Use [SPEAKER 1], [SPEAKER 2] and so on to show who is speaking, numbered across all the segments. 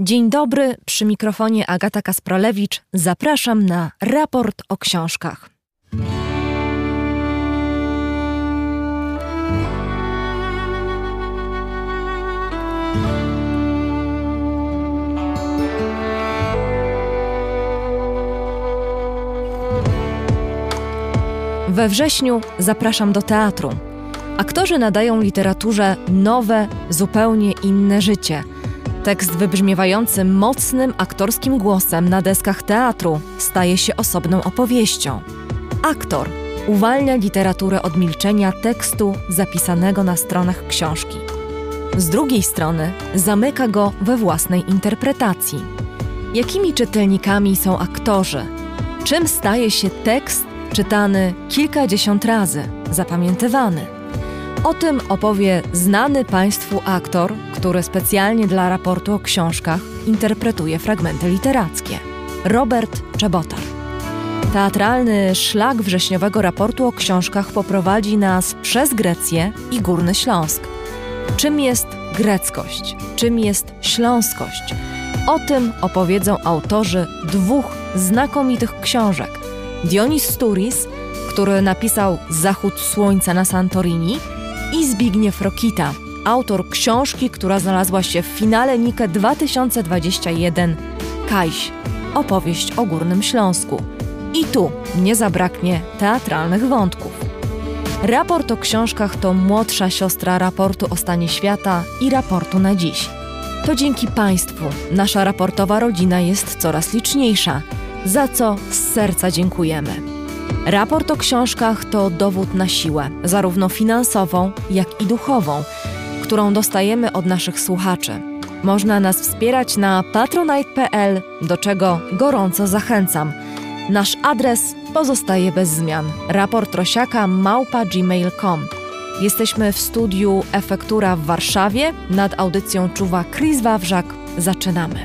[SPEAKER 1] Dzień dobry, przy mikrofonie Agata Kasprolewicz. Zapraszam na raport o książkach. We wrześniu zapraszam do teatru. Aktorzy nadają literaturze nowe, zupełnie inne życie. Tekst wybrzmiewający mocnym aktorskim głosem na deskach teatru staje się osobną opowieścią. Aktor uwalnia literaturę od milczenia tekstu zapisanego na stronach książki. Z drugiej strony zamyka go we własnej interpretacji. Jakimi czytelnikami są aktorzy? Czym staje się tekst czytany kilkadziesiąt razy, zapamiętywany? O tym opowie znany Państwu aktor, który specjalnie dla raportu o książkach interpretuje fragmenty literackie. Robert Czebotar. Teatralny szlak wrześniowego raportu o książkach poprowadzi nas przez Grecję i Górny Śląsk. Czym jest greckość? Czym jest śląskość? O tym opowiedzą autorzy dwóch znakomitych książek. Dionys Sturis, który napisał Zachód słońca na Santorini, i Zbigniew Rokita, autor książki, która znalazła się w finale Nike 2021 Kajś, opowieść o Górnym Śląsku. I tu nie zabraknie teatralnych wątków. Raport o książkach to młodsza siostra raportu o stanie świata i raportu na dziś. To dzięki Państwu nasza raportowa rodzina jest coraz liczniejsza, za co z serca dziękujemy. Raport o książkach to dowód na siłę, zarówno finansową, jak i duchową, którą dostajemy od naszych słuchaczy. Można nas wspierać na patronite.pl, do czego gorąco zachęcam. Nasz adres pozostaje bez zmian. raportrosiaka@gmail.com. Jesteśmy w studiu Efektura w Warszawie. Nad audycją czuwa Chris Wawrzak. Zaczynamy.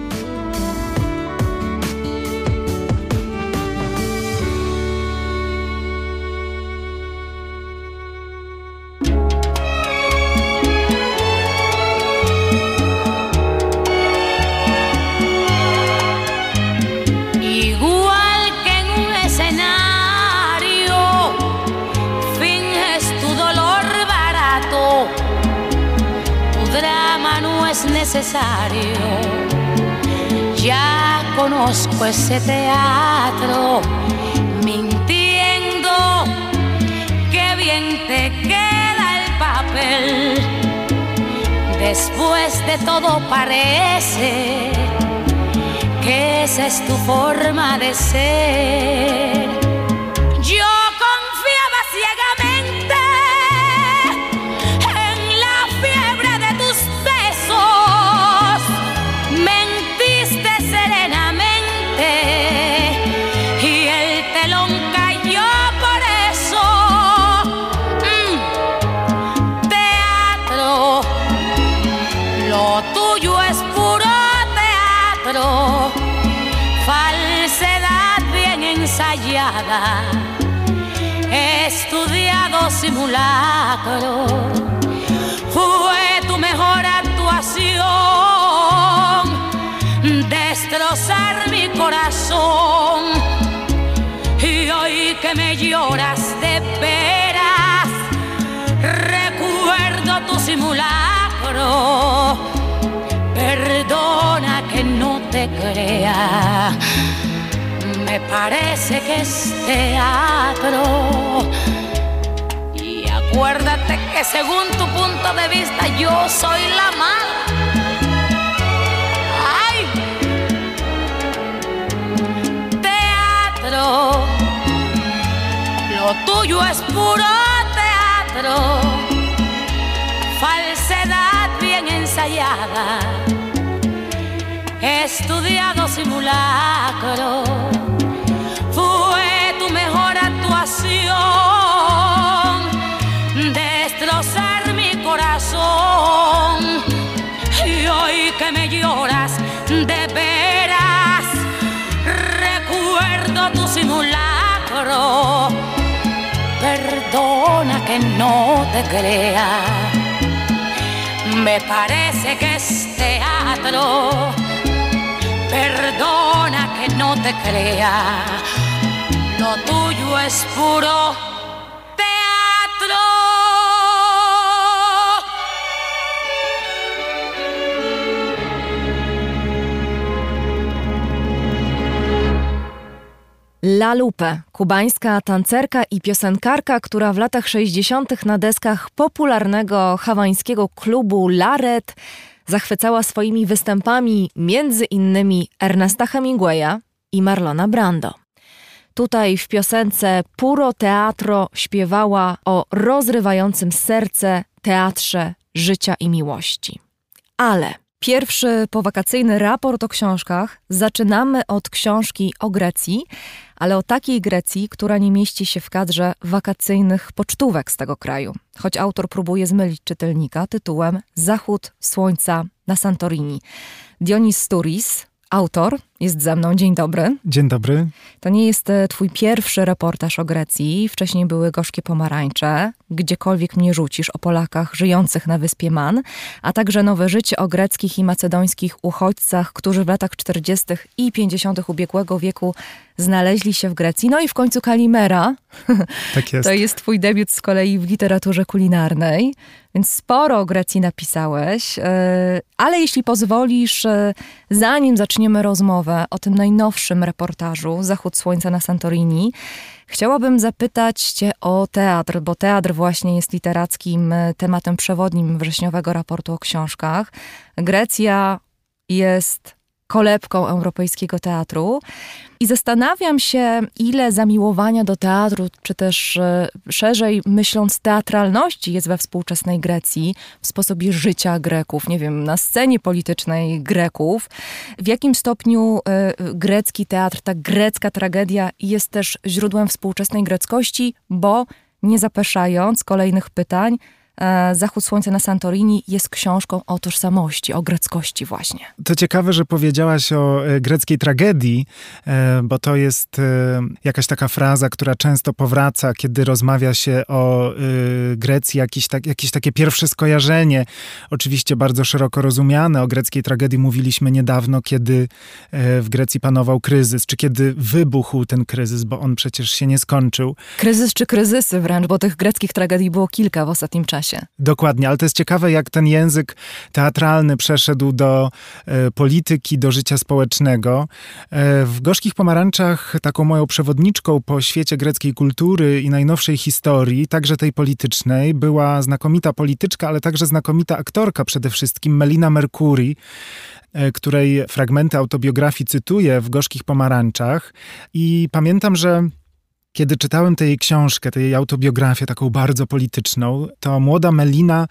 [SPEAKER 2] Necesario. Ya conozco ese teatro, mintiendo, qué bien te queda el papel. Después de todo parece que esa es tu forma de ser. Yo confiaba ciegamente falsedad bien ensayada, estudiado simulacro. Fue tu mejor actuación, destrozar mi corazón. Y hoy que me lloras de veras, recuerdo tu simulacro. Perdona que no te crea, me parece que es teatro. Y acuérdate que según tu punto de vista yo soy la mala. ¡Ay! Teatro, lo tuyo es puro teatro, falsedad bien ensayada, estudiado simulacro. Fue tu mejor actuación, destrozar mi corazón. Y hoy que me lloras de veras, recuerdo tu simulacro. Perdona que no te crea, me parece que es teatro. no te creas, lo tuyo es puro teatro.
[SPEAKER 1] La Lupe, kubańska tancerka i piosenkarka, która w latach 60. na deskach popularnego hawańskiego klubu Laret zachwycała swoimi występami między innymi Ernesta Hemingwaya i Marlona Brando. Tutaj w piosence Puro Teatro śpiewała o rozrywającym serce teatrze życia i miłości. Ale pierwszy powakacyjny raport o książkach zaczynamy od książki o Grecji, ale o takiej Grecji, która nie mieści się w kadrze wakacyjnych pocztówek z tego kraju. Choć autor próbuje zmylić czytelnika tytułem Zachód słońca na Santorini. Dionis Sturis, autor, jest ze mną. Dzień dobry.
[SPEAKER 3] Dzień dobry.
[SPEAKER 1] To nie jest twój pierwszy reportaż o Grecji. Wcześniej były Gorzkie pomarańcze, Gdziekolwiek mnie rzucisz, o Polakach żyjących na wyspie Man, a także Nowe życie o greckich i macedońskich uchodźcach, którzy w latach 40. i 50. ubiegłego wieku znaleźli się w Grecji. No i w końcu Kalimera.
[SPEAKER 3] Tak jest.
[SPEAKER 1] To jest twój debiut z kolei w literaturze kulinarnej, więc sporo o Grecji napisałeś. Ale jeśli pozwolisz, zanim zaczniemy rozmowę o tym najnowszym reportażu Zachód słońca na Santorini, chciałabym zapytać cię o teatr, bo teatr właśnie jest literackim tematem przewodnim wrześniowego raportu o książkach. Grecja jest kolebką europejskiego teatru i zastanawiam się, ile zamiłowania do teatru, czy też szerzej myśląc teatralności jest we współczesnej Grecji, w sposobie życia Greków, nie wiem, na scenie politycznej Greków. W jakim stopniu grecki teatr, ta grecka tragedia jest też źródłem współczesnej greckości, bo nie zapeszając kolejnych pytań, Zachód słońca na Santorini jest książką o tożsamości, o greckości właśnie.
[SPEAKER 3] To ciekawe, że powiedziałaś o greckiej tragedii, bo to jest jakaś taka fraza, która często powraca, kiedy rozmawia się o Grecji, jakieś takie pierwsze skojarzenie, oczywiście bardzo szeroko rozumiane. O greckiej tragedii mówiliśmy niedawno, kiedy w Grecji panował kryzys, czy kiedy wybuchł ten kryzys, bo on przecież się nie skończył.
[SPEAKER 1] Kryzys czy kryzysy wręcz, bo tych greckich tragedii było kilka w ostatnim czasie.
[SPEAKER 3] Dokładnie, ale to jest ciekawe, jak ten język teatralny przeszedł do polityki, do życia społecznego. W Gorzkich pomarańczach taką moją przewodniczką po świecie greckiej kultury i najnowszej historii, także tej politycznej, była znakomita polityczka, ale także znakomita aktorka przede wszystkim, Melina Mercouri, której fragmenty autobiografii cytuję w Gorzkich pomarańczach. I pamiętam, że kiedy czytałem tę jej książkę, tę jej autobiografię, taką bardzo polityczną, to młoda Melina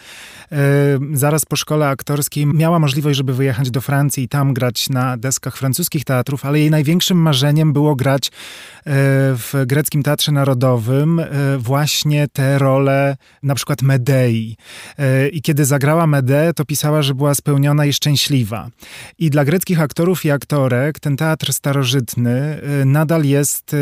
[SPEAKER 3] zaraz po szkole aktorskiej miała możliwość, żeby wyjechać do Francji i tam grać na deskach francuskich teatrów, ale jej największym marzeniem było grać w greckim Teatrze Narodowym właśnie te role, na przykład Medei. I kiedy zagrała Medeę, to pisała, że była spełniona i szczęśliwa. I dla greckich aktorów i aktorek ten teatr starożytny nadal jest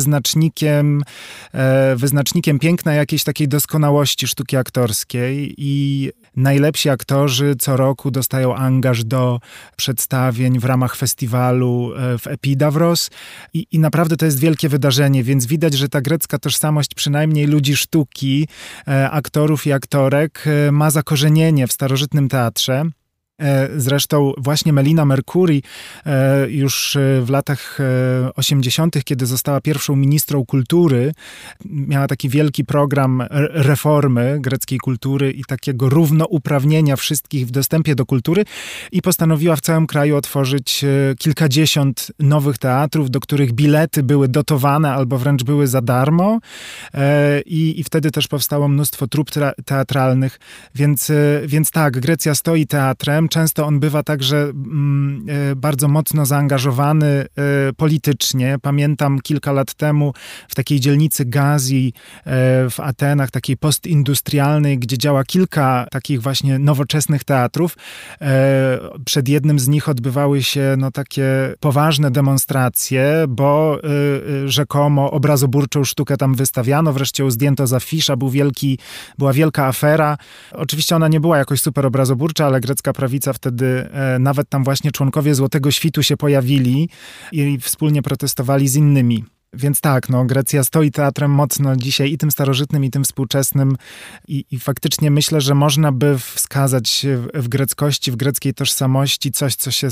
[SPEAKER 3] wyznacznikiem piękna, jakiejś takiej doskonałości sztuki aktorskiej i najlepsi aktorzy co roku dostają angaż do przedstawień w ramach festiwalu w Epidavros i naprawdę to jest wielkie wydarzenie, więc widać, że ta grecka tożsamość przynajmniej ludzi sztuki, aktorów i aktorek ma zakorzenienie w starożytnym teatrze. Zresztą właśnie Melina Mercouri już w latach 80., kiedy została pierwszą ministrą kultury, miała taki wielki program reformy greckiej kultury i takiego równouprawnienia wszystkich w dostępie do kultury i postanowiła w całym kraju otworzyć kilkadziesiąt nowych teatrów, do których bilety były dotowane albo wręcz były za darmo i wtedy też powstało mnóstwo trup teatralnych, więc tak, Grecja stoi teatrem. Często on bywa także bardzo mocno zaangażowany politycznie. Pamiętam kilka lat temu w takiej dzielnicy Gazji w Atenach, takiej postindustrialnej, gdzie działa kilka takich właśnie nowoczesnych teatrów. Przed jednym z nich odbywały się takie poważne demonstracje, bo rzekomo obrazoburczą sztukę tam wystawiano, wreszcie ją zdjęto z afisza, była wielka afera. Oczywiście ona nie była jakoś super obrazoburcza, ale grecka prawica Katowica. Wtedy nawet tam właśnie członkowie Złotego Świtu się pojawili i wspólnie protestowali z innymi. Więc tak, Grecja stoi teatrem mocno dzisiaj i tym starożytnym, i tym współczesnym i faktycznie myślę, że można by wskazać w greckości, w greckiej tożsamości coś, co się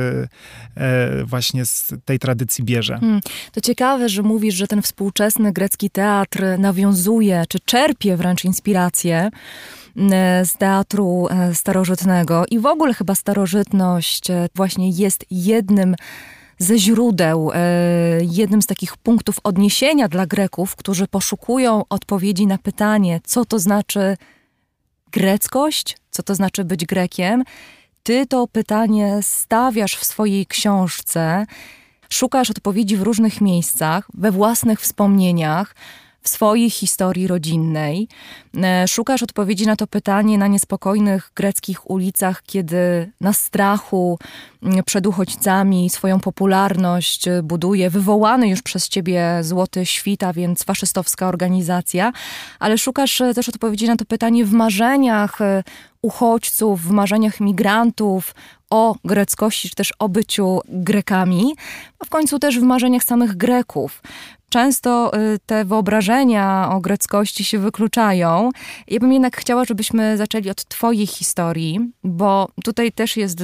[SPEAKER 3] właśnie z tej tradycji bierze.
[SPEAKER 1] To ciekawe, że mówisz, że ten współczesny grecki teatr nawiązuje, czy czerpie wręcz inspirację z teatru starożytnego i w ogóle chyba starożytność właśnie jest jednym ze źródeł, jednym z takich punktów odniesienia dla Greków, którzy poszukują odpowiedzi na pytanie, co to znaczy greckość, co to znaczy być Grekiem. Ty to pytanie stawiasz w swojej książce, szukasz odpowiedzi w różnych miejscach, we własnych wspomnieniach, w swojej historii rodzinnej. Szukasz odpowiedzi na to pytanie na niespokojnych greckich ulicach, kiedy na strachu przed uchodźcami swoją popularność buduje wywołany już przez ciebie Złoty Świt, a więc faszystowska organizacja, ale szukasz też odpowiedzi na to pytanie w marzeniach uchodźców, w marzeniach migrantów o greckości, czy też o byciu Grekami, a w końcu też w marzeniach samych Greków. Często te wyobrażenia o greckości się wykluczają. Ja bym jednak chciała, żebyśmy zaczęli od twojej historii, bo tutaj też jest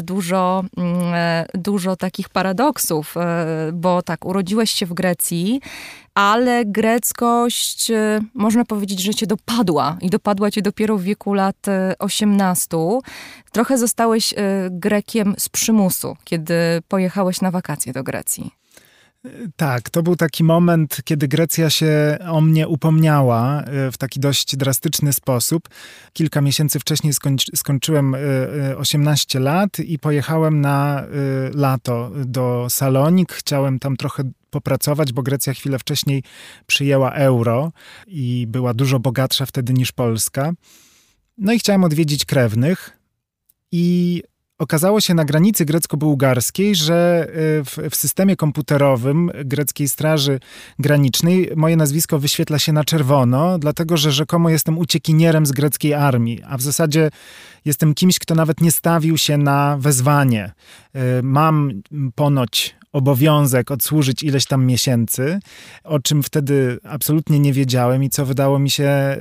[SPEAKER 1] dużo takich paradoksów, bo tak, urodziłeś się w Grecji, ale greckość, można powiedzieć, że cię dopadła i dopadła cię dopiero w wieku lat 18. Trochę zostałeś Grekiem z przymusu, kiedy pojechałeś na wakacje do Grecji.
[SPEAKER 3] Tak, to był taki moment, kiedy Grecja się o mnie upomniała w taki dość drastyczny sposób. Kilka miesięcy wcześniej skończyłem 18 lat i pojechałem na lato do Salonik. Chciałem tam trochę popracować, bo Grecja chwilę wcześniej przyjęła euro i była dużo bogatsza wtedy niż Polska. No i chciałem odwiedzić krewnych i okazało się na granicy grecko-bułgarskiej, że w systemie komputerowym greckiej Straży Granicznej moje nazwisko wyświetla się na czerwono, dlatego że rzekomo jestem uciekinierem z greckiej armii, a w zasadzie jestem kimś, kto nawet nie stawił się na wezwanie. Mam ponoć obowiązek odsłużyć ileś tam miesięcy, o czym wtedy absolutnie nie wiedziałem i co wydało mi się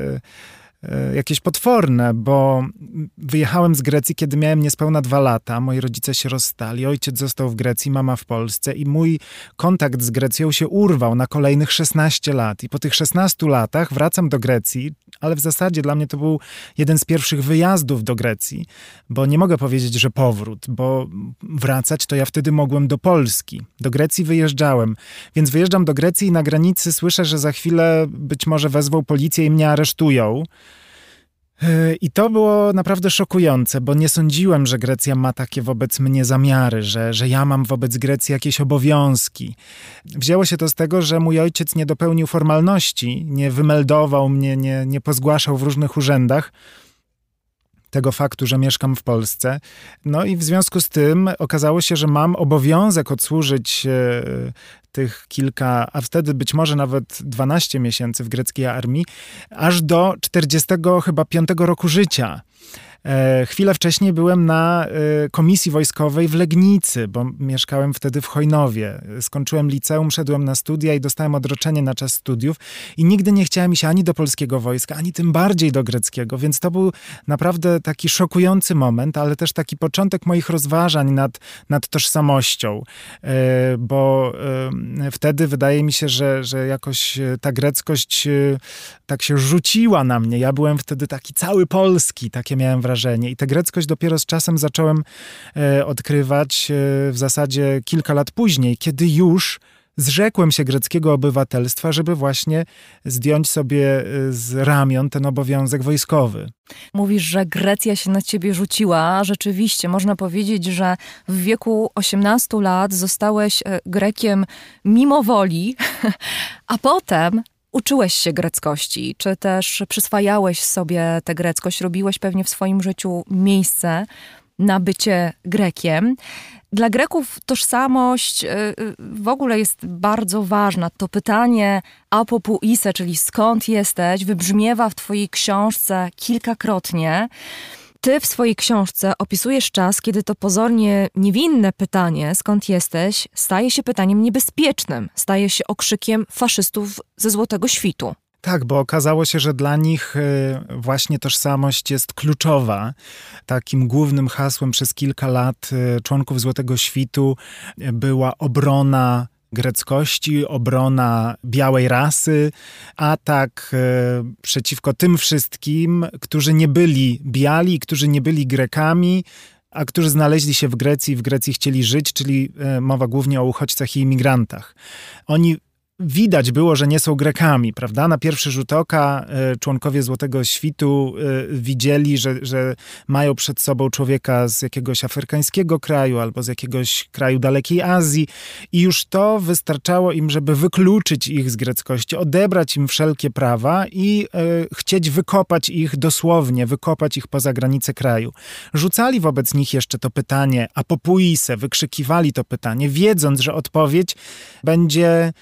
[SPEAKER 3] jakieś potworne, bo wyjechałem z Grecji, kiedy miałem niespełna 2 lata. Moi rodzice się rozstali, ojciec został w Grecji, mama w Polsce i mój kontakt z Grecją się urwał na kolejnych 16 lat. I po tych 16 latach wracam do Grecji, ale w zasadzie dla mnie to był jeden z pierwszych wyjazdów do Grecji, bo nie mogę powiedzieć, że powrót, bo wracać to ja wtedy mogłem do Polski. Do Grecji wyjeżdżałem, więc wyjeżdżam do Grecji i na granicy słyszę, że za chwilę być może wezwą policję i mnie aresztują. I to było naprawdę szokujące, bo nie sądziłem, że Grecja ma takie wobec mnie zamiary, że ja mam wobec Grecji jakieś obowiązki. Wzięło się to z tego, że mój ojciec nie dopełnił formalności, nie wymeldował mnie, nie pozgłaszał w różnych urzędach tego faktu, że mieszkam w Polsce. No i w związku z tym okazało się, że mam obowiązek odsłużyć tych kilka, a wtedy być może nawet 12 miesięcy w greckiej armii, aż do 45 roku życia. Chwilę wcześniej byłem na komisji wojskowej w Legnicy, bo mieszkałem wtedy w Chojnowie. Skończyłem liceum, szedłem na studia i dostałem odroczenie na czas studiów i nigdy nie chciałem iść ani do polskiego wojska, ani tym bardziej do greckiego, więc to był naprawdę taki szokujący moment, ale też taki początek moich rozważań nad tożsamością, bo wtedy wydaje mi się, że jakoś ta greckość tak się rzuciła na mnie. Ja byłem wtedy taki cały polski, takie miałem wrażenie. I tę greckość dopiero z czasem zacząłem odkrywać w zasadzie kilka lat później, kiedy już zrzekłem się greckiego obywatelstwa, żeby właśnie zdjąć sobie z ramion ten obowiązek wojskowy.
[SPEAKER 1] Mówisz, że Grecja się na ciebie rzuciła. Rzeczywiście, można powiedzieć, że w wieku 18 lat zostałeś Grekiem mimo woli, a potem uczyłeś się greckości, czy też przyswajałeś sobie tę greckość, robiłeś pewnie w swoim życiu miejsce na bycie Grekiem. Dla Greków tożsamość w ogóle jest bardzo ważna. To pytanie apo ise, czyli skąd jesteś, wybrzmiewa w twojej książce kilkakrotnie. Ty w swojej książce opisujesz czas, kiedy to pozornie niewinne pytanie, skąd jesteś, staje się pytaniem niebezpiecznym, staje się okrzykiem faszystów ze Złotego Świtu.
[SPEAKER 3] Tak, bo okazało się, że dla nich właśnie tożsamość jest kluczowa. Takim głównym hasłem przez kilka lat członków Złotego Świtu była obrona greckości, obrona białej rasy, atak przeciwko tym wszystkim, którzy nie byli biali, którzy nie byli Grekami, a którzy znaleźli się w Grecji i w Grecji chcieli żyć, czyli mowa głównie o uchodźcach i imigrantach. Oni widać było, że nie są Grekami, prawda? Na pierwszy rzut oka członkowie Złotego Świtu widzieli, że mają przed sobą człowieka z jakiegoś afrykańskiego kraju albo z jakiegoś kraju dalekiej Azji i już to wystarczało im, żeby wykluczyć ich z greckości, odebrać im wszelkie prawa i chcieć wykopać ich dosłownie, wykopać ich poza granice kraju. Rzucali wobec nich jeszcze to pytanie apopuise, wykrzykiwali to pytanie, wiedząc, że odpowiedź będzie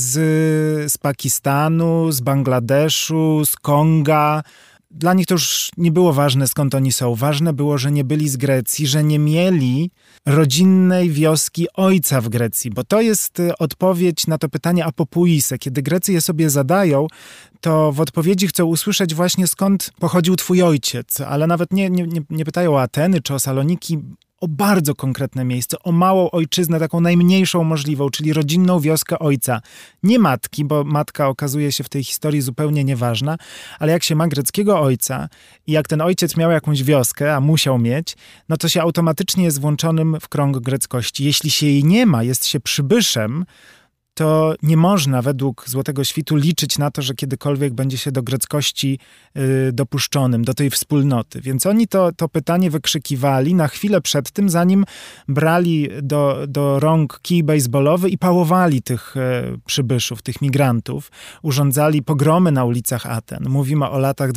[SPEAKER 3] z Pakistanu, z Bangladeszu, z Konga. Dla nich to już nie było ważne, skąd oni są. Ważne było, że nie byli z Grecji, że nie mieli rodzinnej wioski ojca w Grecji, bo to jest odpowiedź na to pytanie apopuise. Kiedy Grecy je sobie zadają, to w odpowiedzi chcą usłyszeć właśnie, skąd pochodził twój ojciec, ale nawet nie pytają o Ateny czy o Saloniki, o bardzo konkretne miejsce, o małą ojczyznę, taką najmniejszą możliwą, czyli rodzinną wioskę ojca. Nie matki, bo matka okazuje się w tej historii zupełnie nieważna, ale jak się ma greckiego ojca i jak ten ojciec miał jakąś wioskę, a musiał mieć, no to się automatycznie jest włączonym w krąg greckości. Jeśli się jej nie ma, jest się przybyszem, to nie można według Złotego Świtu liczyć na to, że kiedykolwiek będzie się do greckości dopuszczonym, do tej wspólnoty. Więc oni to pytanie wykrzykiwali na chwilę przed tym, zanim brali do rąk kij bejsbolowy i pałowali tych przybyszów, tych migrantów. Urządzali pogromy na ulicach Aten. Mówimy o latach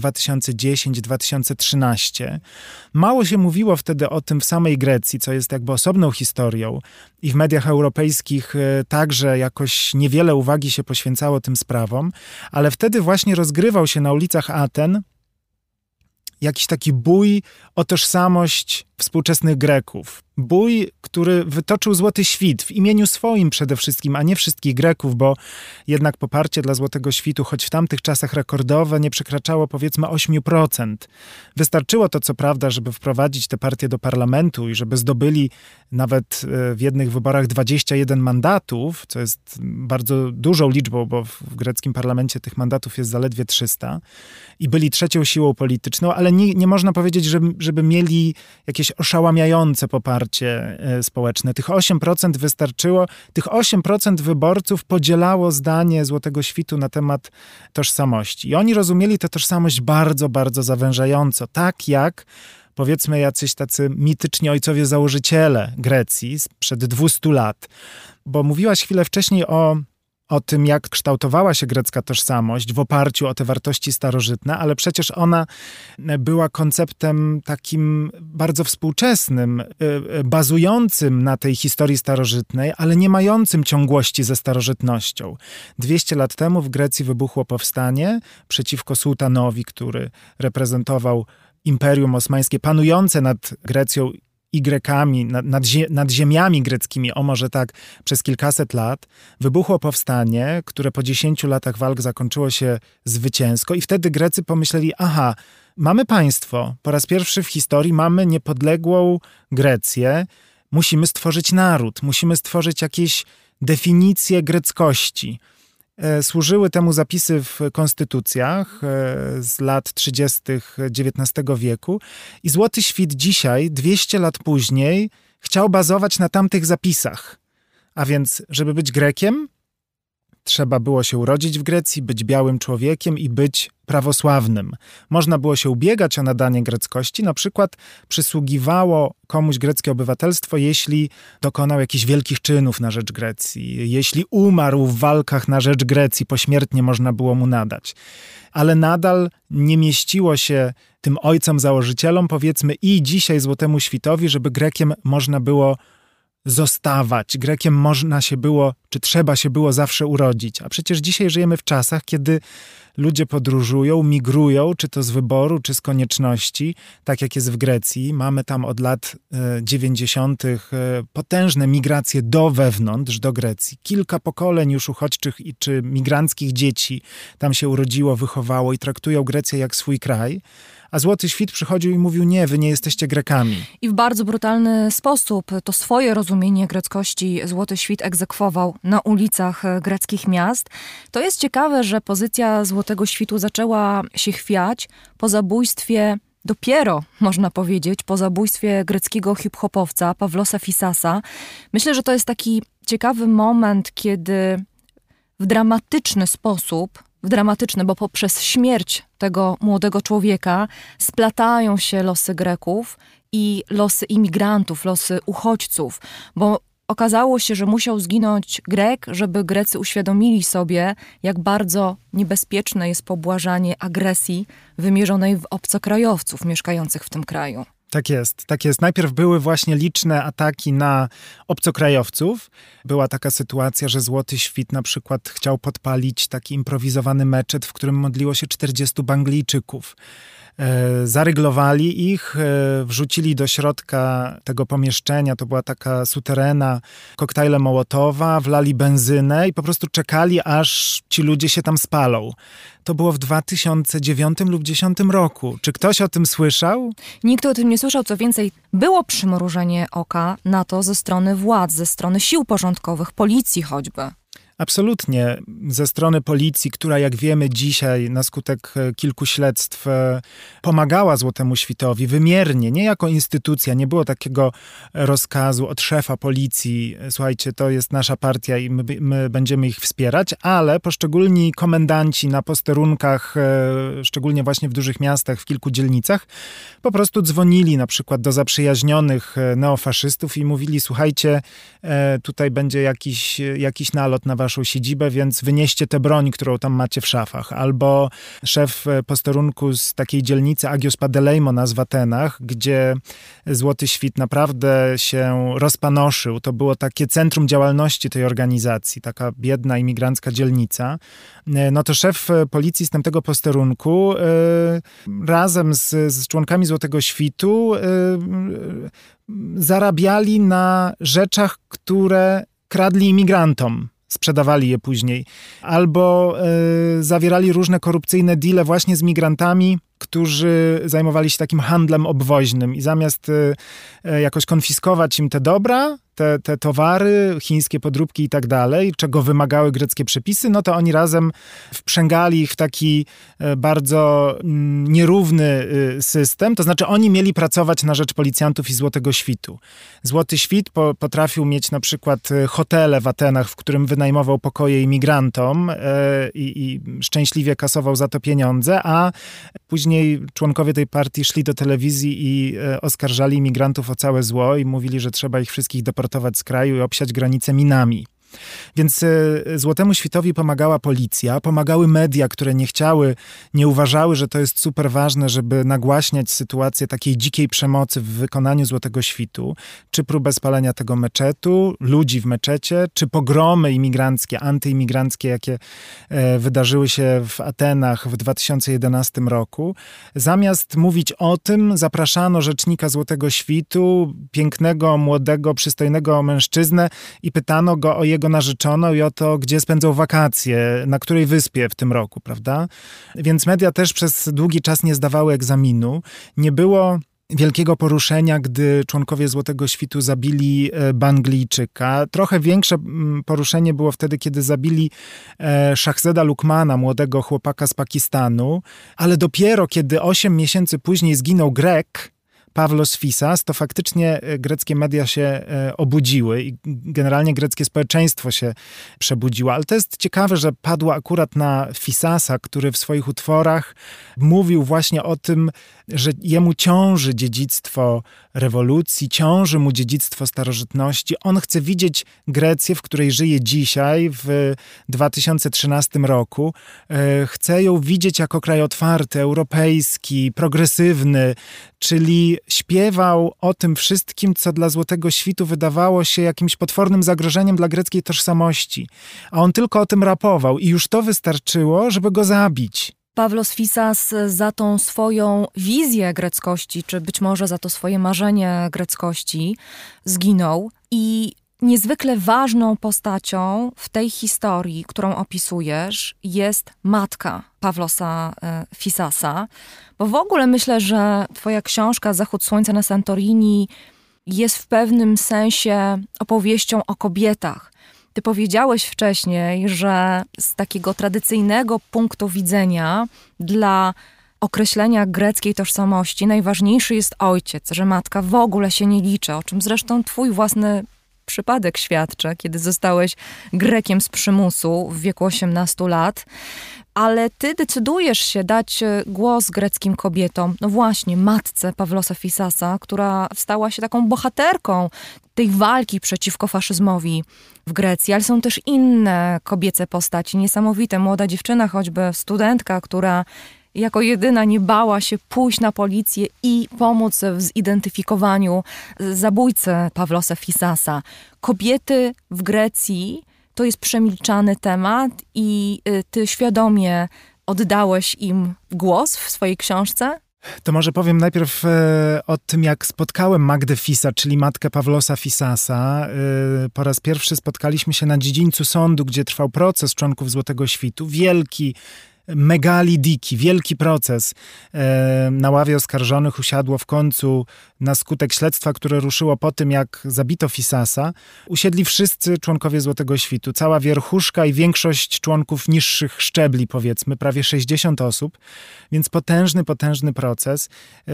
[SPEAKER 3] 2010-2013. Mało się mówiło wtedy o tym w samej Grecji, co jest jakby osobną historią. I w mediach europejskich także jakoś niewiele uwagi się poświęcało tym sprawom, ale wtedy właśnie rozgrywał się na ulicach Aten jakiś taki bój o tożsamość współczesnych Greków. Bój, który wytoczył Złoty Świt w imieniu swoim przede wszystkim, a nie wszystkich Greków, bo jednak poparcie dla Złotego Świtu, choć w tamtych czasach rekordowe, nie przekraczało powiedzmy 8%. Wystarczyło to co prawda, żeby wprowadzić tę partię do parlamentu i żeby zdobyli nawet w jednych wyborach 21 mandatów, co jest bardzo dużą liczbą, bo w greckim parlamencie tych mandatów jest zaledwie 300 i byli trzecią siłą polityczną, ale nie można powiedzieć, żeby mieli jakieś oszałamiające poparcie społeczne. Tych 8% wystarczyło. Tych 8% wyborców podzielało zdanie Złotego Świtu na temat tożsamości. I oni rozumieli tę tożsamość bardzo, bardzo zawężająco. Tak jak powiedzmy jacyś tacy mityczni ojcowie założyciele Grecji sprzed 200 lat. Bo mówiłaś chwilę wcześniej o tym, jak kształtowała się grecka tożsamość w oparciu o te wartości starożytne, ale przecież ona była konceptem takim bardzo współczesnym, bazującym na tej historii starożytnej, ale nie mającym ciągłości ze starożytnością. 200 lat temu w Grecji wybuchło powstanie przeciwko sułtanowi, który reprezentował Imperium Osmańskie panujące nad Grecją i Grekami, nad ziemiami greckimi, o może tak, przez kilkaset lat, wybuchło powstanie, które po 10 latach walk zakończyło się zwycięsko i wtedy Grecy pomyśleli, aha, mamy państwo, po raz pierwszy w historii mamy niepodległą Grecję, musimy stworzyć naród, musimy stworzyć jakieś definicje greckości. Służyły temu zapisy w konstytucjach z lat 30. XIX wieku i Złoty Świt dzisiaj, 200 lat później, chciał bazować na tamtych zapisach. A więc, żeby być Grekiem, trzeba było się urodzić w Grecji, być białym człowiekiem i być prawosławnym. Można było się ubiegać o nadanie greckości, na przykład przysługiwało komuś greckie obywatelstwo, jeśli dokonał jakichś wielkich czynów na rzecz Grecji, jeśli umarł w walkach na rzecz Grecji, pośmiertnie można było mu nadać. Ale nadal nie mieściło się tym ojcom założycielom, powiedzmy i dzisiaj Złotemu Świtowi, żeby Grekiem można było zostawać. Grekiem można się było, czy trzeba się było zawsze urodzić. A przecież dzisiaj żyjemy w czasach, kiedy ludzie podróżują, migrują, czy to z wyboru, czy z konieczności, tak jak jest w Grecji. Mamy tam od lat 90. Potężne migracje do wewnątrz, do Grecji. Kilka pokoleń już uchodźczych czy migranckich dzieci tam się urodziło, wychowało i traktują Grecję jak swój kraj. A Złoty Świt przychodził i mówił, nie, wy nie jesteście Grekami.
[SPEAKER 1] I w bardzo brutalny sposób to swoje rozumienie greckości Złoty Świt egzekwował na ulicach greckich miast. To jest ciekawe, że pozycja Złotego Świtu zaczęła się chwiać po zabójstwie, dopiero można powiedzieć, po zabójstwie greckiego hip-hopowca Pavlosa Fissasa. Myślę, że to jest taki ciekawy moment, kiedy w dramatyczny sposób, bo poprzez śmierć tego młodego człowieka splatają się losy Greków i losy imigrantów, losy uchodźców, bo okazało się, że musiał zginąć Grek, żeby Grecy uświadomili sobie, jak bardzo niebezpieczne jest pobłażanie agresji wymierzonej w obcokrajowców mieszkających w tym kraju.
[SPEAKER 3] Tak jest, tak jest. Najpierw były właśnie liczne ataki na obcokrajowców. Była taka sytuacja, że Złoty Świt na przykład chciał podpalić taki improwizowany meczet, w którym modliło się 40 Banglijczyków. Zaryglowali ich, wrzucili do środka tego pomieszczenia, to była taka suterena, koktajle Mołotowa, wlali benzynę i po prostu czekali, aż ci ludzie się tam spalą. To było w 2009 lub 2010 roku. Czy ktoś o tym słyszał?
[SPEAKER 1] Nikt o tym nie słyszał. Co więcej, było przymrużenie oka na to ze strony władz, ze strony sił porządkowych, policji choćby.
[SPEAKER 3] Absolutnie. Ze strony policji, która jak wiemy dzisiaj na skutek kilku śledztw pomagała Złotemu Świtowi wymiernie, nie jako instytucja, nie było takiego rozkazu od szefa policji, słuchajcie, to jest nasza partia i my będziemy ich wspierać, ale poszczególni komendanci na posterunkach, szczególnie właśnie w dużych miastach, w kilku dzielnicach, po prostu dzwonili na przykład do zaprzyjaźnionych neofaszystów i mówili, słuchajcie, tutaj będzie jakiś nalot na waszą siedzibę, więc wynieście tę broń, którą tam macie w szafach. Albo szef posterunku z takiej dzielnicy Agios Padeleimona w Atenach, gdzie Złoty Świt naprawdę się rozpanoszył. To było takie centrum działalności tej organizacji, taka biedna imigrancka dzielnica. No to szef policji z tamtego posterunku razem z członkami Złotego Świtu zarabiali na rzeczach, które kradli imigrantom. Sprzedawali je później. Albo zawierali różne korupcyjne deale właśnie z migrantami, którzy zajmowali się takim handlem obwoźnym i zamiast jakoś konfiskować im te dobra, te towary, chińskie podróbki i tak dalej, czego wymagały greckie przepisy, no to oni razem wprzęgali ich w taki bardzo nierówny system. To znaczy oni mieli pracować na rzecz policjantów i Złotego Świtu. Złoty Świt potrafił mieć na przykład hotele w Atenach, w którym wynajmował pokoje imigrantom i szczęśliwie kasował za to pieniądze, a później członkowie tej partii szli do telewizji i oskarżali imigrantów o całe zło i mówili, że trzeba ich wszystkich deportować z kraju i obsiać granice minami. Więc Złotemu Świtowi pomagała policja, pomagały media, które nie uważały, że to jest super ważne, żeby nagłaśniać sytuację takiej dzikiej przemocy w wykonaniu Złotego Świtu, czy próbę spalenia tego meczetu, ludzi w meczecie, czy pogromy imigranckie, antyimigranckie, jakie wydarzyły się w Atenach w 2011 roku. Zamiast mówić o tym, zapraszano rzecznika Złotego Świtu, pięknego, młodego, przystojnego mężczyznę i pytano go o jego narzeczoną i o to, gdzie spędzą wakacje, na której wyspie w tym roku, prawda? Więc media też przez długi czas nie zdawały egzaminu. Nie było wielkiego poruszenia, gdy członkowie Złotego Świtu zabili Banglijczyka. Trochę większe poruszenie było wtedy, kiedy zabili Szachzeda Lukmana, młodego chłopaka z Pakistanu, ale dopiero kiedy 8 miesięcy później zginął Grek, Pavlos Fissas, to faktycznie greckie media się obudziły i generalnie greckie społeczeństwo się przebudziło. Ale to jest ciekawe, że padło akurat na Fissasa, który w swoich utworach mówił właśnie o tym, że jemu ciąży dziedzictwo rewolucji, ciąży mu dziedzictwo starożytności. On chce widzieć Grecję, w której żyje dzisiaj, w 2013 roku. Chce ją widzieć jako kraj otwarty, europejski, progresywny, czyli śpiewał o tym wszystkim, co dla Złotego Świtu wydawało się jakimś potwornym zagrożeniem dla greckiej tożsamości. A on tylko o tym rapował i już to wystarczyło, żeby go zabić.
[SPEAKER 1] Pavlos Fyssas za tą swoją wizję greckości, czy być może za to swoje marzenie greckości zginął i niezwykle ważną postacią w tej historii, którą opisujesz, jest matka Pavlosa Fyssasa. Bo w ogóle myślę, że twoja książka Zachód słońca na Santorini jest w pewnym sensie opowieścią o kobietach. Ty powiedziałeś wcześniej, że z takiego tradycyjnego punktu widzenia dla określenia greckiej tożsamości najważniejszy jest ojciec, że matka w ogóle się nie liczy, o czym zresztą twój własny przypadek świadczy, kiedy zostałeś Grekiem z przymusu w wieku 18 lat. Ale ty decydujesz się dać głos greckim kobietom, no właśnie, matce Pavlosa Fyssasa, która stała się taką bohaterką tej walki przeciwko faszyzmowi w Grecji, ale są też inne kobiece postaci, niesamowite. Młoda dziewczyna, choćby studentka, która jako jedyna nie bała się pójść na policję i pomóc w zidentyfikowaniu zabójcy Pavlosa Fyssasa. Kobiety w Grecji to jest przemilczany temat i ty świadomie oddałeś im głos w swojej książce?
[SPEAKER 3] To może powiem najpierw o tym, jak spotkałem Magdę Fyssa, czyli matkę Pavlosa Fyssasa. Po raz pierwszy spotkaliśmy się na dziedzińcu sądu, gdzie trwał proces członków Złotego Świtu. Wielki, megalidiki, wielki proces. Na ławie oskarżonych usiadło w końcu na skutek śledztwa, które ruszyło po tym, jak zabito Fyssasa. Usiedli wszyscy członkowie Złotego Świtu, cała wierchuszka i większość członków niższych szczebli, powiedzmy, prawie 60 osób, więc potężny proces.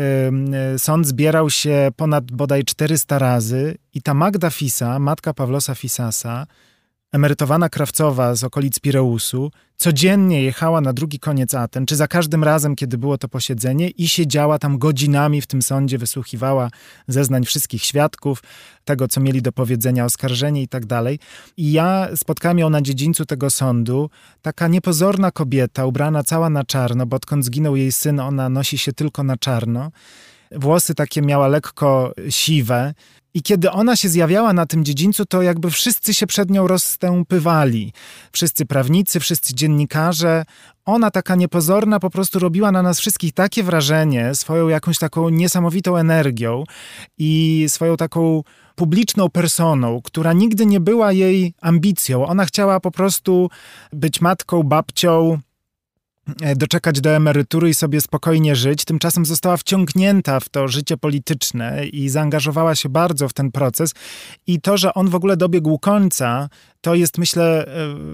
[SPEAKER 3] Sąd zbierał się ponad bodaj 400 razy i ta Magda Fyssa, matka Pavlosa Fyssasa, emerytowana krawcowa z okolic Pireusu, codziennie jechała na drugi koniec Aten, czy za każdym razem, kiedy było to posiedzenie, i siedziała tam godzinami w tym sądzie, wysłuchiwała zeznań wszystkich świadków, tego, co mieli do powiedzenia oskarżeni i tak dalej. I ja spotkałem ją na dziedzińcu tego sądu, taka niepozorna kobieta, ubrana cała na czarno, bo odkąd zginął jej syn, ona nosi się tylko na czarno. Włosy takie miała lekko siwe. I kiedy ona się zjawiała na tym dziedzińcu, to jakby wszyscy się przed nią rozstępywali. Wszyscy prawnicy, wszyscy dziennikarze. Ona taka niepozorna po prostu robiła na nas wszystkich takie wrażenie swoją jakąś taką niesamowitą energią i swoją taką publiczną personą, która nigdy nie była jej ambicją. Ona chciała po prostu być matką, babcią, doczekać do emerytury i sobie spokojnie żyć. Tymczasem została wciągnięta w to życie polityczne i zaangażowała się bardzo w ten proces. I to, że on w ogóle dobiegł końca, to jest, myślę,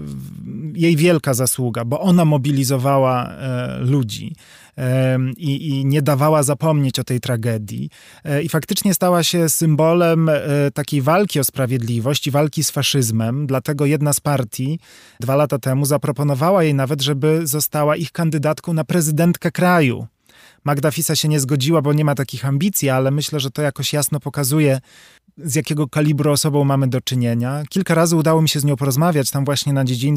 [SPEAKER 3] jej wielka zasługa, bo ona mobilizowała ludzi i nie dawała zapomnieć o tej tragedii. I faktycznie stała się symbolem takiej walki o sprawiedliwość i walki z faszyzmem. Dlatego jedna z partii 2 lata temu zaproponowała jej nawet, żeby została ich kandydatką na prezydentkę kraju. Magda Fyssa się nie zgodziła, bo nie ma takich ambicji, ale myślę, że to jakoś jasno pokazuje, z jakiego kalibru osobą mamy do czynienia. Kilka razy udało mi się z nią porozmawiać tam właśnie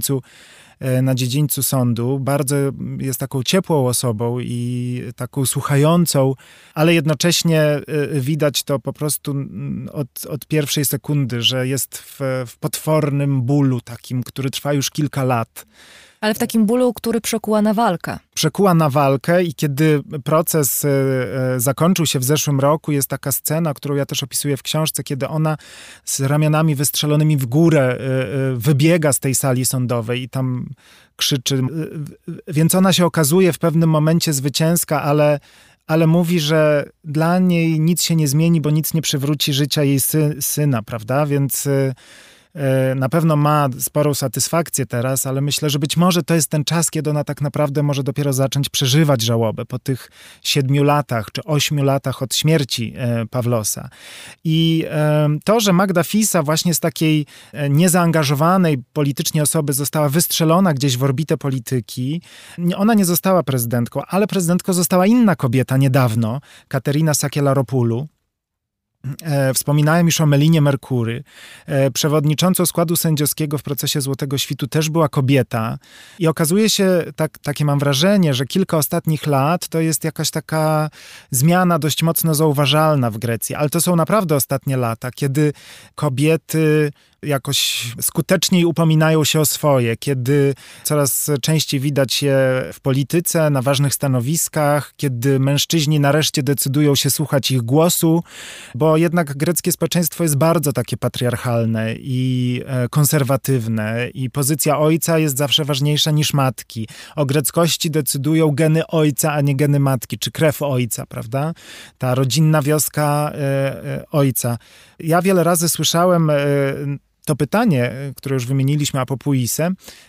[SPEAKER 3] na dziedzińcu sądu. Bardzo jest taką ciepłą osobą i taką słuchającą, ale jednocześnie widać to po prostu od pierwszej sekundy, że jest w potwornym bólu takim, który trwa już kilka lat.
[SPEAKER 1] Ale w takim bólu, który przekuła na walkę.
[SPEAKER 3] Przekuła na walkę i kiedy proces zakończył się w zeszłym roku, jest taka scena, którą ja też opisuję w książce, kiedy ona z ramionami wystrzelonymi w górę wybiega z tej sali sądowej i tam krzyczy. Więc ona się okazuje w pewnym momencie zwycięska, ale mówi, że dla niej nic się nie zmieni, bo nic nie przywróci życia jej syna, prawda? Więc na pewno ma sporą satysfakcję teraz, ale myślę, że być może to jest ten czas, kiedy ona tak naprawdę może dopiero zacząć przeżywać żałobę po tych 7 latach czy 8 latach od śmierci Pavlosa. I to, że Magda Fyssa właśnie z takiej niezaangażowanej politycznie osoby została wystrzelona gdzieś w orbitę polityki, ona nie została prezydentką, ale prezydentką została inna kobieta niedawno, Katerina Sakellaropoulou. Wspominałem już o Melinie Mercury. Przewodniczącą składu sędziowskiego w procesie Złotego Świtu też była kobieta. I okazuje się, takie mam wrażenie, że kilka ostatnich lat to jest jakaś taka zmiana dość mocno zauważalna w Grecji. Ale to są naprawdę ostatnie lata, kiedy kobiety jakoś skuteczniej upominają się o swoje, kiedy coraz częściej widać je w polityce, na ważnych stanowiskach, kiedy mężczyźni nareszcie decydują się słuchać ich głosu, bo jednak greckie społeczeństwo jest bardzo takie patriarchalne i konserwatywne i pozycja ojca jest zawsze ważniejsza niż matki. O greckości decydują geny ojca, a nie geny matki, czy krew ojca, prawda? Ta rodzinna wioska ojca. Ja wiele razy słyszałem to pytanie, które już wymieniliśmy, Apopuisę,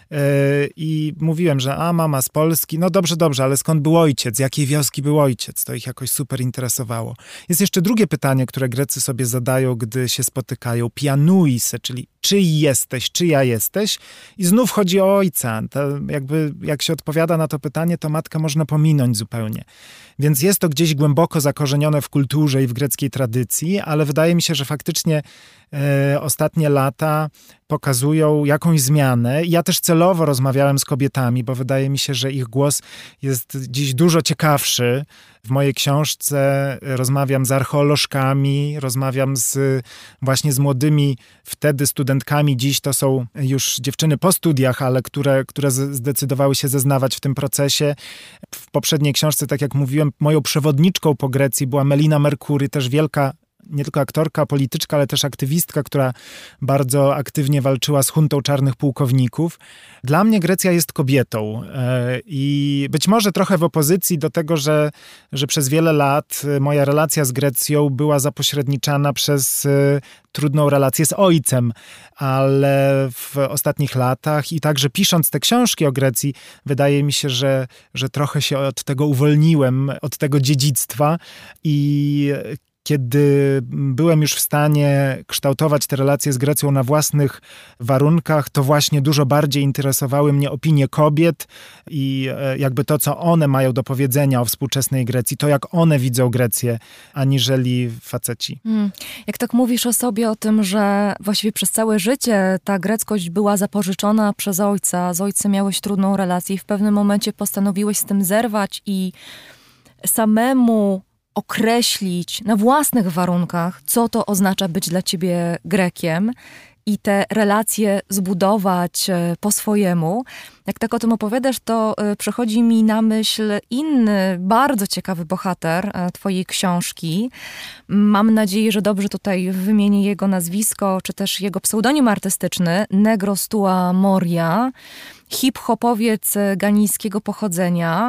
[SPEAKER 3] i mówiłem, że mama z Polski, no dobrze, ale skąd był ojciec? Z jakiej wioski był ojciec? To ich jakoś super interesowało. Jest jeszcze drugie pytanie, które Grecy sobie zadają, gdy się spotykają. Pianuise, czyli czyj jesteś, czyja jesteś? I znów chodzi o ojca. To jakby, jak się odpowiada na to pytanie, to matkę można pominąć zupełnie. Więc jest to gdzieś głęboko zakorzenione w kulturze i w greckiej tradycji, ale wydaje mi się, że faktycznie ostatnie lata pokazują jakąś zmianę. Ja też celowo rozmawiałem z kobietami, bo wydaje mi się, że ich głos jest dziś dużo ciekawszy. W mojej książce rozmawiam z archeolożkami, rozmawiam właśnie z młodymi wtedy studentkami. Dziś to są już dziewczyny po studiach, ale które zdecydowały się zeznawać w tym procesie. W poprzedniej książce, tak jak mówiłem, moją przewodniczką po Grecji była Melina Mercury, też wielka nie tylko aktorka, polityczka, ale też aktywistka, która bardzo aktywnie walczyła z huntą czarnych pułkowników. Dla mnie Grecja jest kobietą i być może trochę w opozycji do tego, że przez wiele lat moja relacja z Grecją była zapośredniczana przez trudną relację z ojcem, ale w ostatnich latach i także pisząc te książki o Grecji, wydaje mi się, że trochę się od tego uwolniłem, od tego dziedzictwa i kiedy byłem już w stanie kształtować te relacje z Grecją na własnych warunkach, to właśnie dużo bardziej interesowały mnie opinie kobiet i jakby to, co one mają do powiedzenia o współczesnej Grecji, to jak one widzą Grecję, aniżeli faceci.
[SPEAKER 1] Jak tak mówisz o sobie, o tym, że właściwie przez całe życie ta greckość była zapożyczona przez ojca, z ojcem miałeś trudną relację i w pewnym momencie postanowiłeś z tym zerwać i samemu określić na własnych warunkach, co to oznacza być dla ciebie Grekiem i te relacje zbudować po swojemu. Jak tak o tym opowiadasz, to przychodzi mi na myśl inny, bardzo ciekawy bohater twojej książki. Mam nadzieję, że dobrze tutaj wymienię jego nazwisko, czy też jego pseudonim artystyczny, Negros Tua Moria, hip-hopowiec ganijskiego pochodzenia,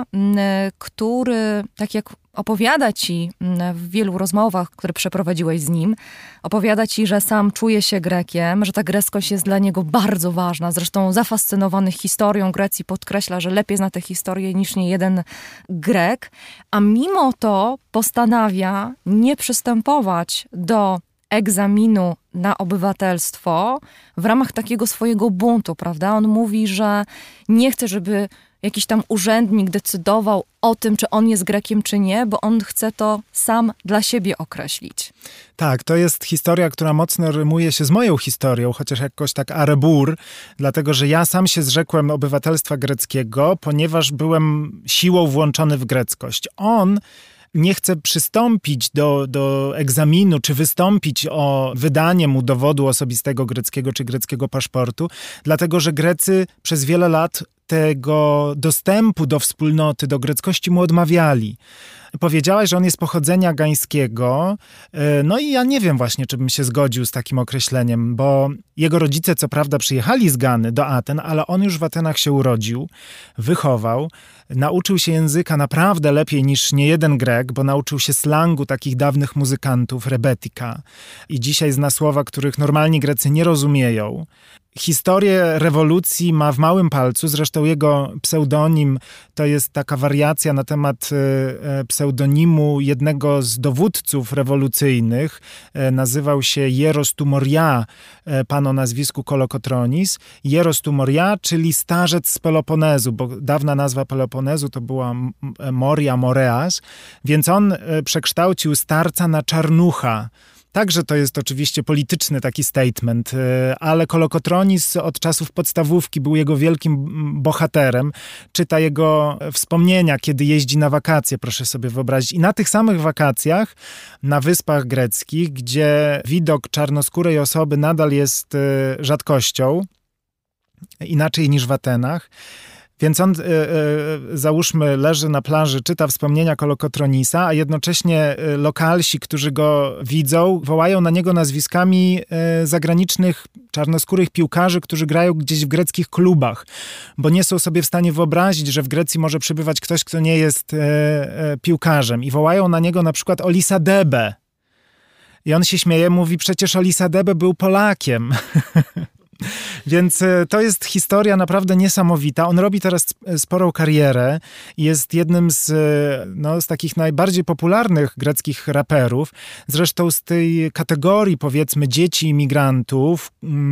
[SPEAKER 1] który, tak jak opowiada ci w wielu rozmowach, które przeprowadziłeś z nim, opowiada ci, że sam czuje się Grekiem, że ta greckość jest dla niego bardzo ważna. Zresztą zafascynowany historią Grecji podkreśla, że lepiej zna tę historię niż niejeden Grek, a mimo to postanawia nie przystępować do egzaminu na obywatelstwo w ramach takiego swojego buntu, prawda? On mówi, że nie chce, żeby jakiś tam urzędnik decydował o tym, czy on jest Grekiem, czy nie, bo on chce to sam dla siebie określić.
[SPEAKER 3] Tak, to jest historia, która mocno rymuje się z moją historią, chociaż jakoś tak arebur, dlatego, że ja sam się zrzekłem obywatelstwa greckiego, ponieważ byłem siłą włączony w greckość. On nie chce przystąpić do egzaminu, czy wystąpić o wydanie mu dowodu osobistego greckiego, czy greckiego paszportu, dlatego, że Grecy przez wiele lat tego dostępu do wspólnoty, do greckości mu odmawiali. Powiedziałaś, że on jest pochodzenia gańskiego, no i ja nie wiem właśnie, czy bym się zgodził z takim określeniem, bo jego rodzice co prawda przyjechali z Gany do Aten, ale on już w Atenach się urodził, wychował, nauczył się języka naprawdę lepiej niż niejeden Grek, bo nauczył się slangu takich dawnych muzykantów, rebetika. I dzisiaj zna słowa, których normalni Grecy nie rozumieją. Historię rewolucji ma w małym palcu, zresztą jego pseudonim to jest taka wariacja na temat pseudonimu jednego z dowódców rewolucyjnych. Nazywał się Hieros tou Moria, pan o nazwisku Kolokotronis. Hieros tou Moria, czyli starzec z Peloponezu, bo dawna nazwa Peloponezu to była Moria, Moreas, więc on przekształcił starca na czarnucha. Także to jest oczywiście polityczny taki statement, ale Kolokotronis od czasów podstawówki był jego wielkim bohaterem. Czyta jego wspomnienia, kiedy jeździ na wakacje, proszę sobie wyobrazić. I na tych samych wakacjach, na Wyspach Greckich, gdzie widok czarnoskórej osoby nadal jest rzadkością, inaczej niż w Atenach. Więc on, załóżmy, leży na plaży, czyta wspomnienia Kolokotronisa, a jednocześnie lokalsi, którzy go widzą, wołają na niego nazwiskami zagranicznych czarnoskórych piłkarzy, którzy grają gdzieś w greckich klubach, bo nie są sobie w stanie wyobrazić, że w Grecji może przybywać ktoś, kto nie jest piłkarzem. I wołają na niego na przykład Olisadebe. I on się śmieje, mówi, przecież Olisadebe był Polakiem. Więc to jest historia naprawdę niesamowita. On robi teraz sporą karierę i jest jednym z takich najbardziej popularnych greckich raperów. Zresztą z tej kategorii, powiedzmy, dzieci imigrantów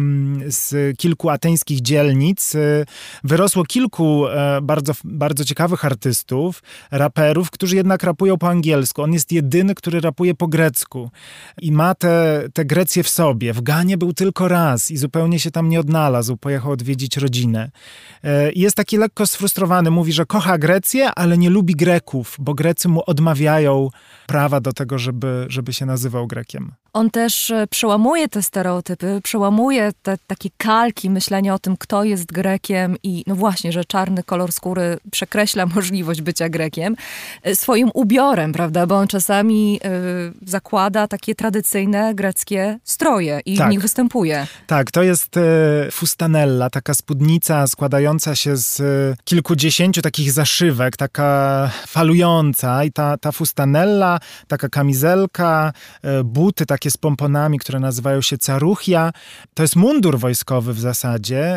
[SPEAKER 3] z kilku ateńskich dzielnic wyrosło kilku bardzo, bardzo ciekawych artystów, raperów, którzy jednak rapują po angielsku. On jest jedyny, który rapuje po grecku i ma tę Grecję w sobie. W Ganie był tylko raz i zupełnie się tam nie odnalazł, pojechał odwiedzić rodzinę. I jest taki lekko sfrustrowany, mówi, że kocha Grecję, ale nie lubi Greków, bo Grecy mu odmawiają prawa do tego, żeby się nazywał Grekiem.
[SPEAKER 1] On też przełamuje te stereotypy, przełamuje te takie kalki myślenia o tym, kto jest Grekiem i no właśnie, że czarny kolor skóry przekreśla możliwość bycia Grekiem swoim ubiorem, prawda? Bo on czasami zakłada takie tradycyjne greckie stroje i w nich występuje.
[SPEAKER 3] Tak, to jest fustanella, taka spódnica składająca się z kilkudziesięciu takich zaszywek, taka falująca i ta fustanella, taka kamizelka, buty takie z pomponami, które nazywają się caruchia. To jest mundur wojskowy w zasadzie,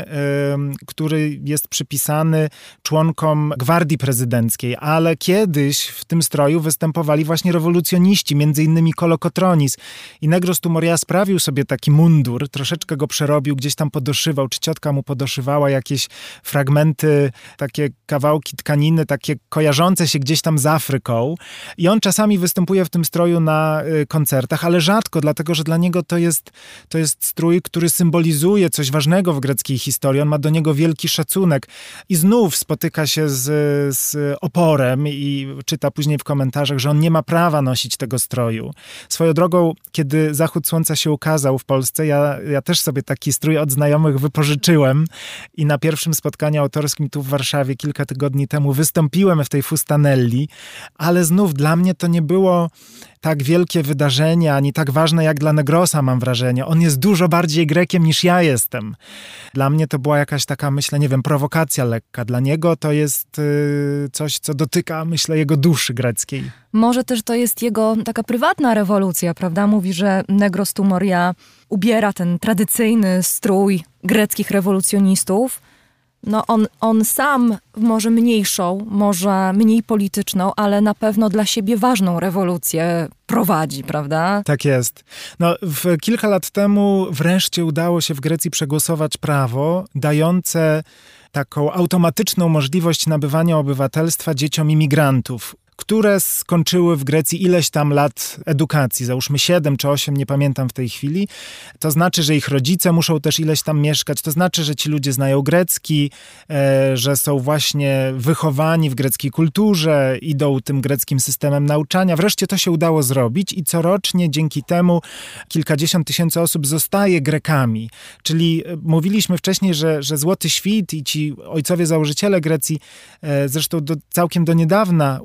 [SPEAKER 3] który jest przypisany członkom gwardii prezydenckiej, ale kiedyś w tym stroju występowali właśnie rewolucjoniści, między innymi Kolokotronis. I Negros Tumoria sprawił sobie taki mundur, troszeczkę go przerobił, gdzieś tam podoszywał, czy ciotka mu podoszywała jakieś fragmenty, takie kawałki tkaniny, takie kojarzące się gdzieś tam z Afryką. I on czasami występuje w tym stroju na koncertach, ale rzadko, dlatego że dla niego to jest strój, który symbolizuje coś ważnego w greckiej historii. On ma do niego wielki szacunek. I znów spotyka się z oporem i czyta później w komentarzach, że on nie ma prawa nosić tego stroju. Swoją drogą, kiedy zachód słońca się ukazał w Polsce, ja też sobie taki strój od znajomych wypożyczyłem i na pierwszym spotkaniu autorskim tu w Warszawie kilka tygodni temu wystąpiłem w tej fustanelli, ale znów dla mnie to nie było tak wielkie wydarzenie, ani tak ważne jak dla Negrosa, mam wrażenie. On jest dużo bardziej Grekiem niż ja jestem. Dla mnie to była jakaś taka, myślę, nie wiem, prowokacja lekka. Dla niego to jest coś, co dotyka, myślę, jego duszy greckiej.
[SPEAKER 1] Może też to jest jego taka prywatna rewolucja, prawda? Mówi, że Negros Tumoria ubiera ten tradycyjny strój greckich rewolucjonistów. No on sam może mniejszą, może mniej polityczną, ale na pewno dla siebie ważną rewolucję prowadzi, prawda?
[SPEAKER 3] Tak jest. No, kilka lat temu wreszcie udało się w Grecji przegłosować prawo dające taką automatyczną możliwość nabywania obywatelstwa dzieciom imigrantów, które skończyły w Grecji ileś tam lat edukacji, załóżmy 7 czy 8, nie pamiętam w tej chwili. To znaczy, że ich rodzice muszą też ileś tam mieszkać, to znaczy, że ci ludzie znają grecki, że są właśnie wychowani w greckiej kulturze, idą tym greckim systemem nauczania. Wreszcie to się udało zrobić i corocznie dzięki temu kilkadziesiąt tysięcy osób zostaje Grekami. Czyli mówiliśmy wcześniej, że Złoty Świt i ci ojcowie założyciele Grecji, zresztą całkiem do niedawna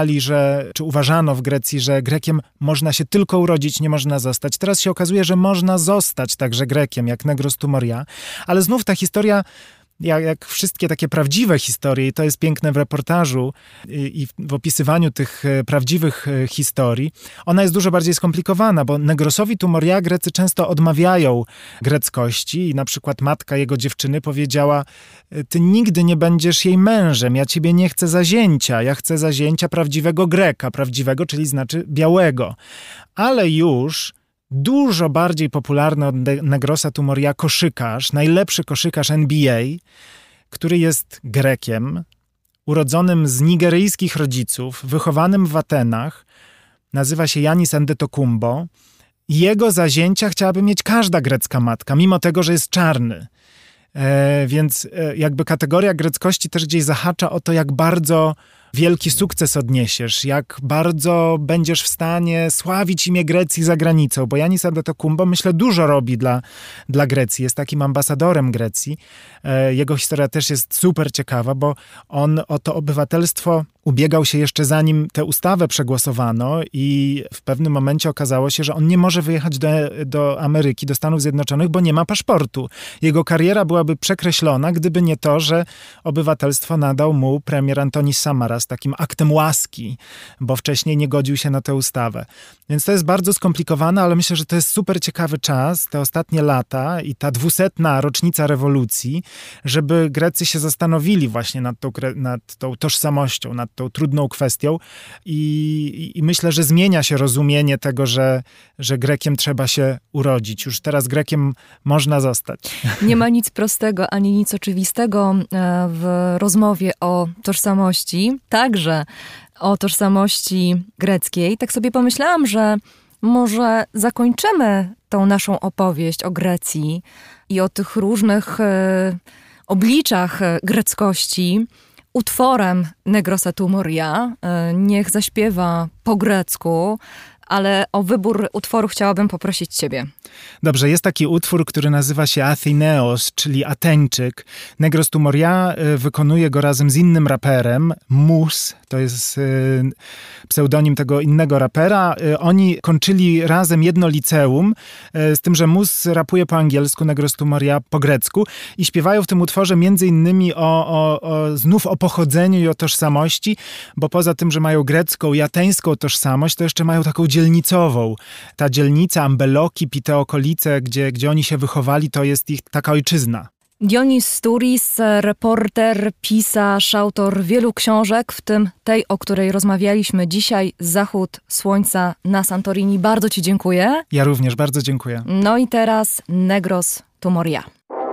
[SPEAKER 3] uważano w Grecji, że Grekiem można się tylko urodzić, nie można zostać. Teraz się okazuje, że można zostać także Grekiem, jak Negros Tumoria. Ale znów ta historia, jak wszystkie takie prawdziwe historie, i to jest piękne w reportażu i w opisywaniu tych prawdziwych historii, ona jest dużo bardziej skomplikowana, bo Negrosowi Tumoria Grecy często odmawiają greckości i na przykład matka jego dziewczyny powiedziała: ty nigdy nie będziesz jej mężem, ja ciebie nie chcę za zięcia, ja chcę za zięcia prawdziwego Greka, prawdziwego, czyli znaczy białego. Ale już dużo bardziej popularny od Negrosa Tumoria koszykarz, najlepszy koszykarz NBA, który jest Grekiem, urodzonym z nigeryjskich rodziców, wychowanym w Atenach, nazywa się Giannis Antetokounmpo jego zazięcia chciałaby mieć każda grecka matka, mimo tego, że jest czarny. Więc jakby kategoria greckości też gdzieś zahacza o to, jak bardzo wielki sukces odniesiesz, jak bardzo będziesz w stanie sławić imię Grecji za granicą, bo Yannis Antetokounmpo, myślę, dużo robi dla Grecji, jest takim ambasadorem Grecji. Jego historia też jest super ciekawa, bo on o to obywatelstwo ubiegał się jeszcze zanim tę ustawę przegłosowano i w pewnym momencie okazało się, że on nie może wyjechać do Ameryki, do Stanów Zjednoczonych, bo nie ma paszportu. Jego kariera byłaby przekreślona, gdyby nie to, że obywatelstwo nadał mu premier Antonis Samaras takim aktem łaski, bo wcześniej nie godził się na tę ustawę. Więc to jest bardzo skomplikowane, ale myślę, że to jest super ciekawy czas, te ostatnie lata i ta 200. rocznica rewolucji, żeby Grecy się zastanowili właśnie nad tą tożsamością, nad tą trudną kwestią i myślę, że zmienia się rozumienie tego, że Grekiem trzeba się urodzić. Już teraz Grekiem można zostać.
[SPEAKER 1] Nie ma nic prostego ani nic oczywistego w rozmowie o tożsamości, także o tożsamości greckiej. Tak sobie pomyślałam, że może zakończymy tą naszą opowieść o Grecji i o tych różnych obliczach greckości utworem Negrosa tu Moria. Niech zaśpiewa po grecku, ale o wybór utworu chciałabym poprosić ciebie.
[SPEAKER 3] Dobrze, jest taki utwór, który nazywa się Athineos, czyli Ateńczyk. Negros tu Moria wykonuje go razem z innym raperem, Mus, to jest pseudonim tego innego rapera. Oni kończyli razem jedno liceum, z tym, że Mus rapuje po angielsku, Negros tu Moria po grecku i śpiewają w tym utworze między innymi znów o pochodzeniu i o tożsamości, bo poza tym, że mają grecką i ateńską tożsamość, to jeszcze mają taką dzielnicową. Ta dzielnica, Ambeloki, te okolice, gdzie oni się wychowali, to jest ich taka ojczyzna.
[SPEAKER 1] Dionys Stouris, reporter, pisarz, autor wielu książek, w tym tej, o której rozmawialiśmy dzisiaj, Zachód Słońca na Santorini. Bardzo ci dziękuję.
[SPEAKER 3] Ja również bardzo dziękuję.
[SPEAKER 1] No i teraz Negros tu Moria.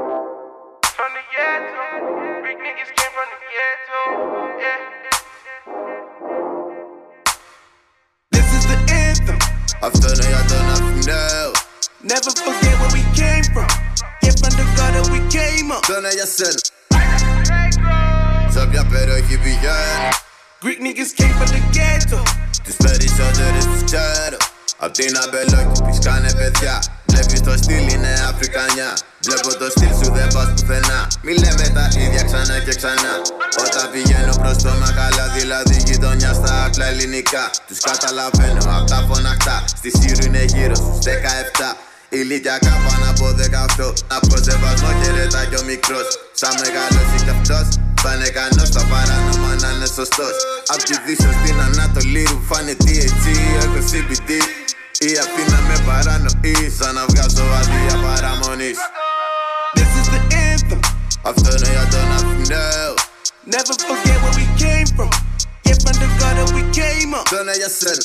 [SPEAKER 4] I've done it, I done nothing now. Never forget where we came from. Yeah, from the gutter we came up. Done it, I said it. Sabia, pero έχει πηγαίνει. Greek niggas came from the ghetto. Τις περισσότερες τους ξέρω. Απ' την Αμπελόκη πεις κάνε παιδιά. Βλέπεις το στυλ είναι Αφρικανιά. Βλέπω το στυλ σου δεν πας πουθενά. Μη λέμε τα ίδια ξανά και ξανά. Όταν πηγαίνω προς το Μαχαλά, δηλαδή γειτονιά στα απλά ελληνικά. Τους καταλαβαίνω απ' τα φωναχτά. Στη Σύρου είναι γύρω στους 17. Ηλικιακά πάνω από 18. Από σεβασμό χαιρετά κι ο μικρός. Σαν μεγαλώσει κι αυτός. Πάνε κανός στα παράνομα να είναι σωστός. Απ' τη Δύσσο στην Ανατολή ρουφάνε THC, έχω CBD. Η Αθήνα με παρανοεί, σαν να βγάζω αδεία παραμονής. This is the anthem. Αυτό είναι για τον Αθηναίο. Never forget where we came from. Yeah, from the gutter we came up. Αυτό είναι για σένα.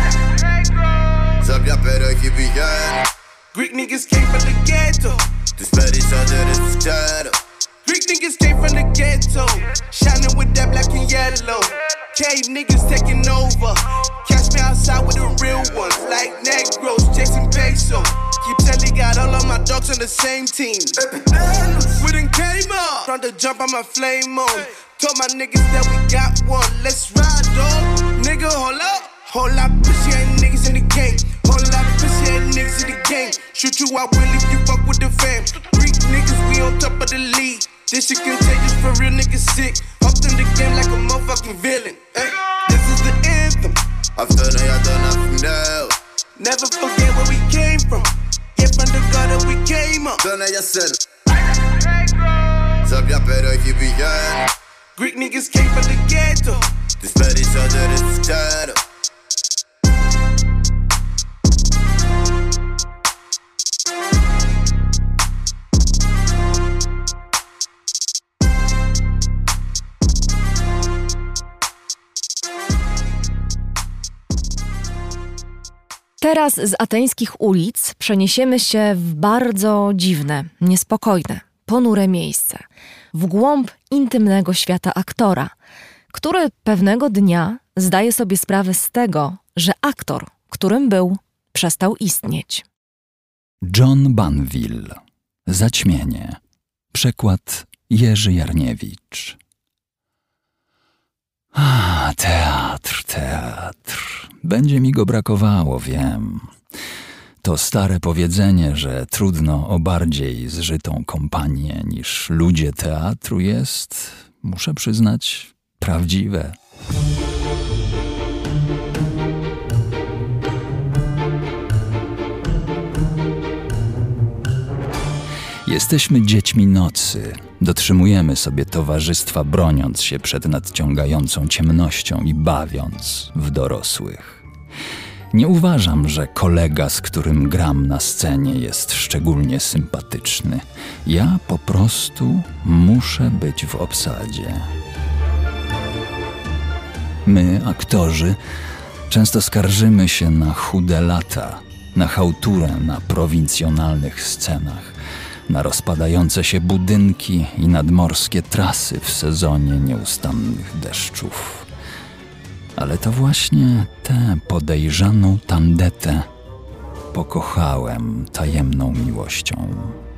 [SPEAKER 4] Σε όποια περιοχή πηγαίνει. Greek niggas came from the ghetto. Τις περισσότερες τους ξέρω. Greek niggas came from the ghetto. Shining with that black and yellow. Cave niggas taking over. Catch me outside with the real ones. Like Negros, Jason Peso. Keep telling God all of my dogs on the same team. We done came up. Trying to jump on my flame on. Told my niggas that we got one. Let's ride, dog. Nigga, hold up. Whole lot of pussy ass niggas in the game. Whole lot of pussy ass niggas in the game. Shoot you out will if you fuck with the fam. Greek niggas, we on top of the league. This shit contagious for real niggas sick. Hopped in the game like a motherfucking villain. Hey, this is the anthem. Αυτό είναι για τον Αθηναίο. Never forget where we came from. Yeah, from the gutter we came up. Αυτό είναι για σένα. Σε όποια περιοχή πηγαίνει. Greek niggas came from the ghetto. Τις περισσότερες τους ξέρω.
[SPEAKER 1] Teraz z ateńskich ulic przeniesiemy się w bardzo dziwne, niespokojne, ponure miejsce, w głąb intymnego świata aktora, który pewnego dnia zdaje sobie sprawę z tego, że aktor, którym był, przestał istnieć.
[SPEAKER 5] John Banville. Zaćmienie. Przekład Jerzy Jarniewicz. Teatr. Będzie mi go brakowało, wiem. To stare powiedzenie, że trudno o bardziej zżytą kompanię niż ludzie teatru jest, muszę przyznać, prawdziwe. Jesteśmy dziećmi nocy. Dotrzymujemy sobie towarzystwa, broniąc się przed nadciągającą ciemnością i bawiąc w dorosłych. Nie uważam, że kolega, z którym gram na scenie, jest szczególnie sympatyczny. Ja po prostu muszę być w obsadzie. My, aktorzy, często skarżymy się na chude lata, na chałturę na prowincjonalnych scenach, na rozpadające się budynki i nadmorskie trasy w sezonie nieustannych deszczów. Ale to właśnie tę podejrzaną tandetę pokochałem tajemną miłością.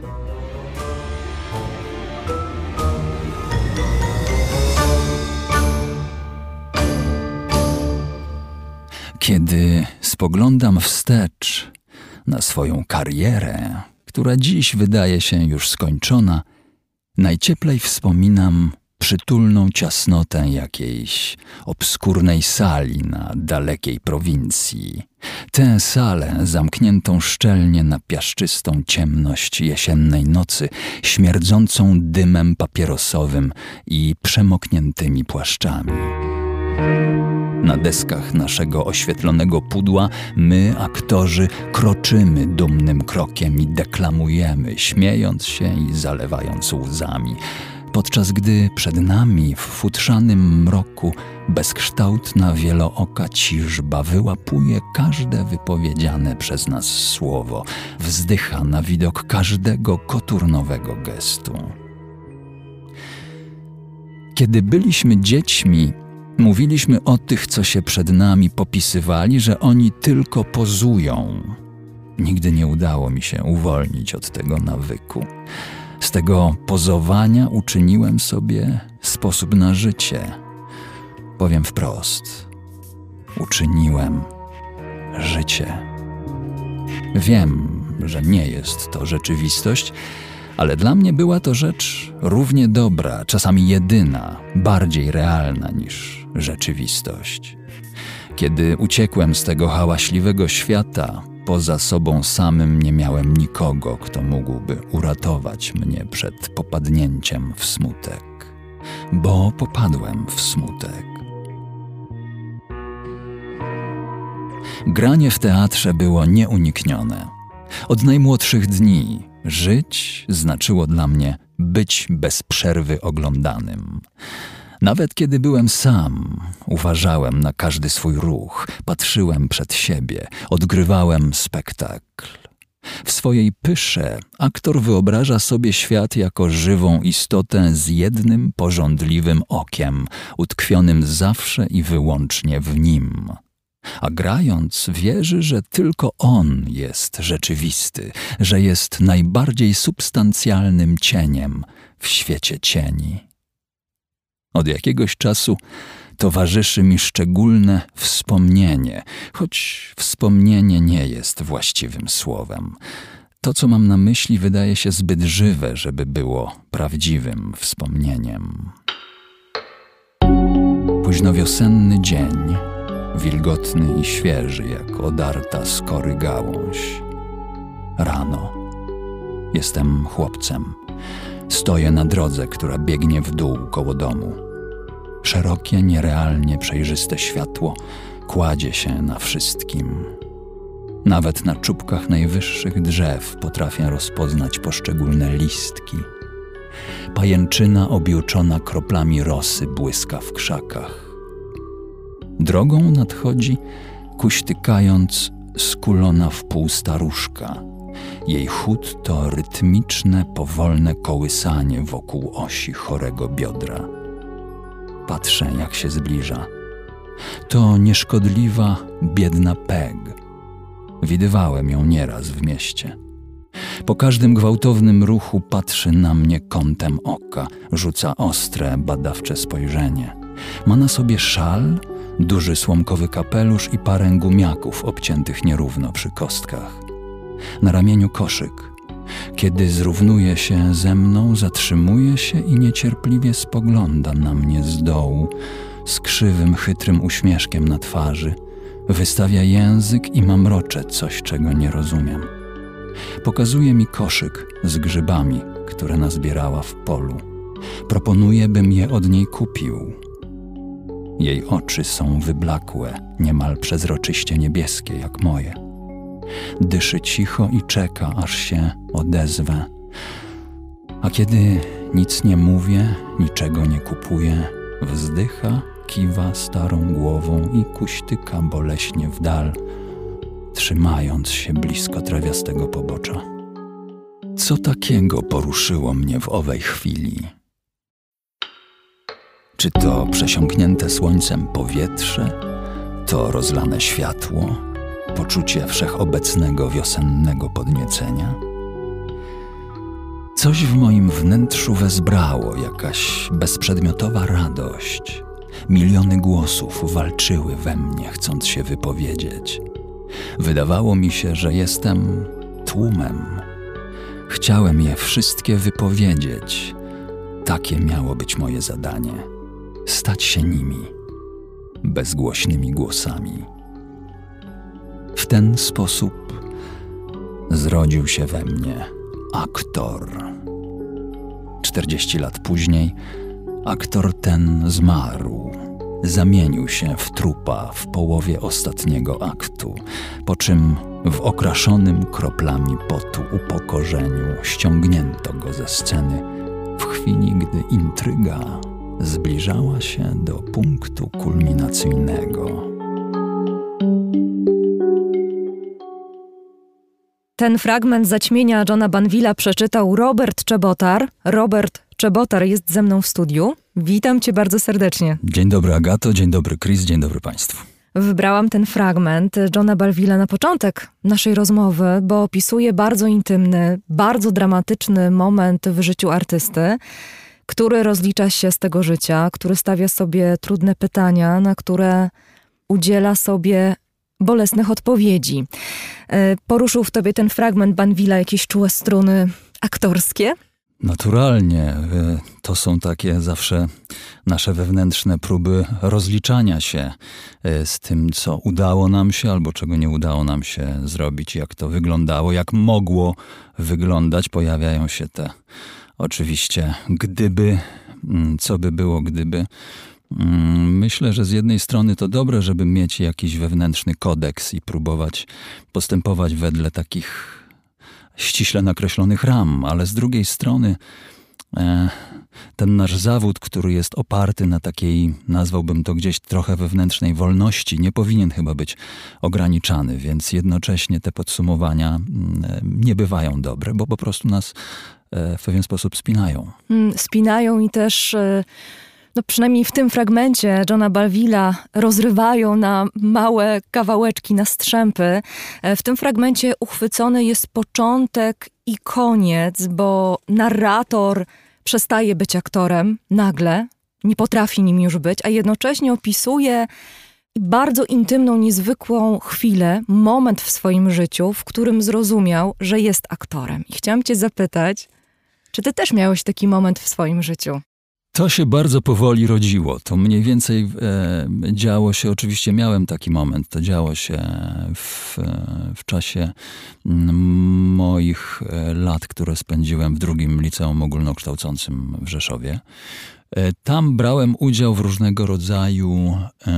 [SPEAKER 5] Kiedy spoglądam wstecz na swoją karierę, która dziś wydaje się już skończona, najcieplej wspominam przytulną ciasnotę jakiejś obskurnej sali na dalekiej prowincji. Tę salę zamkniętą szczelnie na piaszczystą ciemność jesiennej nocy, śmierdzącą dymem papierosowym i przemokniętymi płaszczami. Na deskach naszego oświetlonego pudła my, aktorzy, kroczymy dumnym krokiem i deklamujemy, śmiejąc się i zalewając łzami, podczas gdy przed nami w futrzanym mroku bezkształtna wielooka ciżba wyłapuje każde wypowiedziane przez nas słowo, wzdycha na widok każdego koturnowego gestu. Kiedy byliśmy dziećmi, mówiliśmy o tych, co się przed nami popisywali, że oni tylko pozują. Nigdy nie udało mi się uwolnić od tego nawyku. Z tego pozowania uczyniłem sobie sposób na życie. Powiem wprost. Uczyniłem życie. Wiem, że nie jest to rzeczywistość, ale dla mnie była to rzecz równie dobra, czasami jedyna, bardziej realna niż rzeczywistość. Kiedy uciekłem z tego hałaśliwego świata, poza sobą samym nie miałem nikogo, kto mógłby uratować mnie przed popadnięciem w smutek. Bo popadłem w smutek. Granie w teatrze było nieuniknione. Od najmłodszych dni żyć znaczyło dla mnie być bez przerwy oglądanym. Nawet kiedy byłem sam, uważałem na każdy swój ruch, patrzyłem przed siebie, odgrywałem spektakl. W swojej pysze aktor wyobraża sobie świat jako żywą istotę z jednym pożądliwym okiem, utkwionym zawsze i wyłącznie w nim. A grając wierzy, że tylko on jest rzeczywisty, że jest najbardziej substancjalnym cieniem w świecie cieni. Od jakiegoś czasu towarzyszy mi szczególne wspomnienie, choć wspomnienie nie jest właściwym słowem. To, co mam na myśli, wydaje się zbyt żywe, żeby było prawdziwym wspomnieniem. Późnowiosenny dzień, wilgotny i świeży jak odarta z kory gałąź. Rano. Jestem chłopcem. Stoję na drodze, która biegnie w dół koło domu. Szerokie, nierealnie przejrzyste światło kładzie się na wszystkim. Nawet na czubkach najwyższych drzew potrafię rozpoznać poszczególne listki. Pajęczyna objuczona kroplami rosy błyska w krzakach. Drogą nadchodzi, kuśtykając, skulona w pół staruszka. Jej chód to rytmiczne, powolne kołysanie wokół osi chorego biodra. Patrzę, jak się zbliża. To nieszkodliwa, biedna Peg. Widywałem ją nieraz w mieście. Po każdym gwałtownym ruchu patrzy na mnie kątem oka, rzuca ostre, badawcze spojrzenie. Ma na sobie szal, duży słomkowy kapelusz i parę gumiaków obciętych nierówno przy kostkach. Na ramieniu koszyk. Kiedy zrównuje się ze mną, zatrzymuje się i niecierpliwie spogląda na mnie z dołu, z krzywym, chytrym uśmieszkiem na twarzy. Wystawia język i mamrocze coś, czego nie rozumiem. Pokazuje mi koszyk z grzybami, które nazbierała w polu. Proponuje, bym je od niej kupił. Jej oczy są wyblakłe, niemal przezroczyście niebieskie jak moje. Dyszy cicho i czeka, aż się odezwę. A kiedy nic nie mówię, niczego nie kupuję, wzdycha, kiwa starą głową i kuśtyka boleśnie w dal, trzymając się blisko trawiastego pobocza. Co takiego poruszyło mnie w owej chwili? Czy to przesiąknięte słońcem powietrze, to rozlane światło, poczucie wszechobecnego wiosennego podniecenia? Coś w moim wnętrzu wezbrało, jakaś bezprzedmiotowa radość. Miliony głosów walczyły we mnie, chcąc się wypowiedzieć. Wydawało mi się, że jestem tłumem. Chciałem je wszystkie wypowiedzieć. Takie miało być moje zadanie. Stać się nimi, bezgłośnymi głosami. W ten sposób zrodził się we mnie aktor. 40 lat później aktor ten zmarł. Zamienił się w trupa w połowie ostatniego aktu, po czym w okraszonym kroplami potu upokorzeniu ściągnięto go ze sceny w chwili, gdy intryga zbliżała się do punktu kulminacyjnego.
[SPEAKER 1] Ten fragment Zaćmienia Johna Banville'a przeczytał Robert Czebotar. Robert Czebotar jest ze mną w studiu. Witam cię bardzo serdecznie.
[SPEAKER 5] Dzień dobry Agato, dzień dobry Chris, dzień dobry Państwu.
[SPEAKER 1] Wybrałam ten fragment Johna Banville'a na początek naszej rozmowy, bo opisuje bardzo intymny, bardzo dramatyczny moment w życiu artysty, który rozlicza się z tego życia, który stawia sobie trudne pytania, na które udziela sobie bolesnych odpowiedzi. Poruszył w tobie ten fragment Banville'a jakieś czułe struny aktorskie?
[SPEAKER 5] Naturalnie. To są takie zawsze nasze wewnętrzne próby rozliczania się z tym, co udało nam się albo czego nie udało nam się zrobić, jak to wyglądało, jak mogło wyglądać. Pojawiają się te oczywiście gdyby, co by było gdyby. Myślę, że z jednej strony to dobre, żeby mieć jakiś wewnętrzny kodeks i próbować postępować wedle takich ściśle nakreślonych ram, ale z drugiej strony ten nasz zawód, który jest oparty na takiej, nazwałbym to gdzieś trochę wewnętrznej wolności, nie powinien chyba być ograniczany, więc jednocześnie te podsumowania nie bywają dobre, bo po prostu nas w pewien sposób spinają.
[SPEAKER 1] Spinają i też no przynajmniej w tym fragmencie Johna Banville'a rozrywają na małe kawałeczki, na strzępy. W tym fragmencie uchwycony jest początek i koniec, bo narrator przestaje być aktorem nagle, nie potrafi nim już być, a jednocześnie opisuje bardzo intymną, niezwykłą chwilę, moment w swoim życiu, w którym zrozumiał, że jest aktorem. I chciałam cię zapytać, czy ty też miałeś taki moment w swoim życiu?
[SPEAKER 5] To się bardzo powoli rodziło. To mniej więcej działo się, oczywiście miałem taki moment, to działo się w czasie moich lat, które spędziłem w drugim liceum ogólnokształcącym w Rzeszowie. Tam brałem udział w różnego rodzaju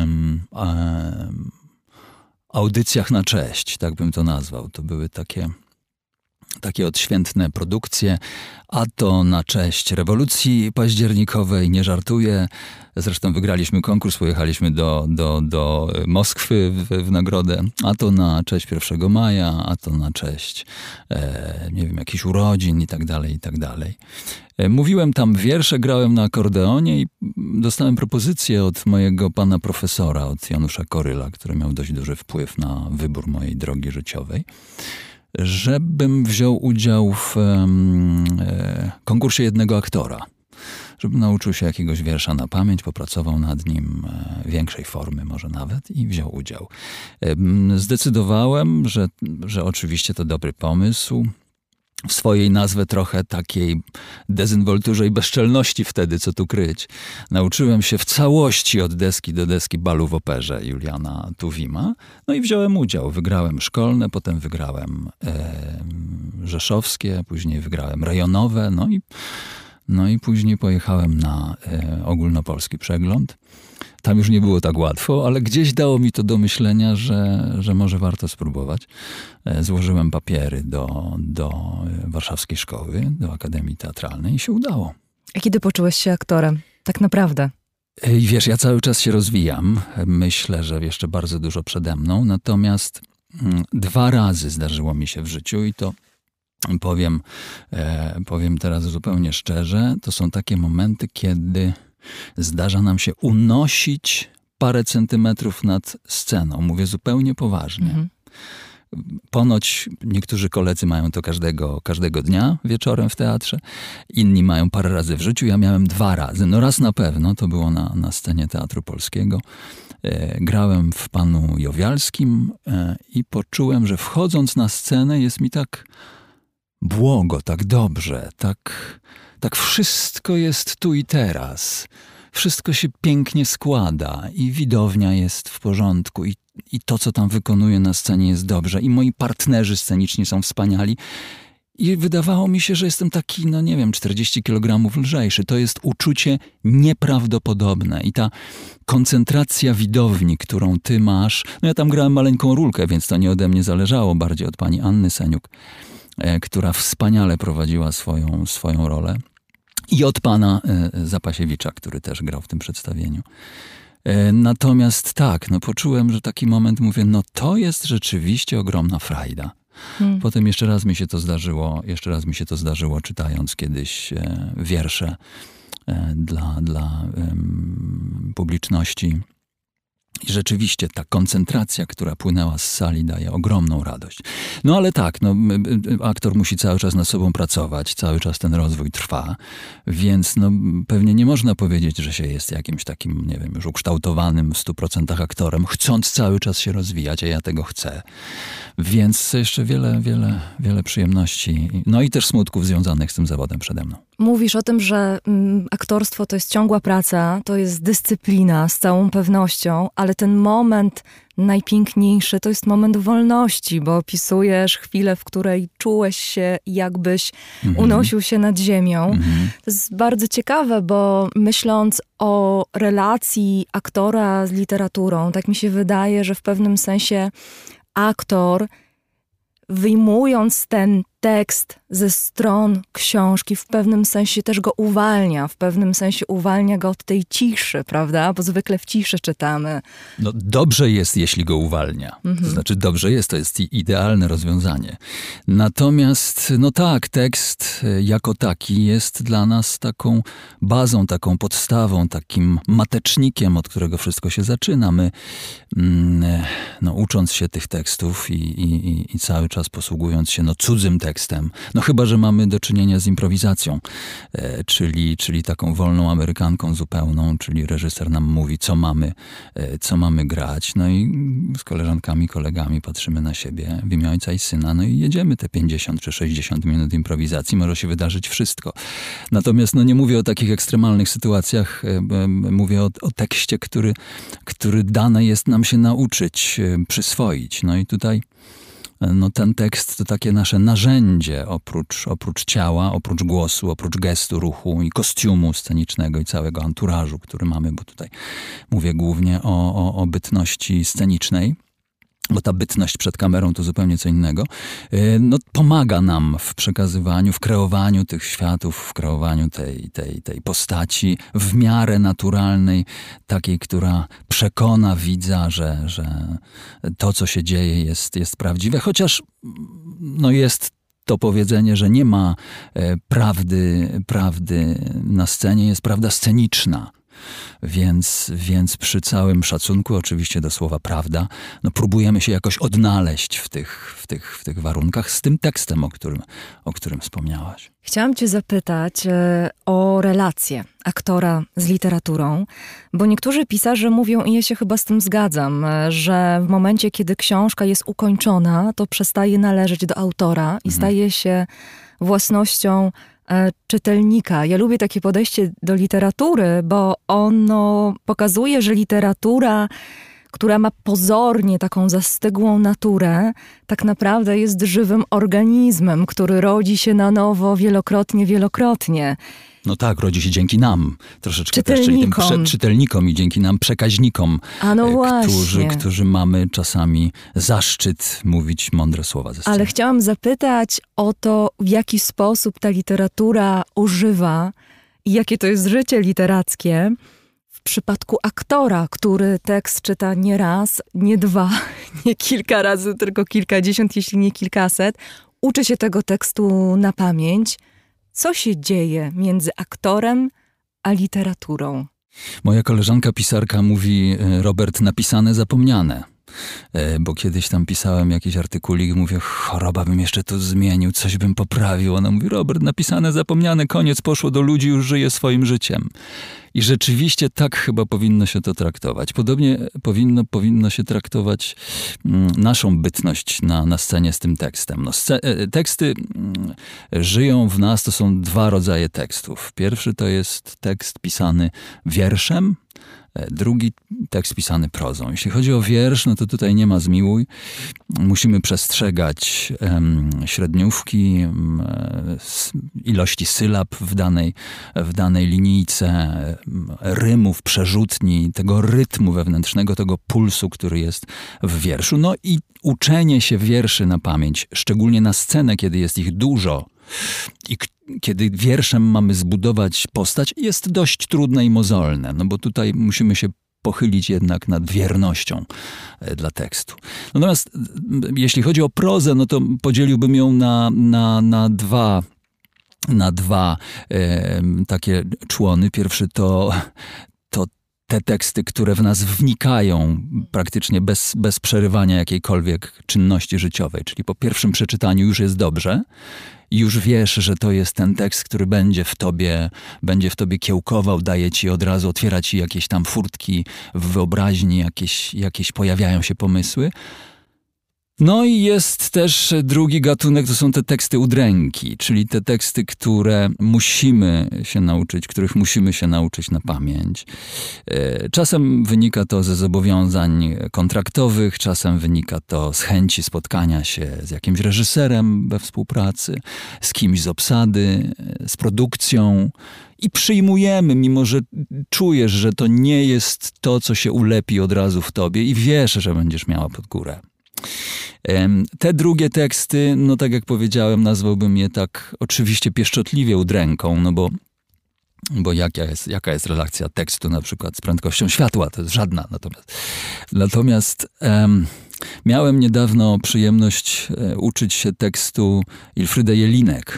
[SPEAKER 5] audycjach na cześć, tak bym to nazwał. To były takie odświętne produkcje, a to na cześć rewolucji październikowej, nie żartuję. Zresztą wygraliśmy konkurs, pojechaliśmy do Moskwy w nagrodę, a to na cześć 1 maja, a to na cześć, nie wiem, jakichś urodzin i tak dalej, i tak dalej. Mówiłem tam wiersze, grałem na akordeonie i dostałem propozycję od mojego pana profesora, od Janusza Koryla, który miał dość duży wpływ na wybór mojej drogi życiowej, żebym wziął udział w konkursie jednego aktora. Żebym nauczył się jakiegoś wiersza na pamięć, popracował nad nim większej formy może nawet i wziął udział. Zdecydowałem, że oczywiście to dobry pomysł. W swojej nazwie trochę takiej dezynwolturze i bezczelności wtedy, co tu kryć. Nauczyłem się w całości od deski do deski balu w operze Juliana Tuwima. No i wziąłem udział. Wygrałem szkolne, potem wygrałem rzeszowskie, później wygrałem rejonowe, no i później pojechałem na ogólnopolski przegląd. Tam już nie było tak łatwo, ale gdzieś dało mi to do myślenia, że może warto spróbować. Złożyłem papiery do warszawskiej szkoły, do Akademii Teatralnej i się udało.
[SPEAKER 1] A kiedy poczułeś się aktorem? Tak naprawdę.
[SPEAKER 5] I wiesz, ja cały czas się rozwijam. Myślę, że jeszcze bardzo dużo przede mną. Natomiast 2 razy zdarzyło mi się w życiu i to powiem teraz zupełnie szczerze, to są takie momenty, kiedy zdarza nam się unosić parę centymetrów nad sceną. Mówię zupełnie poważnie. Ponoć niektórzy koledzy mają to każdego dnia wieczorem w teatrze. Inni mają parę razy w życiu. Ja miałem 2 razy. No raz na pewno, to było na scenie Teatru Polskiego. Grałem w Panu Jowialskim i poczułem, że wchodząc na scenę jest mi tak błogo, tak dobrze, tak wszystko jest tu i teraz. Wszystko się pięknie składa i widownia jest w porządku i to, co tam wykonuję na scenie jest dobrze i moi partnerzy sceniczni są wspaniali. I wydawało mi się, że jestem taki, 40 kg lżejszy. To jest uczucie nieprawdopodobne i ta koncentracja widowni, którą ty masz. Ja tam grałem maleńką rólkę, więc to nie ode mnie zależało, bardziej od pani Anny Seniuk, która wspaniale prowadziła swoją rolę. I od pana Zapasiewicza, który też grał w tym przedstawieniu. Natomiast tak, poczułem, że taki moment mówię, to jest rzeczywiście ogromna frajda. Potem jeszcze raz mi się to zdarzyło, czytając kiedyś wiersze dla publiczności. I rzeczywiście ta koncentracja, która płynęła z sali, daje ogromną radość. Ale tak, aktor musi cały czas nad sobą pracować, cały czas ten rozwój trwa, więc pewnie nie można powiedzieć, że się jest jakimś takim, już ukształtowanym w 100% aktorem, chcąc cały czas się rozwijać, a ja tego chcę. Więc jeszcze wiele przyjemności, i też smutków związanych z tym zawodem przede mną.
[SPEAKER 1] Mówisz o tym, że aktorstwo to jest ciągła praca, to jest dyscyplina z całą pewnością, ale ten moment najpiękniejszy to jest moment wolności, bo opisujesz chwilę, w której czułeś się, jakbyś unosił się nad ziemią. To jest bardzo ciekawe, bo myśląc o relacji aktora z literaturą, tak mi się wydaje, że w pewnym sensie aktor, wyjmując ten tekst ze stron książki, w pewnym sensie też go uwalnia. W pewnym sensie uwalnia go od tej ciszy, prawda? Bo zwykle w ciszy czytamy.
[SPEAKER 5] Dobrze jest, jeśli go uwalnia. To znaczy dobrze jest, to jest idealne rozwiązanie. Natomiast, tak, tekst jako taki jest dla nas taką bazą, taką podstawą, takim matecznikiem, od którego wszystko się zaczyna. My, ucząc się tych tekstów i cały czas posługując się cudzym tekstem, chyba że mamy do czynienia z improwizacją, czyli taką wolną Amerykanką zupełną, czyli reżyser nam mówi, co mamy grać, i z koleżankami, kolegami patrzymy na siebie w imię Ojca i Syna, i jedziemy te 50 czy 60 minut improwizacji, może się wydarzyć wszystko. Natomiast nie mówię o takich ekstremalnych sytuacjach, mówię o tekście, który dane jest nam się nauczyć, przyswoić. I tutaj ten tekst to takie nasze narzędzie oprócz ciała, oprócz głosu, oprócz gestu, ruchu i kostiumu scenicznego i całego anturażu, który mamy, bo tutaj mówię głównie o bytności scenicznej, bo ta bytność przed kamerą to zupełnie co innego, pomaga nam w przekazywaniu, w kreowaniu tych światów, w kreowaniu tej postaci w miarę naturalnej, takiej, która przekona widza, że to, co się dzieje jest prawdziwe, chociaż jest to powiedzenie, że nie ma prawdy na scenie, jest prawda sceniczna. Więc przy całym szacunku oczywiście do słowa prawda, no próbujemy się jakoś odnaleźć w tych warunkach z tym tekstem, o którym wspomniałaś.
[SPEAKER 1] Chciałam cię zapytać o relacje aktora z literaturą, bo niektórzy pisarze mówią, i ja się chyba z tym zgadzam, że w momencie, kiedy książka jest ukończona, to przestaje należeć do autora i staje się własnością czytelnika. Ja lubię takie podejście do literatury, bo ono pokazuje, że literatura, która ma pozornie taką zastygłą naturę, tak naprawdę jest żywym organizmem, który rodzi się na nowo wielokrotnie.
[SPEAKER 5] No tak, rodzi się dzięki nam, troszeczkę
[SPEAKER 1] czytelnikom.
[SPEAKER 5] też, czyli tym czytelnikom i dzięki nam przekaźnikom, którzy mamy czasami zaszczyt mówić mądre słowa ze sceny.
[SPEAKER 1] Ale chciałam zapytać o to, w jaki sposób ta literatura ożywa i jakie to jest życie literackie w przypadku aktora, który tekst czyta nie raz, nie dwa, nie kilka razy, tylko kilkadziesiąt, jeśli nie kilkaset, uczy się tego tekstu na pamięć. Co się dzieje między aktorem a literaturą?
[SPEAKER 5] Moja koleżanka pisarka mówi, Robert, napisane, zapomniane. Bo kiedyś tam pisałem jakiś artykulik i mówię, choroba, bym jeszcze to zmienił, coś bym poprawił. Ona mówi, Robert, napisane, zapomniane, koniec, poszło do ludzi, już żyje swoim życiem. I rzeczywiście tak chyba powinno się to traktować. Podobnie powinno się traktować naszą bytność na scenie z tym tekstem. Teksty żyją w nas, to są dwa rodzaje tekstów. Pierwszy to jest tekst pisany wierszem, drugi tekst pisany prozą. Jeśli chodzi o wiersz, no to tutaj nie ma zmiłuj. Musimy przestrzegać średniówki, ilości sylab w danej linijce, rymów, przerzutni, tego rytmu wewnętrznego, tego pulsu, który jest w wierszu. No i uczenie się wierszy na pamięć, szczególnie na scenę, kiedy jest ich dużo i kiedy wierszem mamy zbudować postać, jest dość trudne i mozolne, no bo tutaj musimy się pochylić jednak nad wiernością dla tekstu. Natomiast jeśli chodzi o prozę, no to podzieliłbym ją na dwa takie człony. Pierwszy to te teksty, które w nas wnikają praktycznie bez przerywania jakiejkolwiek czynności życiowej. Czyli po pierwszym przeczytaniu już jest dobrze i już wiesz, że to jest ten tekst, który będzie w tobie kiełkował, daje ci od razu, otwiera ci jakieś tam furtki w wyobraźni, jakieś pojawiają się pomysły. No i jest też drugi gatunek, to są te teksty udręki, czyli te teksty, których musimy się nauczyć na pamięć. Czasem wynika to ze zobowiązań kontraktowych, czasem wynika to z chęci spotkania się z jakimś reżyserem we współpracy, z kimś z obsady, z produkcją. I przyjmujemy, mimo że czujesz, że to nie jest to, co się ulepi od razu w tobie i wiesz, że będziesz miała pod górę. Te drugie teksty, no tak jak powiedziałem, nazwałbym je tak oczywiście pieszczotliwie udręką, no bo jaka jest relacja tekstu na przykład z prędkością światła? To jest żadna. Natomiast miałem niedawno przyjemność uczyć się tekstu Ilfrydy Jelinek.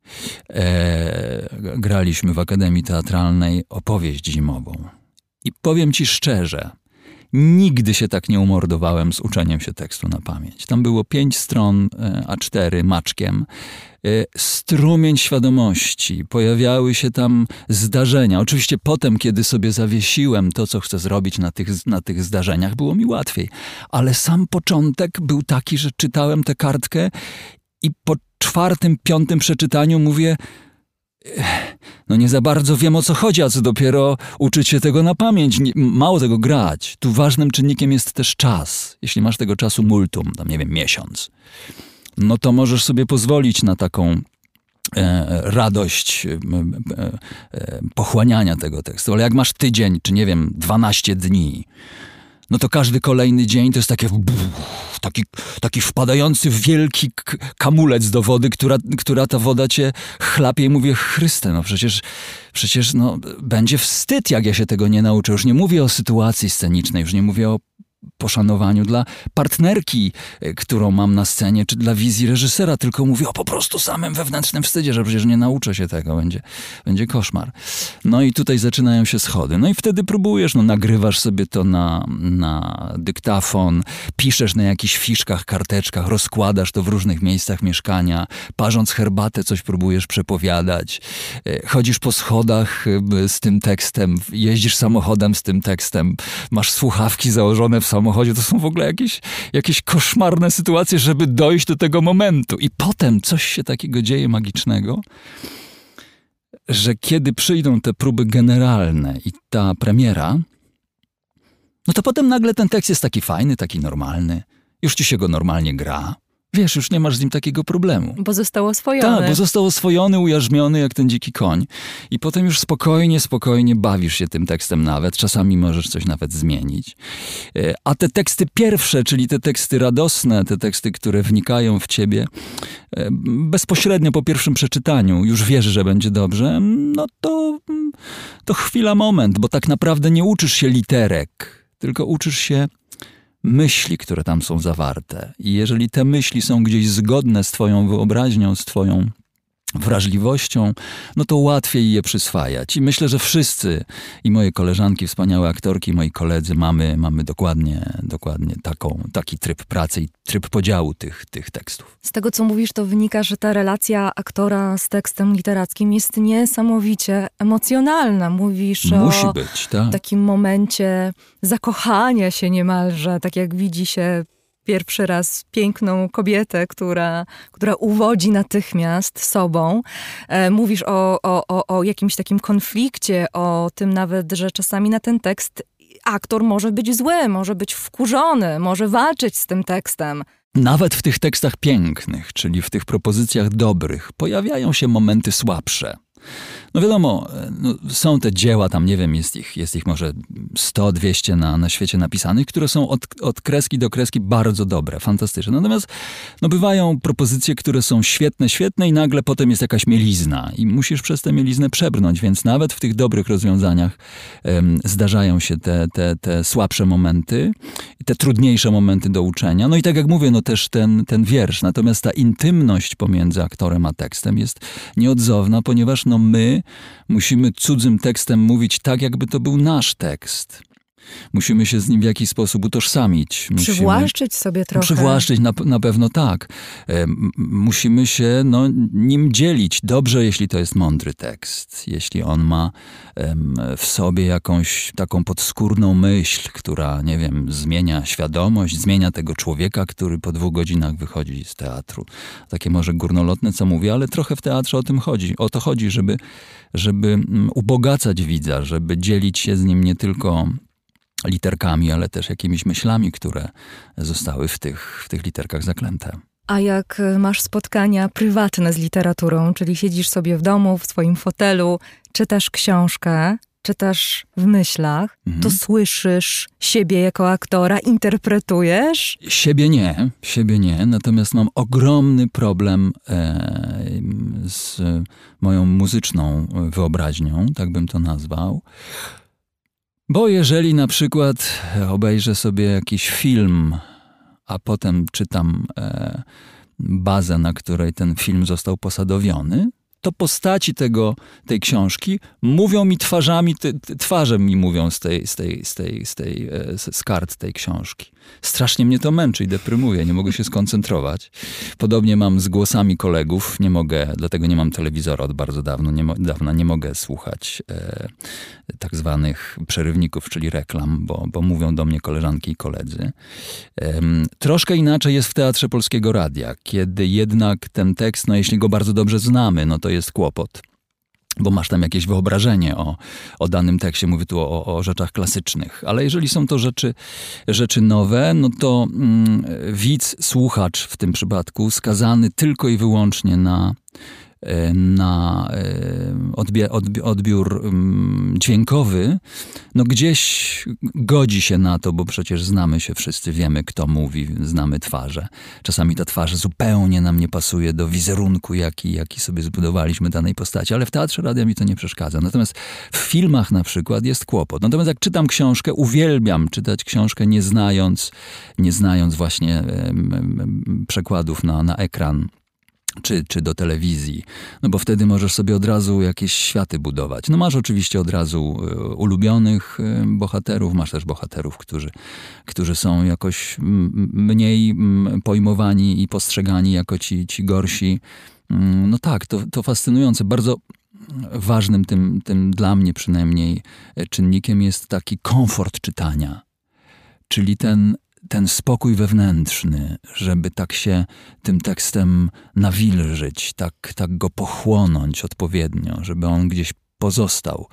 [SPEAKER 5] Graliśmy w Akademii Teatralnej opowieść zimową. I powiem ci szczerze, nigdy się tak nie umordowałem z uczeniem się tekstu na pamięć. Tam było 5 stron A4 maczkiem. Strumień świadomości. Pojawiały się tam zdarzenia. Oczywiście potem, kiedy sobie zawiesiłem to, co chcę zrobić na tych zdarzeniach, było mi łatwiej. Ale sam początek był taki, że czytałem tę kartkę i po 4., 5. przeczytaniu mówię, no nie za bardzo wiem, o co chodzi, a co dopiero uczyć się tego na pamięć. Mało tego grać. Tu ważnym czynnikiem jest też czas. Jeśli masz tego czasu multum, tam nie wiem, miesiąc, no to możesz sobie pozwolić na taką radość pochłaniania tego tekstu. Ale jak masz tydzień, czy nie wiem, 12 dni, no to każdy kolejny dzień to jest taki wpadający w wielki kamulec do wody, która ta woda cię chlapie i mówię, Chryste, no przecież no, będzie wstyd, jak ja się tego nie nauczę. Już nie mówię o sytuacji scenicznej, już nie mówię o poszanowaniu dla partnerki, którą mam na scenie, czy dla wizji reżysera, tylko mówię o po prostu samym wewnętrznym wstydzie, że przecież nie nauczę się tego, będzie koszmar. No i tutaj zaczynają się schody. No i wtedy próbujesz, nagrywasz sobie to na dyktafon, piszesz na jakichś fiszkach, karteczkach, rozkładasz to w różnych miejscach mieszkania, parząc herbatę coś próbujesz przepowiadać, chodzisz po schodach z tym tekstem, jeździsz samochodem z tym tekstem, masz słuchawki założone w samochodzie, to są w ogóle jakieś koszmarne sytuacje, żeby dojść do tego momentu. I potem coś się takiego dzieje magicznego, że kiedy przyjdą te próby generalne i ta premiera, no to potem nagle ten tekst jest taki fajny, taki normalny. Już ci się go normalnie gra. Wiesz, już nie masz z nim takiego problemu.
[SPEAKER 1] Bo został oswojony.
[SPEAKER 5] Tak, bo został oswojony, ujarzmiony jak ten dziki koń. I potem już spokojnie bawisz się tym tekstem nawet. Czasami możesz coś nawet zmienić. A te teksty pierwsze, czyli te teksty radosne, te teksty, które wnikają w ciebie bezpośrednio po pierwszym przeczytaniu, już wiesz, że będzie dobrze, no to chwila, moment, bo tak naprawdę nie uczysz się literek, tylko uczysz się myśli, które tam są zawarte. I jeżeli te myśli są gdzieś zgodne z twoją wyobraźnią, z twoją wrażliwością, no to łatwiej je przyswajać. I myślę, że wszyscy, i moje koleżanki, wspaniałe aktorki, moi koledzy, mamy dokładnie taki tryb pracy i tryb podziału tych tekstów.
[SPEAKER 1] Z tego, co mówisz, to wynika, że ta relacja aktora z tekstem literackim jest niesamowicie emocjonalna. Mówisz
[SPEAKER 5] Musi
[SPEAKER 1] o
[SPEAKER 5] być, tak.
[SPEAKER 1] takim momencie zakochania się niemalże, tak jak widzi się pierwszy raz piękną kobietę, która uwodzi natychmiast sobą. Mówisz o jakimś takim konflikcie, o tym nawet, że czasami na ten tekst aktor może być zły, może być wkurzony, może walczyć z tym tekstem.
[SPEAKER 5] Nawet w tych tekstach pięknych, czyli w tych propozycjach dobrych, pojawiają się momenty słabsze. No wiadomo, są te dzieła, tam nie wiem, jest ich może 100-200 na świecie napisanych, które są od kreski do kreski bardzo dobre, fantastyczne. Natomiast bywają propozycje, które są świetne i nagle potem jest jakaś mielizna i musisz przez tę mieliznę przebrnąć, więc nawet w tych dobrych rozwiązaniach zdarzają się te słabsze momenty i te trudniejsze momenty do uczenia. No i tak jak mówię, też ten wiersz. Natomiast ta intymność pomiędzy aktorem a tekstem jest nieodzowna, ponieważ my musimy cudzym tekstem mówić tak, jakby to był nasz tekst. Musimy się z nim w jakiś sposób utożsamić.
[SPEAKER 1] Przywłaszczyć sobie trochę.
[SPEAKER 5] Przywłaszczyć na pewno tak. Musimy się nim dzielić. Dobrze, jeśli to jest mądry tekst. Jeśli on ma w sobie jakąś taką podskórną myśl, która, nie wiem, zmienia świadomość, zmienia tego człowieka, który po 2 godzinach wychodzi z teatru. Takie może górnolotne, co mówię, ale trochę w teatrze o tym chodzi. O to chodzi, żeby ubogacać widza, żeby dzielić się z nim nie tylko literkami, ale też jakimiś myślami, które zostały w tych literkach zaklęte.
[SPEAKER 1] A jak masz spotkania prywatne z literaturą, czyli siedzisz sobie w domu, w swoim fotelu, czytasz książkę, czytasz w myślach, to słyszysz siebie jako aktora, interpretujesz?
[SPEAKER 5] Siebie nie, natomiast mam ogromny problem z moją muzyczną wyobraźnią, tak bym to nazwał. Bo jeżeli na przykład obejrzę sobie jakiś film, a potem czytam bazę, na której ten film został posadowiony, to postaci tej książki mówią mi twarzami, twarze mi mówią z kart tej książki. Strasznie mnie to męczy i deprymuje, nie mogę się skoncentrować. Podobnie mam z głosami kolegów, dlatego nie mam telewizora od bardzo dawna, nie mogę słuchać tak zwanych przerywników, czyli reklam, bo mówią do mnie koleżanki i koledzy. Troszkę inaczej jest w Teatrze Polskiego Radia, kiedy jednak ten tekst, jeśli go bardzo dobrze znamy, to jest kłopot. Bo masz tam jakieś wyobrażenie o danym tekście, mówię tu o rzeczach klasycznych. Ale jeżeli są to rzeczy nowe, to widz, słuchacz w tym przypadku, skazany tylko i wyłącznie na na odbiór dźwiękowy, no gdzieś godzi się na to, bo przecież znamy się wszyscy, wiemy kto mówi, znamy twarze. Czasami ta twarz zupełnie nam nie pasuje do wizerunku, jaki sobie zbudowaliśmy danej postaci, ale w teatrze radia mi to nie przeszkadza. Natomiast w filmach na przykład jest kłopot. Natomiast jak czytam książkę, uwielbiam czytać książkę nie znając właśnie przekładów na ekran. Czy do telewizji, no bo wtedy możesz sobie od razu jakieś światy budować. No masz oczywiście od razu ulubionych bohaterów, masz też bohaterów, którzy są jakoś mniej pojmowani i postrzegani jako ci gorsi. No tak, to fascynujące. Bardzo ważnym tym dla mnie przynajmniej czynnikiem jest taki komfort czytania, czyli ten spokój wewnętrzny, żeby tak się tym tekstem nawilżyć, tak go pochłonąć odpowiednio, żeby on gdzieś pozostał.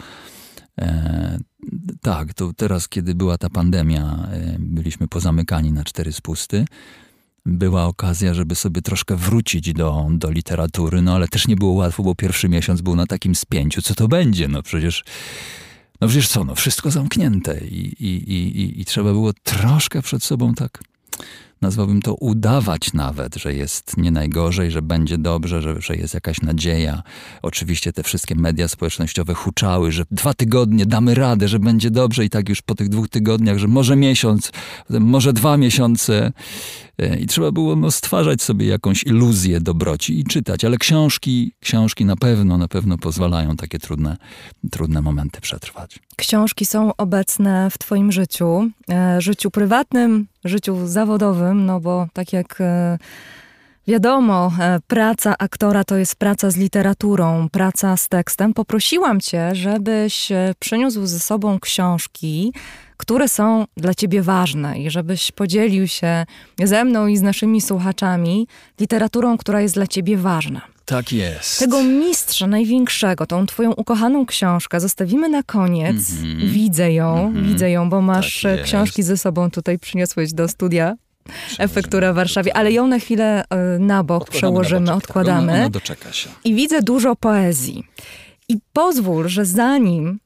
[SPEAKER 5] Tak, to teraz, kiedy była ta pandemia, byliśmy pozamykani na 4 spusty, była okazja, żeby sobie troszkę wrócić do literatury, no ale też nie było łatwo, bo pierwszy miesiąc był na takim spięciu. Co to będzie? No przecież co, wszystko zamknięte i trzeba było troszkę przed sobą tak, nazwałbym to, udawać nawet, że jest nie najgorzej, że będzie dobrze, że jest jakaś nadzieja. Oczywiście te wszystkie media społecznościowe huczały, że 2 tygodnie damy radę, że będzie dobrze i tak już po tych 2 tygodniach, że może miesiąc, może 2 miesiące i trzeba było stwarzać sobie jakąś iluzję dobroci i czytać, ale książki na pewno pozwalają takie trudne momenty przetrwać.
[SPEAKER 1] Książki są obecne w twoim życiu prywatnym, życiu zawodowym, no bo tak jak wiadomo, praca aktora to jest praca z literaturą, praca z tekstem. Poprosiłam cię, żebyś przyniósł ze sobą książki, które są dla ciebie ważne i żebyś podzielił się ze mną i z naszymi słuchaczami literaturą, która jest dla ciebie ważna.
[SPEAKER 5] Tak jest.
[SPEAKER 1] Tego mistrza największego, tą twoją ukochaną książkę zostawimy na koniec. Widzę ją, bo masz tak książki ze sobą, tutaj przyniosłeś do studia Efektura w Warszawie, ale ją na chwilę na bok przełożymy, odkładamy.
[SPEAKER 5] Ona doczeka się.
[SPEAKER 1] I widzę dużo poezji. I pozwól, że zanim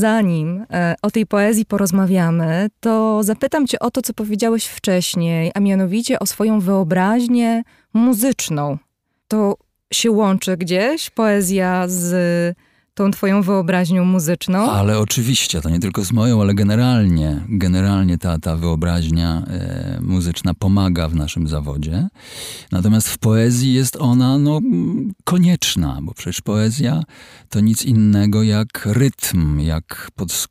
[SPEAKER 1] o tej poezji porozmawiamy, to zapytam cię o to, co powiedziałeś wcześniej, a mianowicie o swoją wyobraźnię muzyczną. To się łączy gdzieś poezja z tą twoją wyobraźnią muzyczną?
[SPEAKER 5] Ale oczywiście, to nie tylko z moją, ale generalnie ta wyobraźnia muzyczna pomaga w naszym zawodzie. Natomiast w poezji jest ona konieczna, bo przecież poezja to nic innego jak rytm, jak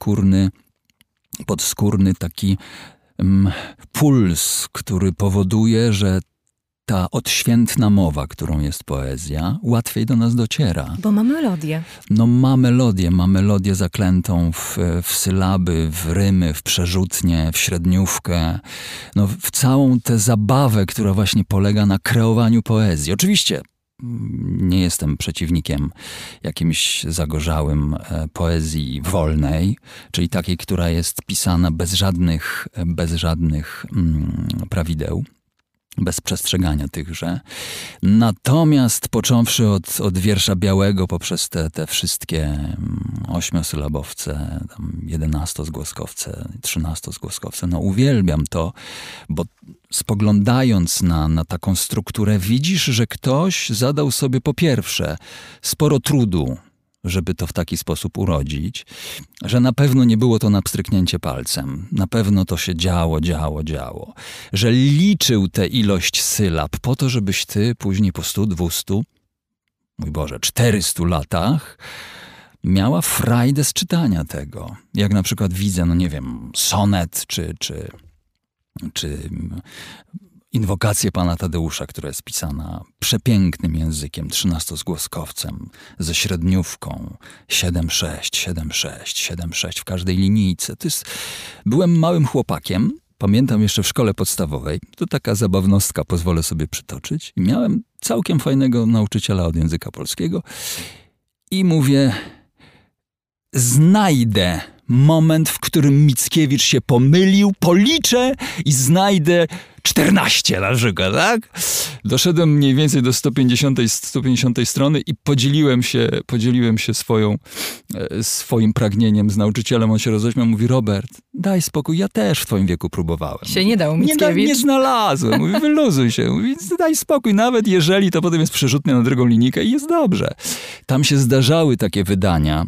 [SPEAKER 5] podskórny taki puls, który powoduje, że ta odświętna mowa, którą jest poezja, łatwiej do nas dociera.
[SPEAKER 1] Bo ma melodię.
[SPEAKER 5] No ma melodię zaklętą w sylaby, w rymy, w przerzutnie, w średniówkę. No w całą tę zabawę, która właśnie polega na kreowaniu poezji. Oczywiście nie jestem przeciwnikiem jakimś zagorzałym poezji wolnej, czyli takiej, która jest pisana bez żadnych prawideł. Bez przestrzegania tychże. Natomiast począwszy od wiersza białego poprzez te wszystkie 8-sylabowce, 11-zgłoskowce, 13-zgłoskowce, uwielbiam to, bo spoglądając na taką strukturę widzisz, że ktoś zadał sobie po pierwsze sporo trudu, żeby to w taki sposób urodzić, że na pewno nie było to na pstryknięcie palcem. Na pewno to się działo. Że liczył tę ilość sylab po to, żebyś ty później po 100, 200, 400 latach miała frajdę z czytania tego. Jak na przykład widzę, sonet czy inwokację pana Tadeusza, która jest pisana przepięknym językiem, 13-zgłoskowcem, ze średniówką, 7-6 w każdej linijce. Byłem małym chłopakiem, pamiętam jeszcze w szkole podstawowej, to taka zabawnostka, pozwolę sobie przytoczyć, i miałem całkiem fajnego nauczyciela od języka polskiego i mówię, znajdę moment, w którym Mickiewicz się pomylił, policzę i znajdę 14 na przykład, tak? Doszedłem mniej więcej do 150 strony i podzieliłem się swoim pragnieniem z nauczycielem. On się roześmiał, mówi: Robert, daj spokój, ja też w twoim wieku próbowałem.
[SPEAKER 1] Się nie dał, Mickiewicz.
[SPEAKER 5] Nie znalazłem. Mówi: wyluzuj się. Mówi: daj spokój, nawet jeżeli to potem jest przerzutne na drugą linijkę i jest dobrze. Tam się zdarzały takie wydania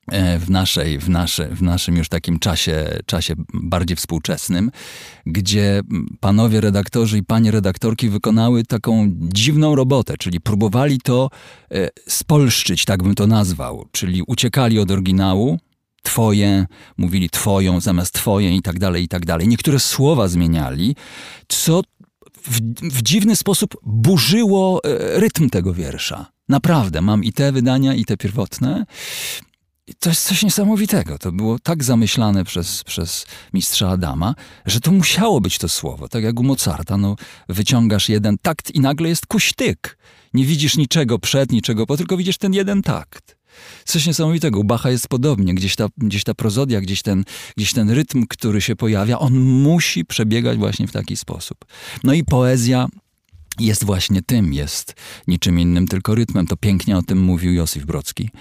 [SPEAKER 5] w naszym już takim czasie bardziej współczesnym, gdzie panowie redaktorzy i panie redaktorki wykonały taką dziwną robotę, czyli próbowali to spolszczyć, tak bym to nazwał, czyli uciekali od oryginału, twoje, mówili twoją zamiast twoje i tak dalej, i tak dalej. Niektóre słowa zmieniali, co w dziwny sposób burzyło rytm tego wiersza. Naprawdę, mam i te wydania, i te pierwotne. To jest coś niesamowitego. To było tak zamyślane przez mistrza Adama, że to musiało być to słowo. Tak jak u Mozarta, no, wyciągasz jeden takt i nagle jest kuśtyk. Nie widzisz niczego przed, niczego po, tylko widzisz ten jeden takt. Coś niesamowitego. U Bacha jest podobnie. Gdzieś ta prozodia, gdzieś ten rytm, który się pojawia, on musi przebiegać właśnie w taki sposób. No i poezja jest właśnie tym, jest niczym innym, tylko rytmem. To pięknie o tym mówił Józef Brodski,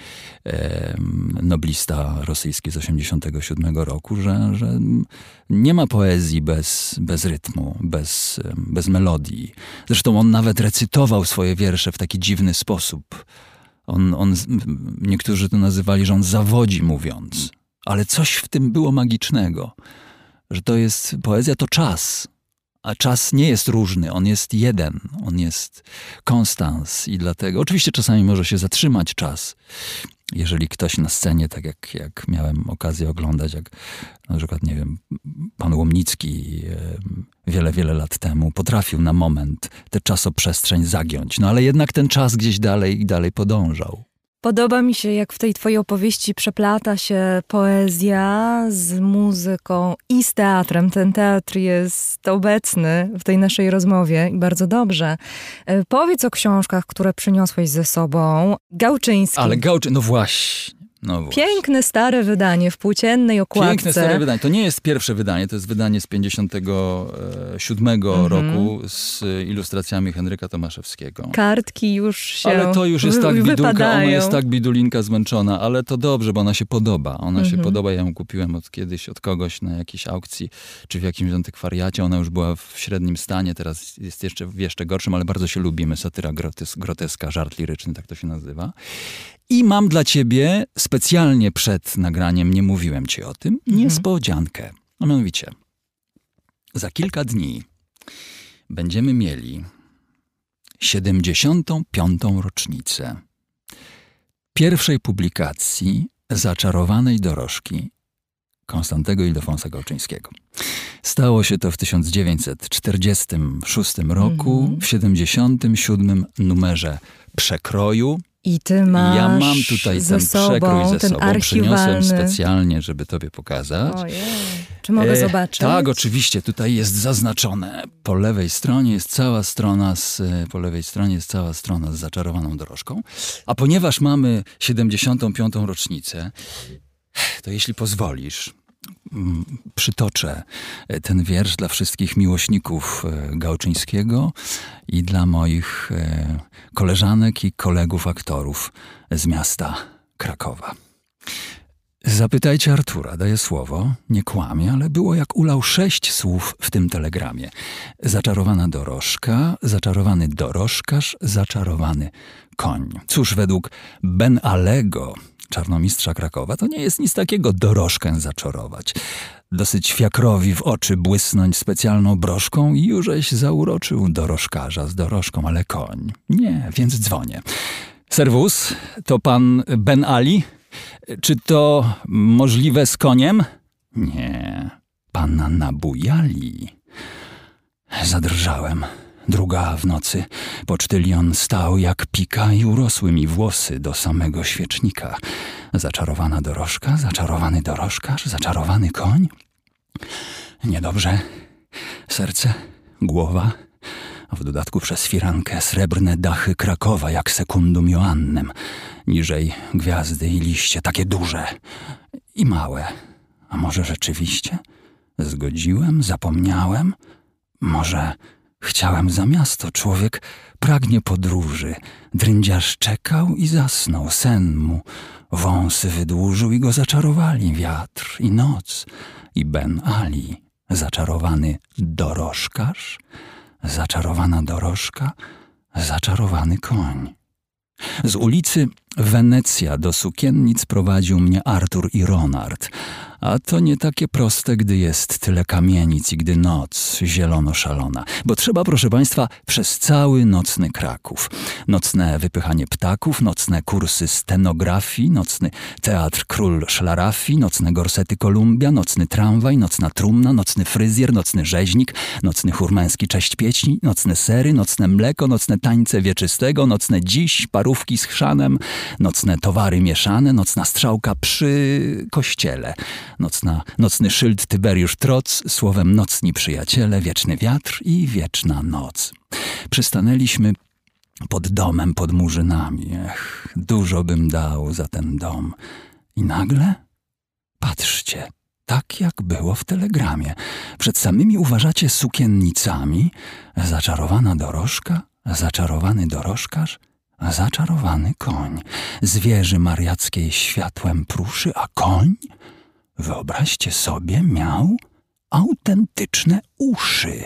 [SPEAKER 5] noblista rosyjski z 1987 roku, że nie ma poezji bez rytmu, bez melodii. Zresztą on nawet recytował swoje wiersze w taki dziwny sposób. Niektórzy to nazywali, że on zawodzi mówiąc. Ale coś w tym było magicznego, że to jest poezja, to czas. A czas nie jest różny, on jest jeden, on jest konstans i dlatego, oczywiście czasami może się zatrzymać czas. Jeżeli ktoś na scenie, tak jak miałem okazję oglądać, jak na przykład, nie wiem, pan Łomnicki wiele lat temu potrafił na moment tę czasoprzestrzeń zagiąć, no ale jednak ten czas gdzieś dalej podążał.
[SPEAKER 1] Podoba mi się, jak w tej twojej opowieści przeplata się poezja z muzyką i z teatrem. Ten teatr jest obecny w tej naszej rozmowie i bardzo dobrze. Powiedz o książkach, które przyniosłeś ze sobą. Gałczyński.
[SPEAKER 5] Ale no właśnie.
[SPEAKER 1] Piękne, stare wydanie w płóciennej okładce.
[SPEAKER 5] Piękne, stare wydanie. To nie jest pierwsze wydanie, to jest wydanie z 57 roku z ilustracjami Henryka Tomaszewskiego.
[SPEAKER 1] Kartki już się
[SPEAKER 5] Ale to już jest tak bidulka, ona jest tak bidulinka zmęczona, ale to dobrze, bo ona się podoba. Ona się podoba, ja ją kupiłem od kogoś na jakiejś aukcji, czy w jakimś antykwariacie. Ona już była w średnim stanie, teraz jest jeszcze gorszym, ale bardzo się lubimy. Satyra groteska, żart liryczny, tak to się nazywa. I mam dla ciebie, specjalnie przed nagraniem, nie mówiłem ci o tym, niespodziankę. A mianowicie, za kilka dni będziemy mieli 75. rocznicę pierwszej publikacji Zaczarowanej dorożki Konstantego Ildefonsa Gałczyńskiego. Stało się to w 1946 roku, w 77. numerze Przekroju.
[SPEAKER 1] I ty masz
[SPEAKER 5] ja mam tutaj ten przekrój ze sobą. Przyniosłem specjalnie, żeby tobie pokazać.
[SPEAKER 1] Ojej. Czy mogę zobaczyć?
[SPEAKER 5] Tak, oczywiście. Tutaj jest zaznaczone. Po lewej stronie jest cała strona z zaczarowaną dorożką. A ponieważ mamy 75. rocznicę, to jeśli pozwolisz, przytoczę ten wiersz dla wszystkich miłośników Gałczyńskiego i dla moich koleżanek i kolegów aktorów z miasta Krakowa. Zapytajcie Artura, daję słowo, nie kłamie, ale było jak ulał 6 słów w tym telegramie. Zaczarowana dorożka, zaczarowany dorożkarz, zaczarowany koń. Cóż, według Ben Allego, czarnomistrza Krakowa, to nie jest nic takiego dorożkę zaczarować. Dosyć fiakrowi w oczy błysnąć specjalną broszką i jużeś zauroczył dorożkarza z dorożką, ale koń. Nie, więc dzwonię. Serwus, to pan Ben Ali? Czy to możliwe z koniem? Nie, pana nabujali. Zadrżałem. Druga w nocy. Pocztylion stał jak pika i urosły mi włosy do samego świecznika. Zaczarowana dorożka, zaczarowany dorożkarz, zaczarowany koń. Niedobrze. Serce, głowa, a w dodatku przez firankę srebrne dachy Krakowa jak sekundum Joannem. Niżej gwiazdy i liście, takie duże i małe. A może rzeczywiście? Zgodziłem, zapomniałem? Może chciałem za miasto, człowiek pragnie podróży. Drędziarz czekał i zasnął, sen mu wąsy wydłużył i go zaczarowali wiatr i noc i Ben Ali. Zaczarowany dorożkarz, zaczarowana dorożka, zaczarowany koń. Z ulicy Wenecja do sukiennic prowadził mnie Artur i Ronald, a to nie takie proste, gdy jest tyle kamienic i gdy noc zielono-szalona. Bo trzeba, proszę państwa, przez cały nocny Kraków. Nocne wypychanie ptaków, nocne kursy stenografii, nocny teatr Król Szlarafii, nocne gorsety Kolumbia, nocny tramwaj, nocna trumna, nocny fryzjer, nocny rzeźnik, nocny chór męski Cześć pieśni, nocne sery, nocne mleko, nocne tańce wieczystego, nocne dziś, parówki z chrzanem, nocne towary mieszane, nocna strzałka przy kościele, nocny szyld Tyberiusz Troc, słowem nocni przyjaciele, wieczny wiatr i wieczna noc. Przystanęliśmy pod domem, pod murzynami. Dużo bym dał za ten dom. I nagle, patrzcie, tak jak było w telegramie. Przed samymi, uważacie, sukiennicami, zaczarowana dorożka, zaczarowany dorożkarz, zaczarowany koń. Z wieży mariackiej światłem pruszy, a koń, wyobraźcie sobie, miał autentyczne uszy.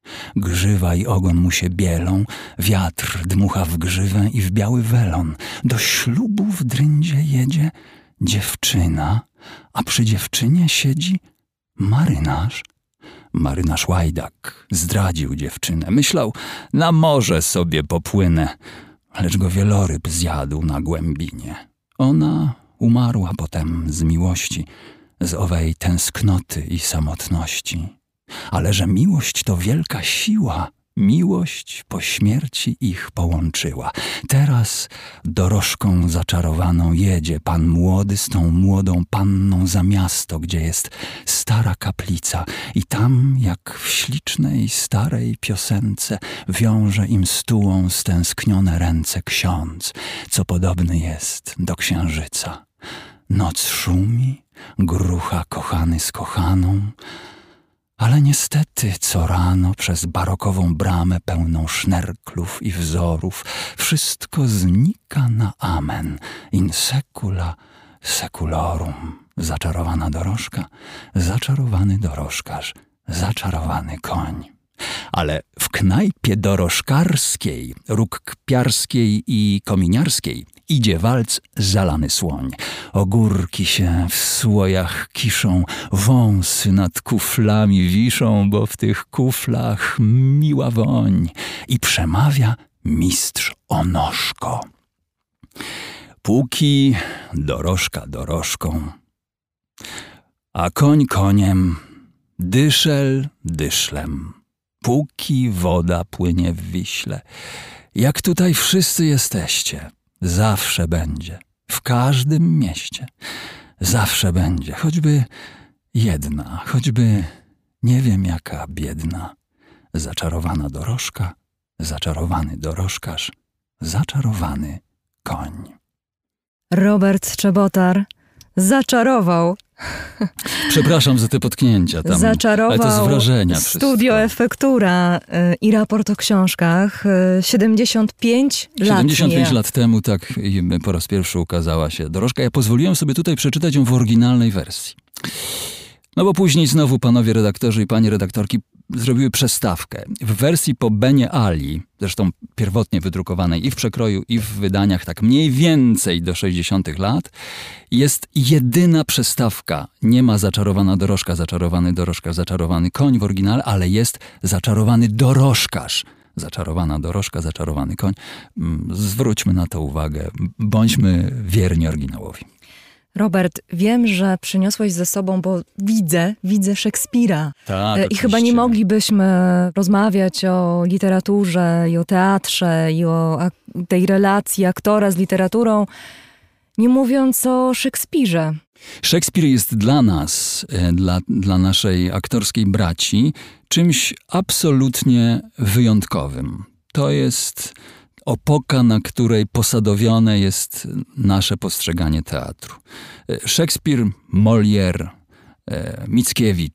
[SPEAKER 5] Grzywa i ogon mu się bielą, wiatr dmucha w grzywę i w biały welon. Do ślubu w dryndzie jedzie dziewczyna, a przy dziewczynie siedzi marynarz. Marynarz łajdak zdradził dziewczynę. Myślał, na morze sobie popłynę, lecz go wieloryb zjadł na głębinie. Ona umarła potem z miłości, z owej tęsknoty i samotności. Ale że miłość to wielka siła, miłość po śmierci ich połączyła. Teraz dorożką zaczarowaną jedzie pan młody z tą młodą panną za miasto, gdzie jest stara kaplica i tam, jak w ślicznej starej piosence, wiąże im stułą stęsknione ręce ksiądz, co podobny jest do księżyca. Noc szumi, grucha kochany z kochaną, ale niestety co rano przez barokową bramę pełną sznerklów i wzorów wszystko znika na amen. In secula seculorum. Zaczarowana dorożka, zaczarowany dorożkarz, zaczarowany koń. Ale w knajpie dorożkarskiej, róg-kpiarskiej i kominiarskiej idzie walc Zalany słoń. Ogórki się w słojach kiszą, wąsy nad kuflami wiszą, bo w tych kuflach miła woń. I przemawia mistrz Onoszko. Póki dorożka dorożką, a koń koniem, dyszel dyszlem. Póki woda płynie w Wiśle, jak tutaj wszyscy jesteście, zawsze będzie, w każdym mieście, zawsze będzie, choćby jedna, choćby nie wiem jaka biedna, zaczarowana dorożka, zaczarowany dorożkarz, zaczarowany koń.
[SPEAKER 1] Robert Czebotar zaczarował.
[SPEAKER 5] Przepraszam za te potknięcia tam,
[SPEAKER 1] Zaczarował
[SPEAKER 5] ale to z wrażenia
[SPEAKER 1] Studio
[SPEAKER 5] wszystko.
[SPEAKER 1] Efektura i raport o książkach. 75 lat.
[SPEAKER 5] 75 lat temu tak po raz pierwszy ukazała się dorożka. Ja pozwoliłem sobie tutaj przeczytać ją w oryginalnej wersji. No bo później znowu panowie redaktorzy i panie redaktorki zrobiły przestawkę. W wersji po Benie Ali, zresztą pierwotnie wydrukowanej i w przekroju, i w wydaniach tak mniej więcej do 60 lat, jest jedyna przestawka. Nie ma zaczarowana dorożka, zaczarowany dorożkarz, zaczarowany koń w oryginale, ale jest zaczarowany dorożkarz. Zaczarowana dorożka, zaczarowany koń. Zwróćmy na to uwagę. Bądźmy wierni oryginałowi.
[SPEAKER 1] Robert, wiem, że przyniosłeś ze sobą, bo widzę Szekspira.
[SPEAKER 5] Tak,
[SPEAKER 1] I
[SPEAKER 5] oczywiście.
[SPEAKER 1] chyba nie moglibyśmy rozmawiać o literaturze i o teatrze i o tej relacji aktora z literaturą, nie mówiąc o Szekspirze.
[SPEAKER 5] Szekspir jest dla nas, dla naszej aktorskiej braci, czymś absolutnie wyjątkowym. To jest opoka, na której posadowione jest nasze postrzeganie teatru. Szekspir, Molière, Mickiewicz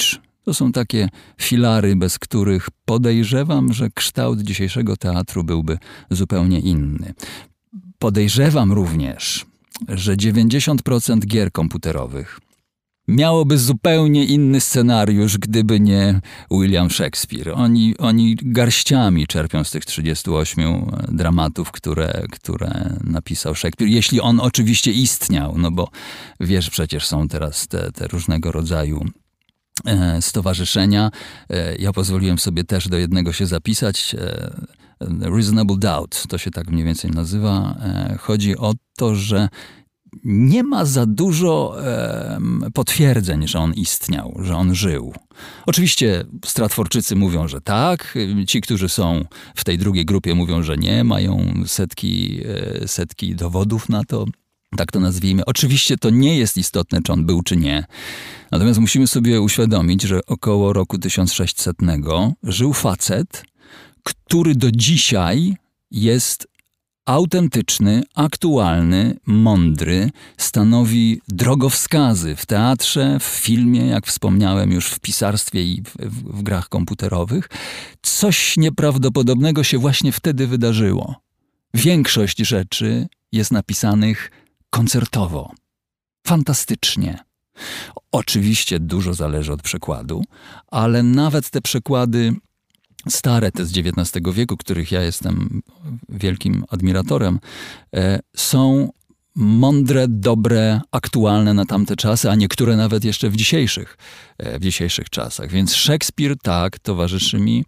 [SPEAKER 5] To są takie filary, bez których podejrzewam, że kształt dzisiejszego teatru byłby zupełnie inny. Podejrzewam również, że 90% gier komputerowych miałoby zupełnie inny scenariusz, gdyby nie William Shakespeare. Oni garściami czerpią z tych 38 dramatów, które napisał Shakespeare. Jeśli on oczywiście istniał, no bo wiesz, przecież są teraz te różnego rodzaju stowarzyszenia. Ja pozwoliłem sobie też do jednego się zapisać. Reasonable Doubt, to się tak mniej więcej nazywa. Chodzi o to, że nie ma za dużo potwierdzeń, że on istniał, że on żył. Oczywiście stratforczycy mówią, że tak, ci, którzy są w tej drugiej grupie mówią, że nie, mają setki dowodów na to, tak to nazwijmy. Oczywiście to nie jest istotne, czy on był, czy nie. Natomiast musimy sobie uświadomić, że około roku 1600 żył facet, który do dzisiaj jest autentyczny, aktualny, mądry, stanowi drogowskazy w teatrze, w filmie, jak wspomniałem już w pisarstwie i w grach komputerowych. Coś nieprawdopodobnego się właśnie wtedy wydarzyło. Większość rzeczy jest napisanych koncertowo. Fantastycznie. Oczywiście dużo zależy od przekładu, ale nawet te przekłady stare, te z XIX wieku, których ja jestem wielkim admiratorem, są mądre, dobre, aktualne na tamte czasy, a niektóre nawet jeszcze w dzisiejszych czasach. Więc Szekspir, tak, towarzyszy mi.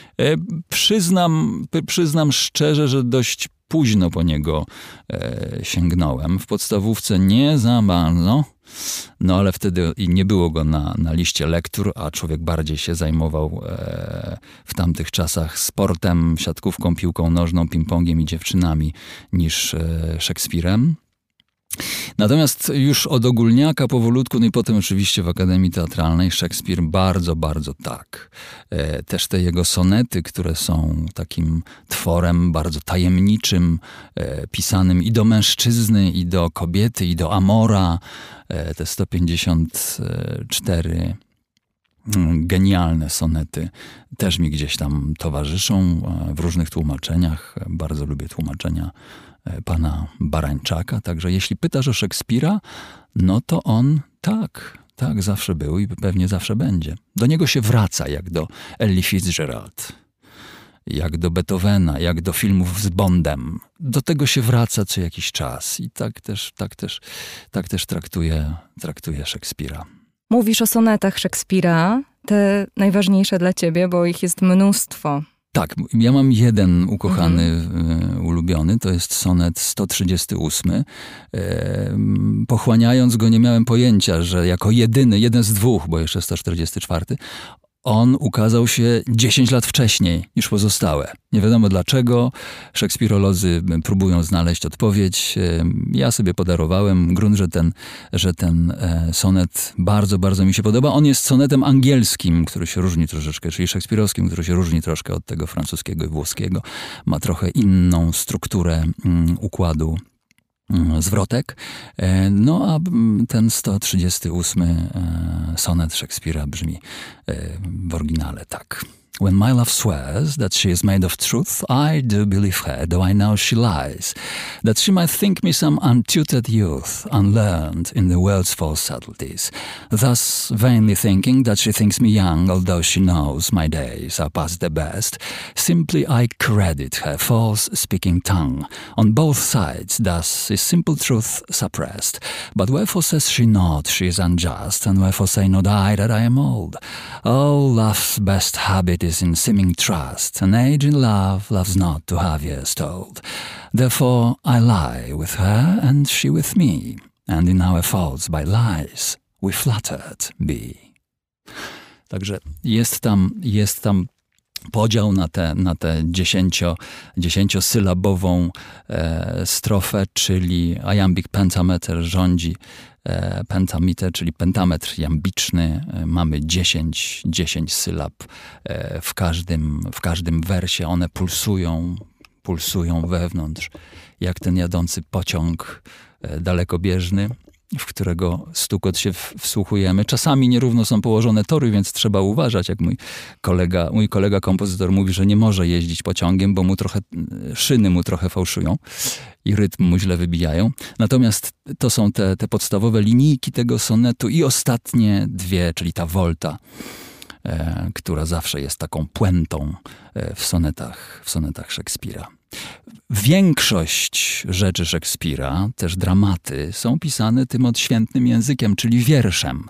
[SPEAKER 5] Przyznam szczerze, że dość późno po niego sięgnąłem. W podstawówce nie za bardzo, no ale wtedy i nie było go na liście lektur, a człowiek bardziej się zajmował w tamtych czasach sportem, siatkówką, piłką nożną, ping-pongiem i dziewczynami niż Szekspirem. Natomiast już od ogólniaka powolutku, no i potem oczywiście w Akademii Teatralnej Szekspir bardzo, bardzo tak. Też te jego sonety, które są takim tworem bardzo tajemniczym, pisanym i do mężczyzny, i do kobiety, i do amora. Te 154 genialne sonety też mi gdzieś tam towarzyszą w różnych tłumaczeniach. Bardzo lubię tłumaczenia pana Barańczaka. Także jeśli pytasz o Szekspira, no to on tak zawsze był i pewnie zawsze będzie. Do niego się wraca jak do Ellie Fitzgerald, jak do Beethovena, jak do filmów z Bondem. Do tego się wraca co jakiś czas i tak też traktuje Szekspira.
[SPEAKER 1] Mówisz o sonetach Szekspira, te najważniejsze dla ciebie, bo ich jest mnóstwo.
[SPEAKER 5] Tak, ja mam jeden ukochany, ulubiony, to jest sonet 138. Pochłaniając go nie miałem pojęcia, że jako jeden z dwóch, bo jeszcze 144, on ukazał się 10 lat wcześniej niż pozostałe. Nie wiadomo dlaczego. Szekspirolodzy próbują znaleźć odpowiedź. Ja sobie podarowałem grunt, że ten sonet bardzo, bardzo mi się podoba. On jest sonetem angielskim, który się różni troszeczkę, czyli szekspirowskim, który się różni troszkę od tego francuskiego i włoskiego. Ma trochę inną strukturę układu zwrotek. No a ten 138 sonet Szekspira brzmi w oryginale tak. When my love swears that she is made of truth, I do believe her, though I know she lies. That she might think me some untutored youth, unlearned in the world's false subtleties. Thus vainly thinking that she thinks me young, although she knows my days are past the best. Simply I credit her false-speaking tongue. On both sides thus is simple truth suppressed. But wherefore says she not she is unjust, and wherefore say not I that I am old? Oh, love's best habit is in seeming trust. An age in love loves not to have years told. Therefore I lie with her, and she with me, and in our faults by lies we flattered be. Także jest tam podział na tę 10-sylabową strofę, czyli iambic pentameter rządzi pentameter, czyli pentametr jambiczny. Mamy 10 sylab w każdym wersie. One pulsują wewnątrz, jak ten jadący pociąg dalekobieżny. w którego stukot się wsłuchujemy. Czasami nierówno są położone tory, więc trzeba uważać, jak mój kolega kompozytor mówi, że nie może jeździć pociągiem, bo szyny mu trochę fałszują i rytm mu źle wybijają. Natomiast to są te podstawowe linijki tego sonetu i ostatnie dwie, czyli ta wolta, która zawsze jest taką puentą w sonetach Szekspira. Większość rzeczy Szekspira, też dramaty, są pisane tym odświętnym językiem, czyli wierszem.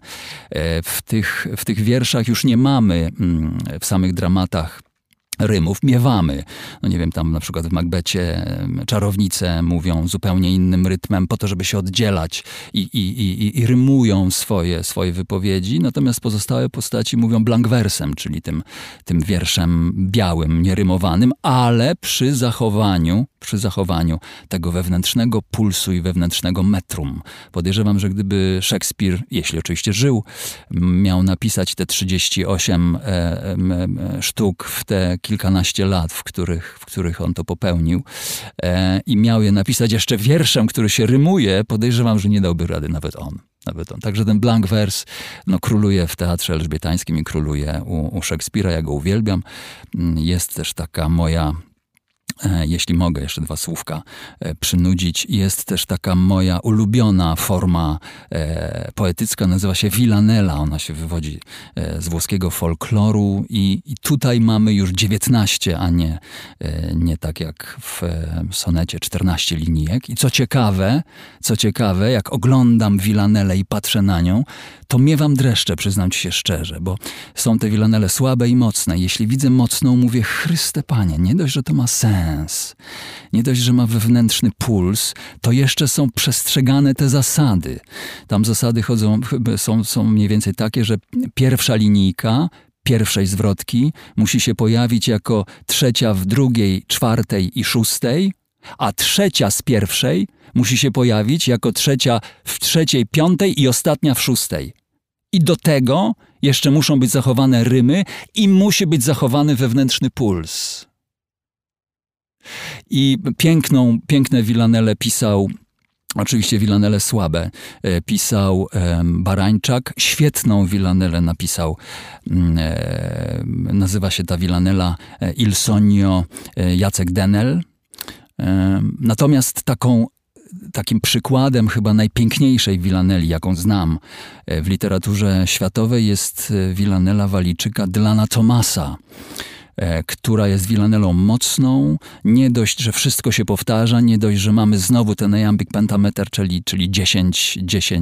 [SPEAKER 5] W tych wierszach już nie mamy w samych dramatach rymów, miewamy. No nie wiem, tam na przykład w Macbecie czarownice mówią zupełnie innym rytmem po to, żeby się oddzielać i rymują swoje wypowiedzi, natomiast pozostałe postaci mówią blank wersem, czyli tym wierszem białym, nierymowanym, ale przy zachowaniu tego wewnętrznego pulsu i wewnętrznego metrum. Podejrzewam, że gdyby Szekspir, jeśli oczywiście żył, miał napisać te 38 sztuk w te kilkanaście lat, w których on to popełnił i miał je napisać jeszcze wierszem, który się rymuje, podejrzewam, że nie dałby rady nawet on. Także ten blank vers króluje w teatrze elżbietańskim i króluje u Szekspira. Ja go uwielbiam. Jest też taka moja, jeśli mogę jeszcze dwa słówka przynudzić, jest też taka moja ulubiona forma poetycka, nazywa się villanella. Ona się wywodzi z włoskiego folkloru i tutaj mamy już 19, a nie tak jak w sonecie 14 linijek. I co ciekawe, jak oglądam villanellę i patrzę na nią, to miewam dreszcze, przyznam ci się szczerze, bo są te villanelle słabe i mocne. Jeśli widzę mocną, mówię, Chryste Panie, nie dość, że to ma sens, nie dość, że ma wewnętrzny puls, to jeszcze są przestrzegane te zasady. Tam zasady są mniej więcej takie, że pierwsza linijka pierwszej zwrotki musi się pojawić jako trzecia w drugiej, czwartej i szóstej, a trzecia z pierwszej musi się pojawić jako trzecia w trzeciej, piątej i ostatnia w szóstej. I do tego jeszcze muszą być zachowane rymy i musi być zachowany wewnętrzny puls. I piękne villanelle pisał, oczywiście villanelle słabe, pisał Barańczak. Świetną villanellę napisał, nazywa się ta villanella Il Sogno, Jacek Denel. Natomiast takim przykładem chyba najpiękniejszej villanelli, jaką znam w literaturze światowej, jest villanella Walijczyka Dylana Thomasa, która jest villanellą mocną. Nie dość, że wszystko się powtarza, nie dość, że mamy znowu ten iambic pentameter, czyli 10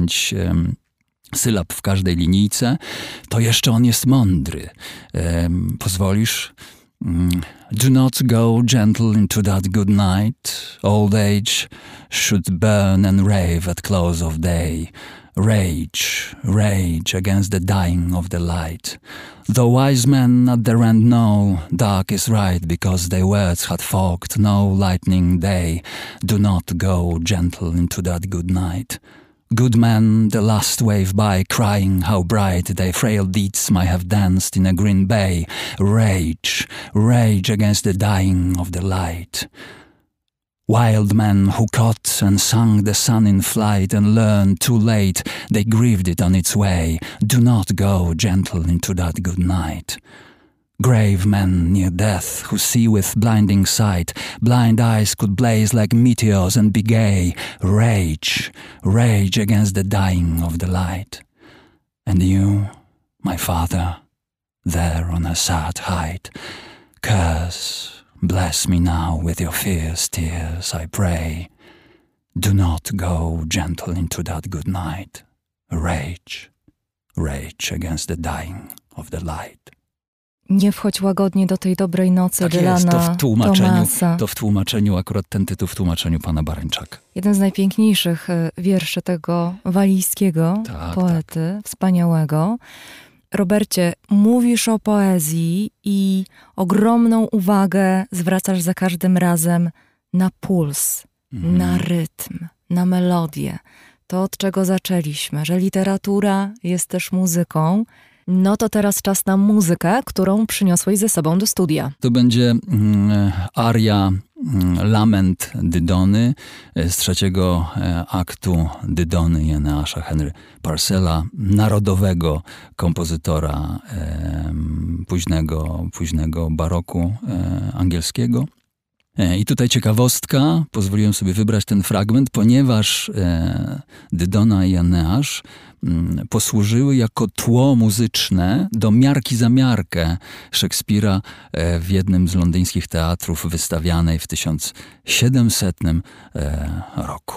[SPEAKER 5] sylab w każdej linijce, to jeszcze on jest mądry. Pozwolisz? Do not go gentle into that good night. Old age should burn and rave at close of day. Rage, rage against the dying of the light. Though wise men at their end know dark is right because their words had fogged no lightning day. Do not go gentle into that good night. Good men, the last wave by, crying how bright their frail deeds might have danced in a green bay. Rage, rage against the dying of the light. Wild men who caught and sung the sun in flight and learned too late they grieved it on its way. Do not go gentle into that good night. Grave men near death who see with blinding sight, blind eyes could blaze like meteors and be gay. Rage, rage against the dying of the light. And you, my father, there on a sad height, curse, bless me now with your fierce tears, I pray. Do not go gentle into that good night. Rage, rage against the dying of the light.
[SPEAKER 1] Nie wchodź łagodnie do tej dobrej nocy,
[SPEAKER 5] tak
[SPEAKER 1] Dylana
[SPEAKER 5] jest,
[SPEAKER 1] Thomasa.
[SPEAKER 5] To w tłumaczeniu, akurat ten tytuł w tłumaczeniu pana Barańczaka.
[SPEAKER 1] Jeden z najpiękniejszych wierszy tego walijskiego poety, wspaniałego. Robercie, mówisz o poezji i ogromną uwagę zwracasz za każdym razem na puls, na rytm, na melodię. To, od czego zaczęliśmy, że literatura jest też muzyką No to teraz czas na muzykę, którą przyniosłeś ze sobą do studia.
[SPEAKER 5] To będzie aria Lament Didony z trzeciego aktu Didony i Eneasza Henry Purcella, narodowego kompozytora późnego baroku angielskiego. I tutaj ciekawostka, pozwoliłem sobie wybrać ten fragment, ponieważ Dydona i Eneasz posłużyły jako tło muzyczne do Miarki za miarkę Szekspira w jednym z londyńskich teatrów wystawianej w 1700 roku.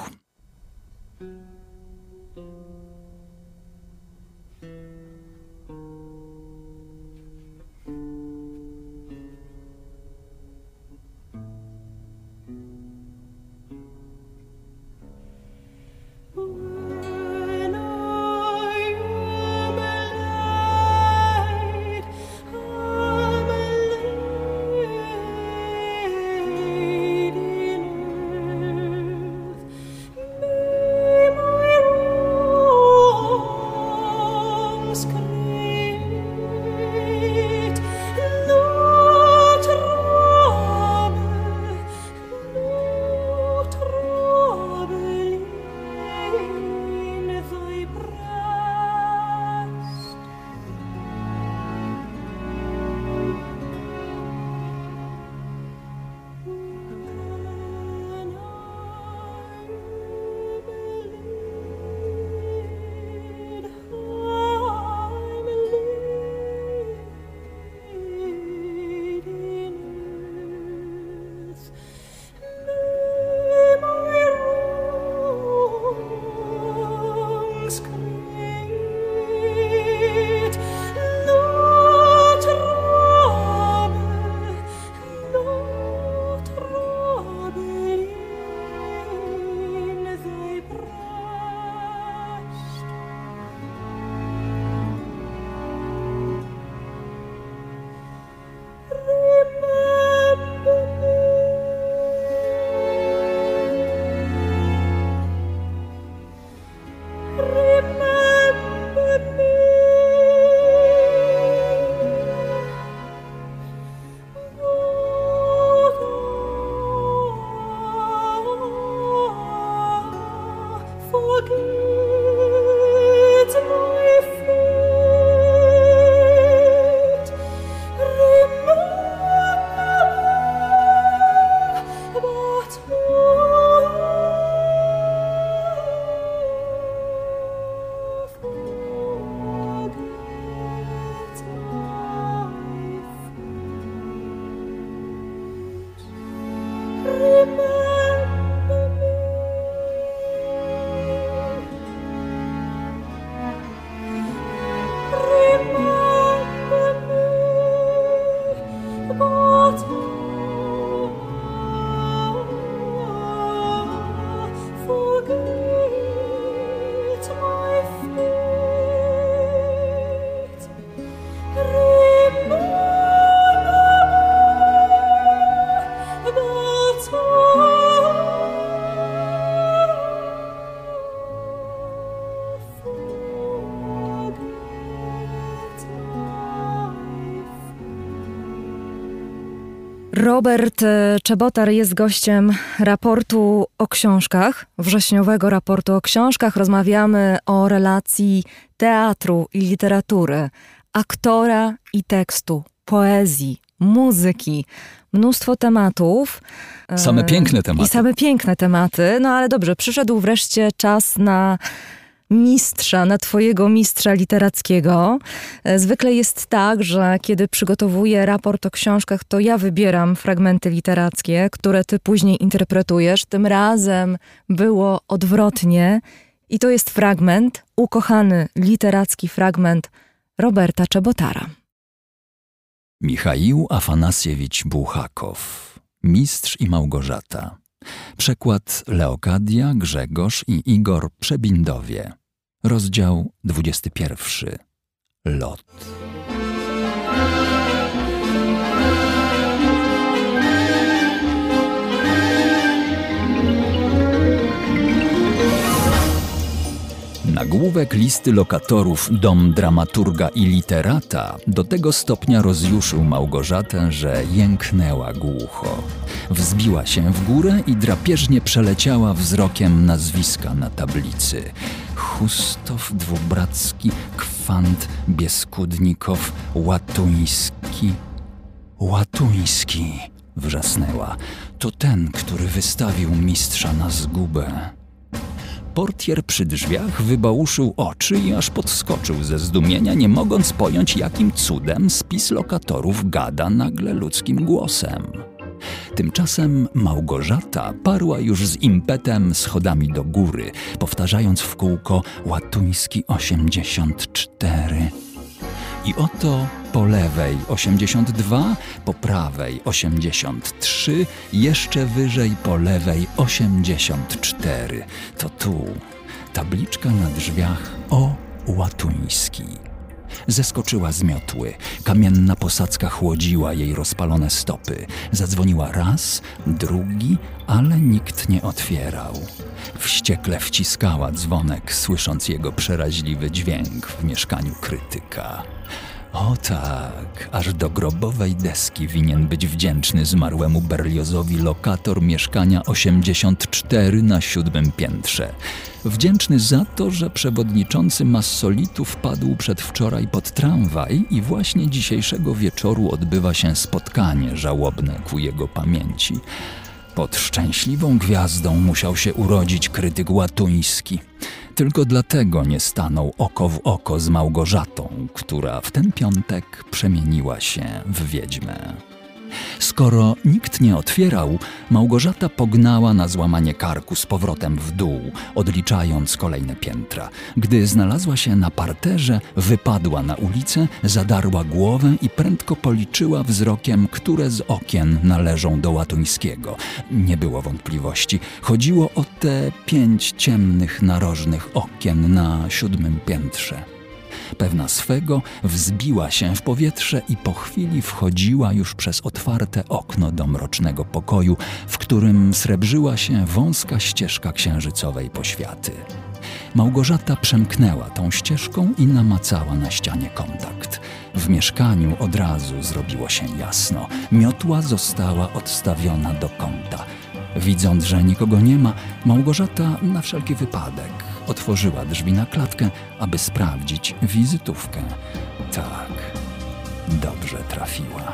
[SPEAKER 1] Robert Czebotar jest gościem raportu o książkach, wrześniowego raportu o książkach. Rozmawiamy o relacji teatru i literatury, aktora i tekstu, poezji, muzyki. Mnóstwo tematów.
[SPEAKER 5] Same piękne tematy.
[SPEAKER 1] I same piękne tematy. No ale dobrze, przyszedł wreszcie czas na mistrza, na twojego mistrza literackiego. Zwykle jest tak, że kiedy przygotowuję raport o książkach, to ja wybieram fragmenty literackie, które ty później interpretujesz. Tym razem było odwrotnie i to jest fragment, ukochany literacki fragment Roberta Czebotara.
[SPEAKER 5] Michaił Afanasiewicz Bułhakow, Mistrz i Małgorzata. Przekład Leokadia, Grzegorz i Igor Przebindowie. Rozdział 21. Lot. Nagłówek listy lokatorów Dom dramaturga i literata do tego stopnia rozjuszył Małgorzatę, że jęknęła głucho. Wzbiła się w górę i drapieżnie przeleciała wzrokiem nazwiska na tablicy. Chustow, Dwubracki, Kwant, Bieskudnikow, Łatuński. Łatuński, wrzasnęła. To ten, który wystawił mistrza na zgubę. Portier przy drzwiach wybałuszył oczy i aż podskoczył ze zdumienia, nie mogąc pojąć, jakim cudem spis lokatorów gada nagle ludzkim głosem. Tymczasem Małgorzata parła już z impetem schodami do góry, powtarzając w kółko Łatuński 84. I oto po lewej 82, po prawej 83, jeszcze wyżej po lewej 84. To tu, tabliczka na drzwiach o Łatuński. Zeskoczyła z miotły. Kamienna posadzka chłodziła jej rozpalone stopy. Zadzwoniła raz, drugi, ale nikt nie otwierał. Wściekle wciskała dzwonek, słysząc jego przeraźliwy dźwięk w mieszkaniu krytyka. O tak, aż do grobowej deski winien być wdzięczny zmarłemu Berliozowi lokator mieszkania 84 na 7. piętrze. Wdzięczny za to, że przewodniczący Massolitu wpadł przedwczoraj pod tramwaj i właśnie dzisiejszego wieczoru odbywa się spotkanie żałobne ku jego pamięci. Pod szczęśliwą gwiazdą musiał się urodzić krytyk Łatuński. Tylko dlatego nie stanął oko w oko z Małgorzatą, która w ten piątek przemieniła się w wiedźmę. Skoro nikt nie otwierał, Małgorzata pognała na złamanie karku z powrotem w dół, odliczając kolejne piętra. Gdy znalazła się na parterze, wypadła na ulicę, zadarła głowę i prędko policzyła wzrokiem, które z okien należą do Łatuńskiego. Nie było wątpliwości. Chodziło o te 5 ciemnych, narożnych okien na 7. piętrze. Pewna swego wzbiła się w powietrze i po chwili wchodziła już przez otwarte okno do mrocznego pokoju, w którym srebrzyła się wąska ścieżka księżycowej poświaty. Małgorzata przemknęła tą ścieżką i namacała na ścianie kontakt. W mieszkaniu od razu zrobiło się jasno. Miotła została odstawiona do kąta. Widząc, że nikogo nie ma, Małgorzata na wszelki wypadek otworzyła drzwi na klatkę, aby sprawdzić wizytówkę. Tak, dobrze trafiła.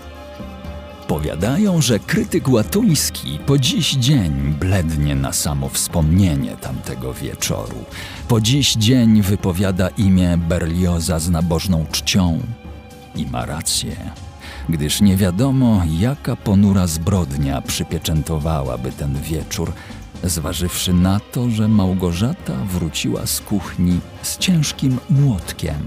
[SPEAKER 5] Powiadają, że krytyk Łatuński po dziś dzień blednie na samo wspomnienie tamtego wieczoru. Po dziś dzień wypowiada imię Berlioza z nabożną czcią. I ma rację, gdyż nie wiadomo, jaka ponura zbrodnia przypieczętowałaby ten wieczór, zważywszy na to, że Małgorzata wróciła z kuchni z ciężkim młotkiem.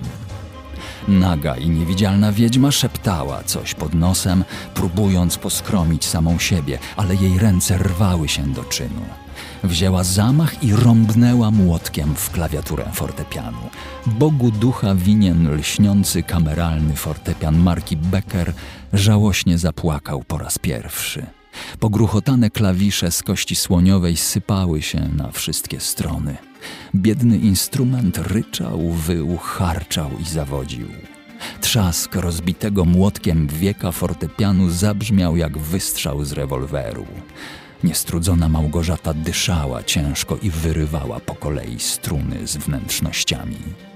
[SPEAKER 5] Naga i niewidzialna wiedźma szeptała coś pod nosem, próbując poskromić samą siebie, ale jej ręce rwały się do czynu. Wzięła zamach i rąbnęła młotkiem w klawiaturę fortepianu. Bogu ducha winien lśniący kameralny fortepian marki Becker żałośnie zapłakał po raz pierwszy. Pogruchotane klawisze z kości słoniowej sypały się na wszystkie strony. Biedny instrument ryczał, wył, charczał i zawodził. Trzask rozbitego młotkiem wieka fortepianu zabrzmiał jak wystrzał z rewolweru. Niestrudzona Małgorzata dyszała ciężko i wyrywała po kolei struny z wnętrznościami.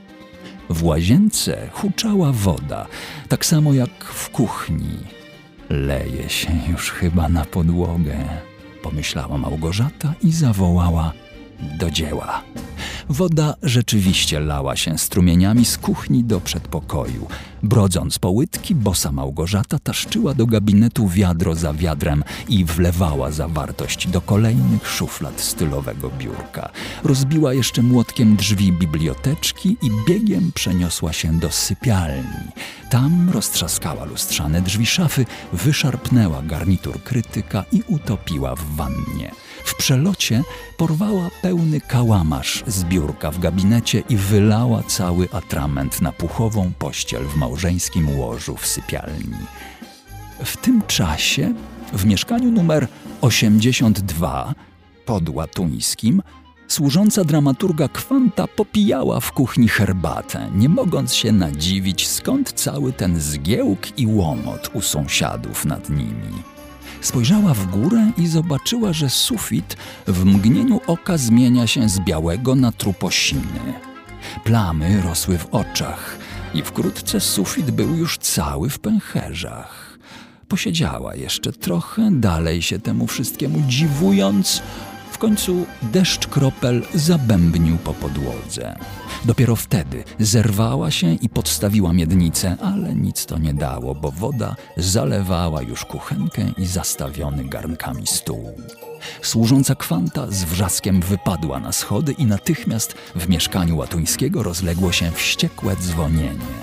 [SPEAKER 5] W łazience huczała woda, tak samo jak w kuchni. Leje się już chyba na podłogę, pomyślała Małgorzata i zawołała do dzieła. Woda rzeczywiście lała się strumieniami z kuchni do przedpokoju. Brodząc po łydki, bosa Małgorzata taszczyła do gabinetu wiadro za wiadrem i wlewała zawartość do kolejnych szuflad stylowego biurka. Rozbiła jeszcze młotkiem drzwi biblioteczki i biegiem przeniosła się do sypialni. Tam roztrzaskała lustrzane drzwi szafy, wyszarpnęła garnitur krytyka i utopiła w wannie. W przelocie porwała pełny kałamarz z biurka w gabinecie i wylała cały atrament na puchową pościel w małżeńskim łożu w sypialni. W tym czasie w mieszkaniu numer 82 pod Łatuńskim Służąca dramaturga Kwanta popijała w kuchni herbatę, nie mogąc się nadziwić, skąd cały ten zgiełk i łomot u sąsiadów nad nimi. Spojrzała w górę i zobaczyła, że sufit w mgnieniu oka zmienia się z białego na truposiny. Plamy rosły w oczach i wkrótce sufit był już cały w pęcherzach. Posiedziała jeszcze trochę, dalej się temu wszystkiemu dziwując. W końcu deszcz kropel zabębnił po podłodze. Dopiero wtedy zerwała się i podstawiła miednicę, ale nic to nie dało, bo woda zalewała już kuchenkę i zastawiony garnkami stół. Służąca Kwanta z wrzaskiem wypadła na schody i natychmiast w mieszkaniu Łatuńskiego rozległo się wściekłe dzwonienie.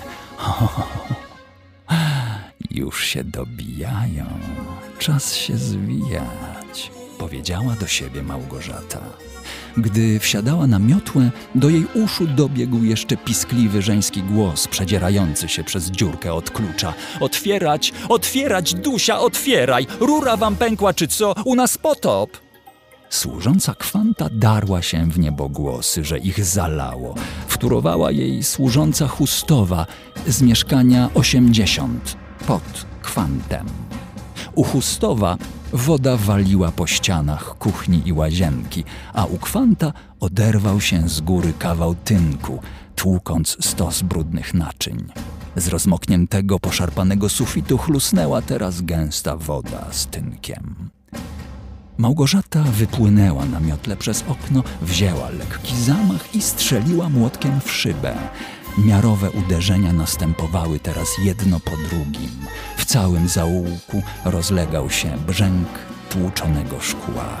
[SPEAKER 5] Już się dobijają, czas się zwijać, powiedziała do siebie Małgorzata. Gdy wsiadała na miotłę, do jej uszu dobiegł jeszcze piskliwy żeński głos przedzierający się przez dziurkę od klucza. Otwierać, otwierać, Dusia, otwieraj! Rura wam pękła czy co? U nas potop! Służąca Kwanta darła się w niebogłosy, że ich zalało. Wtórowała jej służąca Chustowa z mieszkania 80 pod Kwantem. U Chustowa woda waliła po ścianach kuchni i łazienki, a u Kwanta oderwał się z góry kawał tynku, tłukąc stos brudnych naczyń. Z rozmokniętego, poszarpanego sufitu chlusnęła teraz gęsta woda z tynkiem. Małgorzata wypłynęła na miotle przez okno, wzięła lekki zamach i strzeliła młotkiem w szybę. Miarowe uderzenia następowały teraz jedno po drugim. W całym zaułku rozlegał się brzęk tłuczonego szkła.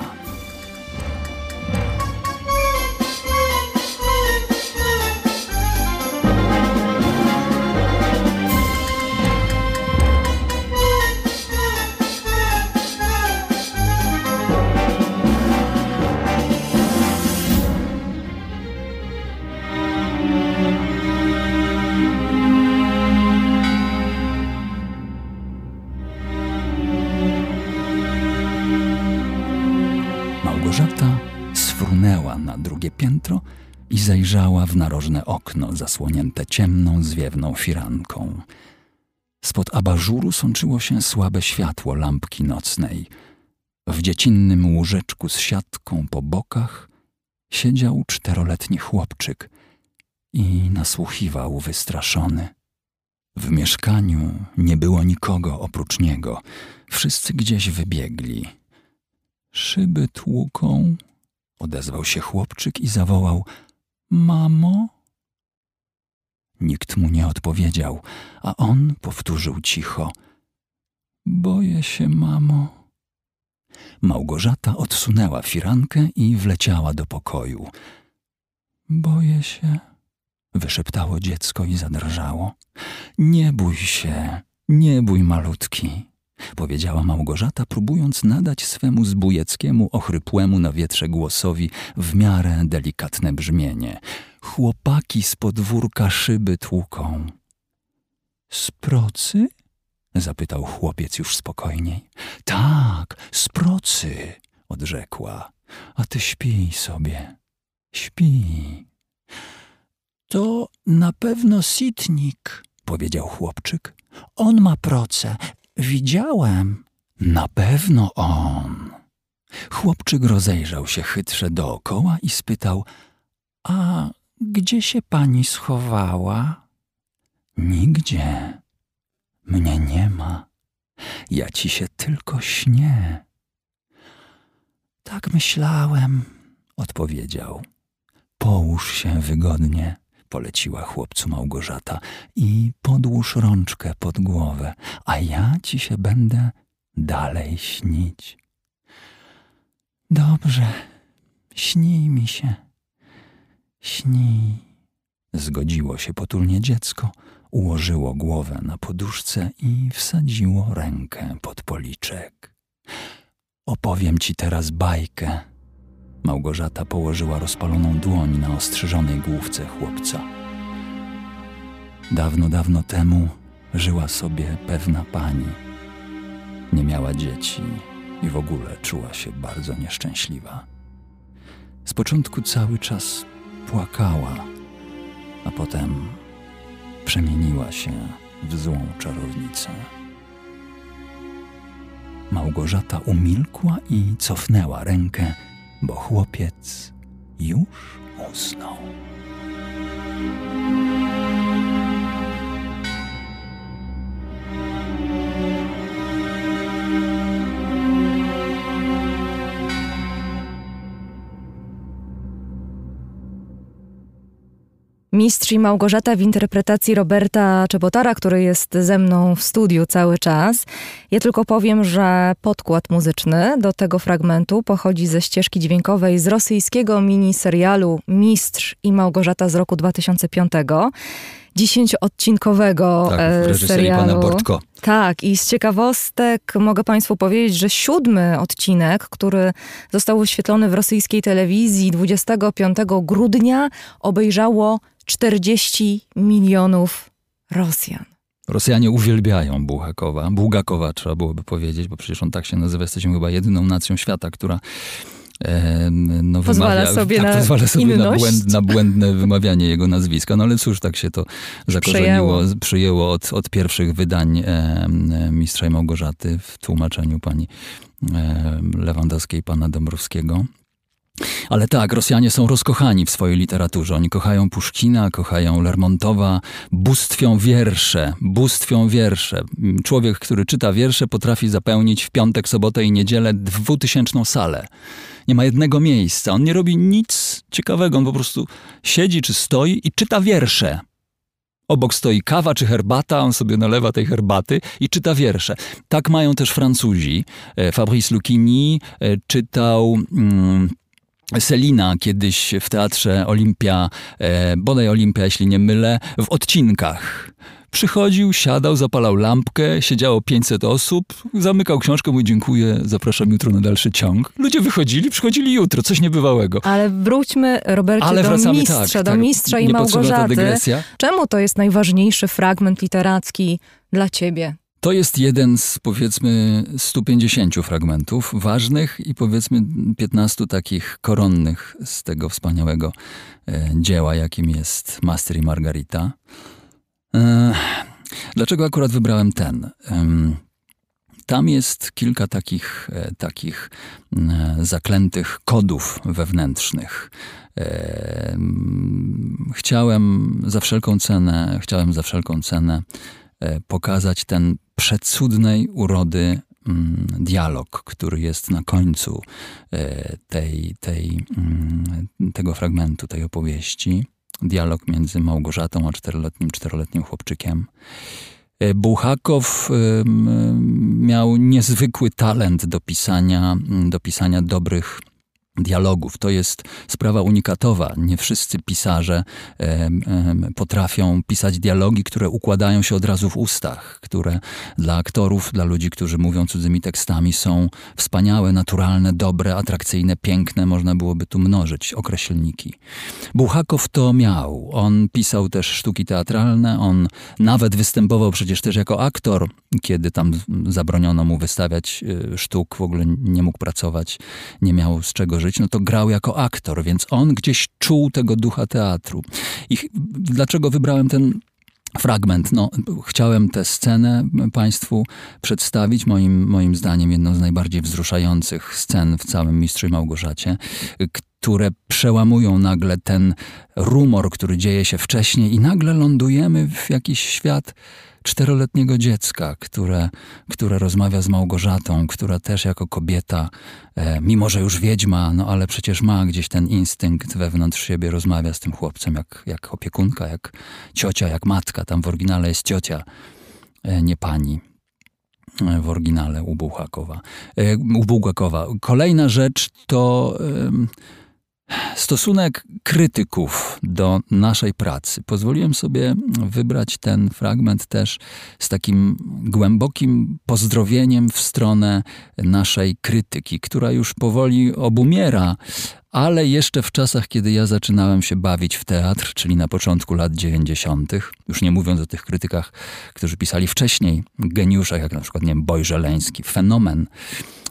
[SPEAKER 5] Małgorzata sfrunęła na drugie piętro i zajrzała w narożne okno zasłonięte ciemną, zwiewną firanką. Spod abażuru sączyło się słabe światło lampki nocnej. W dziecinnym łóżeczku z siatką po bokach siedział 4-letni chłopczyk i nasłuchiwał wystraszony. W mieszkaniu nie było nikogo oprócz niego. Wszyscy gdzieś wybiegli. Szyby tłuką, odezwał się chłopczyk i zawołał: Mamo? Nikt mu nie odpowiedział, a on powtórzył cicho: Boję się, mamo. Małgorzata odsunęła firankę i wleciała do pokoju. Boję się, wyszeptało dziecko i zadrżało. Nie bój się, nie bój, malutki, powiedziała Małgorzata, próbując nadać swemu zbójeckiemu, ochrypłemu na wietrze głosowi w miarę delikatne brzmienie. Chłopaki z podwórka szyby tłuką. Z procy? Zapytał chłopiec już spokojniej. Tak, z procy, odrzekła. A ty śpij sobie, śpij. To na pewno Sitnik, powiedział chłopczyk. On ma proce. Widziałem. Na pewno on. Chłopczyk rozejrzał się chytrze dookoła i spytał: A gdzie się pani schowała? Nigdzie. Mnie nie ma. Ja ci się tylko śnię. Tak myślałem, odpowiedział. Połóż się wygodnie, poleciła chłopcu Małgorzata, i podłóż rączkę pod głowę, a ja ci się będę dalej śnić. Dobrze, śnij mi się, śnij. Zgodziło się potulnie dziecko, ułożyło głowę na poduszce i wsadziło rękę pod policzek. Opowiem ci teraz bajkę. Małgorzata położyła rozpaloną dłoń na ostrzyżonej główce chłopca. Dawno, dawno temu żyła sobie pewna pani. Nie miała dzieci i w ogóle czuła się bardzo nieszczęśliwa. Z początku cały czas płakała, a potem przemieniła się w złą czarownicę. Małgorzata umilkła i cofnęła rękę, bo chłopiec już usnął.
[SPEAKER 1] Mistrz i Małgorzata w interpretacji Roberta Czebotara, który jest ze mną w studiu cały czas. Ja tylko powiem, że podkład muzyczny do tego fragmentu pochodzi ze ścieżki dźwiękowej z rosyjskiego miniserialu Mistrz i Małgorzata z roku 2005. 10-odcinkowego serialu.
[SPEAKER 5] Pana Bortko.
[SPEAKER 1] Tak, i z ciekawostek mogę Państwu powiedzieć, że 7. odcinek, który został wyświetlony w rosyjskiej telewizji 25 grudnia, obejrzało 40 milionów Rosjan.
[SPEAKER 5] Rosjanie uwielbiają Bułgakowa trzeba byłoby powiedzieć, bo przecież on tak się nazywa. Jesteśmy chyba jedyną nacją świata, która
[SPEAKER 1] pozwala sobie
[SPEAKER 5] na błędne wymawianie jego nazwiska. No ale cóż, tak się to przyjęło od pierwszych wydań Mistrza i Małgorzaty w tłumaczeniu pani Lewandowskiej i pana Dąbrowskiego. Ale tak, Rosjanie są rozkochani w swojej literaturze. Oni kochają Puszkina, kochają Lermontowa, bóstwią wiersze. Człowiek, który czyta wiersze, potrafi zapełnić w piątek, sobotę i niedzielę 2000 salę. Nie ma jednego miejsca. On nie robi nic ciekawego. On po prostu siedzi czy stoi i czyta wiersze. Obok stoi kawa czy herbata, on sobie nalewa tej herbaty i czyta wiersze. Tak mają też Francuzi. Fabrice Lucchini czytał Selina kiedyś w teatrze Olimpia, bodaj Olimpia, jeśli nie mylę, w odcinkach. Przychodził, siadał, zapalał lampkę, siedziało 500 osób, zamykał książkę, mówi dziękuję, zapraszam jutro na dalszy ciąg. Ludzie wychodzili, przychodzili jutro, coś niebywałego.
[SPEAKER 1] Ale wróćmy, Robercie, do mistrza i Małgorzaty. Czemu to jest najważniejszy fragment literacki dla ciebie?
[SPEAKER 5] To jest jeden z, powiedzmy, 150 fragmentów ważnych i powiedzmy 15 takich koronnych z tego wspaniałego dzieła, jakim jest Master i Margarita. Dlaczego akurat wybrałem ten? Tam jest kilka takich zaklętych kodów wewnętrznych. Chciałem za wszelką cenę pokazać ten przecudnej urody dialog, który jest na końcu tego fragmentu, tej opowieści. Dialog między Małgorzatą a czteroletnim chłopczykiem. Bułhakow miał niezwykły talent do pisania dobrych dialogów. To jest sprawa unikatowa. Nie wszyscy pisarze potrafią pisać dialogi, które układają się od razu w ustach, które dla aktorów, dla ludzi, którzy mówią cudzymi tekstami, są wspaniałe, naturalne, dobre, atrakcyjne, piękne. Można byłoby tu mnożyć określniki. Bułhakow to miał. On pisał też sztuki teatralne. On nawet występował przecież też jako aktor, kiedy tam zabroniono mu wystawiać sztuk, w ogóle nie mógł pracować, nie miał z czego żyć, no to grał jako aktor, więc on gdzieś czuł tego ducha teatru. I dlaczego wybrałem ten fragment? No, chciałem tę scenę Państwu przedstawić, moim zdaniem jedną z najbardziej wzruszających scen w całym Mistrzu i Małgorzacie, które przełamują nagle ten rumor, który dzieje się wcześniej i nagle lądujemy w jakiś świat 4-letniego dziecka, które rozmawia z Małgorzatą, która też jako kobieta, mimo że już wiedźma, no ale przecież ma gdzieś ten instynkt wewnątrz siebie, rozmawia z tym chłopcem jak opiekunka, jak ciocia, jak matka. Tam w oryginale jest ciocia, nie pani. W oryginale u Bułgakowa. Kolejna rzecz to stosunek krytyków do naszej pracy. Pozwoliłem sobie wybrać ten fragment też z takim głębokim pozdrowieniem w stronę naszej krytyki, która już powoli obumiera, ale jeszcze w czasach, kiedy ja zaczynałem się bawić w teatr, czyli na początku lat 90., już nie mówiąc o tych krytykach, którzy pisali wcześniej, geniuszach, jak na przykład, nie wiem, Boj Żeleński, Fenomen,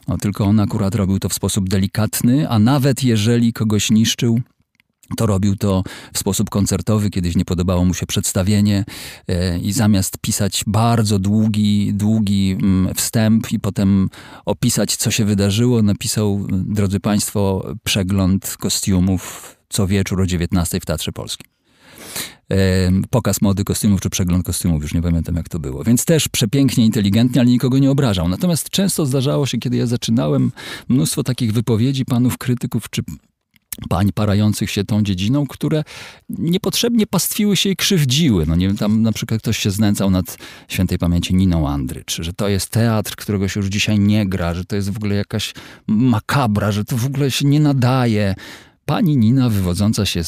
[SPEAKER 5] No, tylko on akurat robił to w sposób delikatny, a nawet jeżeli kogoś niszczył, to robił to w sposób koncertowy. Kiedyś nie podobało mu się przedstawienie i zamiast pisać bardzo długi wstęp i potem opisać, co się wydarzyło, napisał, drodzy państwo, przegląd kostiumów co wieczór o 19:00 w Teatrze Polskim. Pokaz mody kostiumów, czy przegląd kostiumów, już nie pamiętam jak to było. Więc też przepięknie, inteligentnie, ale nikogo nie obrażał. Natomiast często zdarzało się, kiedy ja zaczynałem, mnóstwo takich wypowiedzi panów krytyków, czy pań parających się tą dziedziną, które niepotrzebnie pastwiły się i krzywdziły. No nie wiem, tam na przykład ktoś się znęcał nad świętej pamięci Niną Andrycz, że to jest teatr, którego się już dzisiaj nie gra, że to jest w ogóle jakaś makabra, że to w ogóle się nie nadaje. Pani Nina, wywodząca się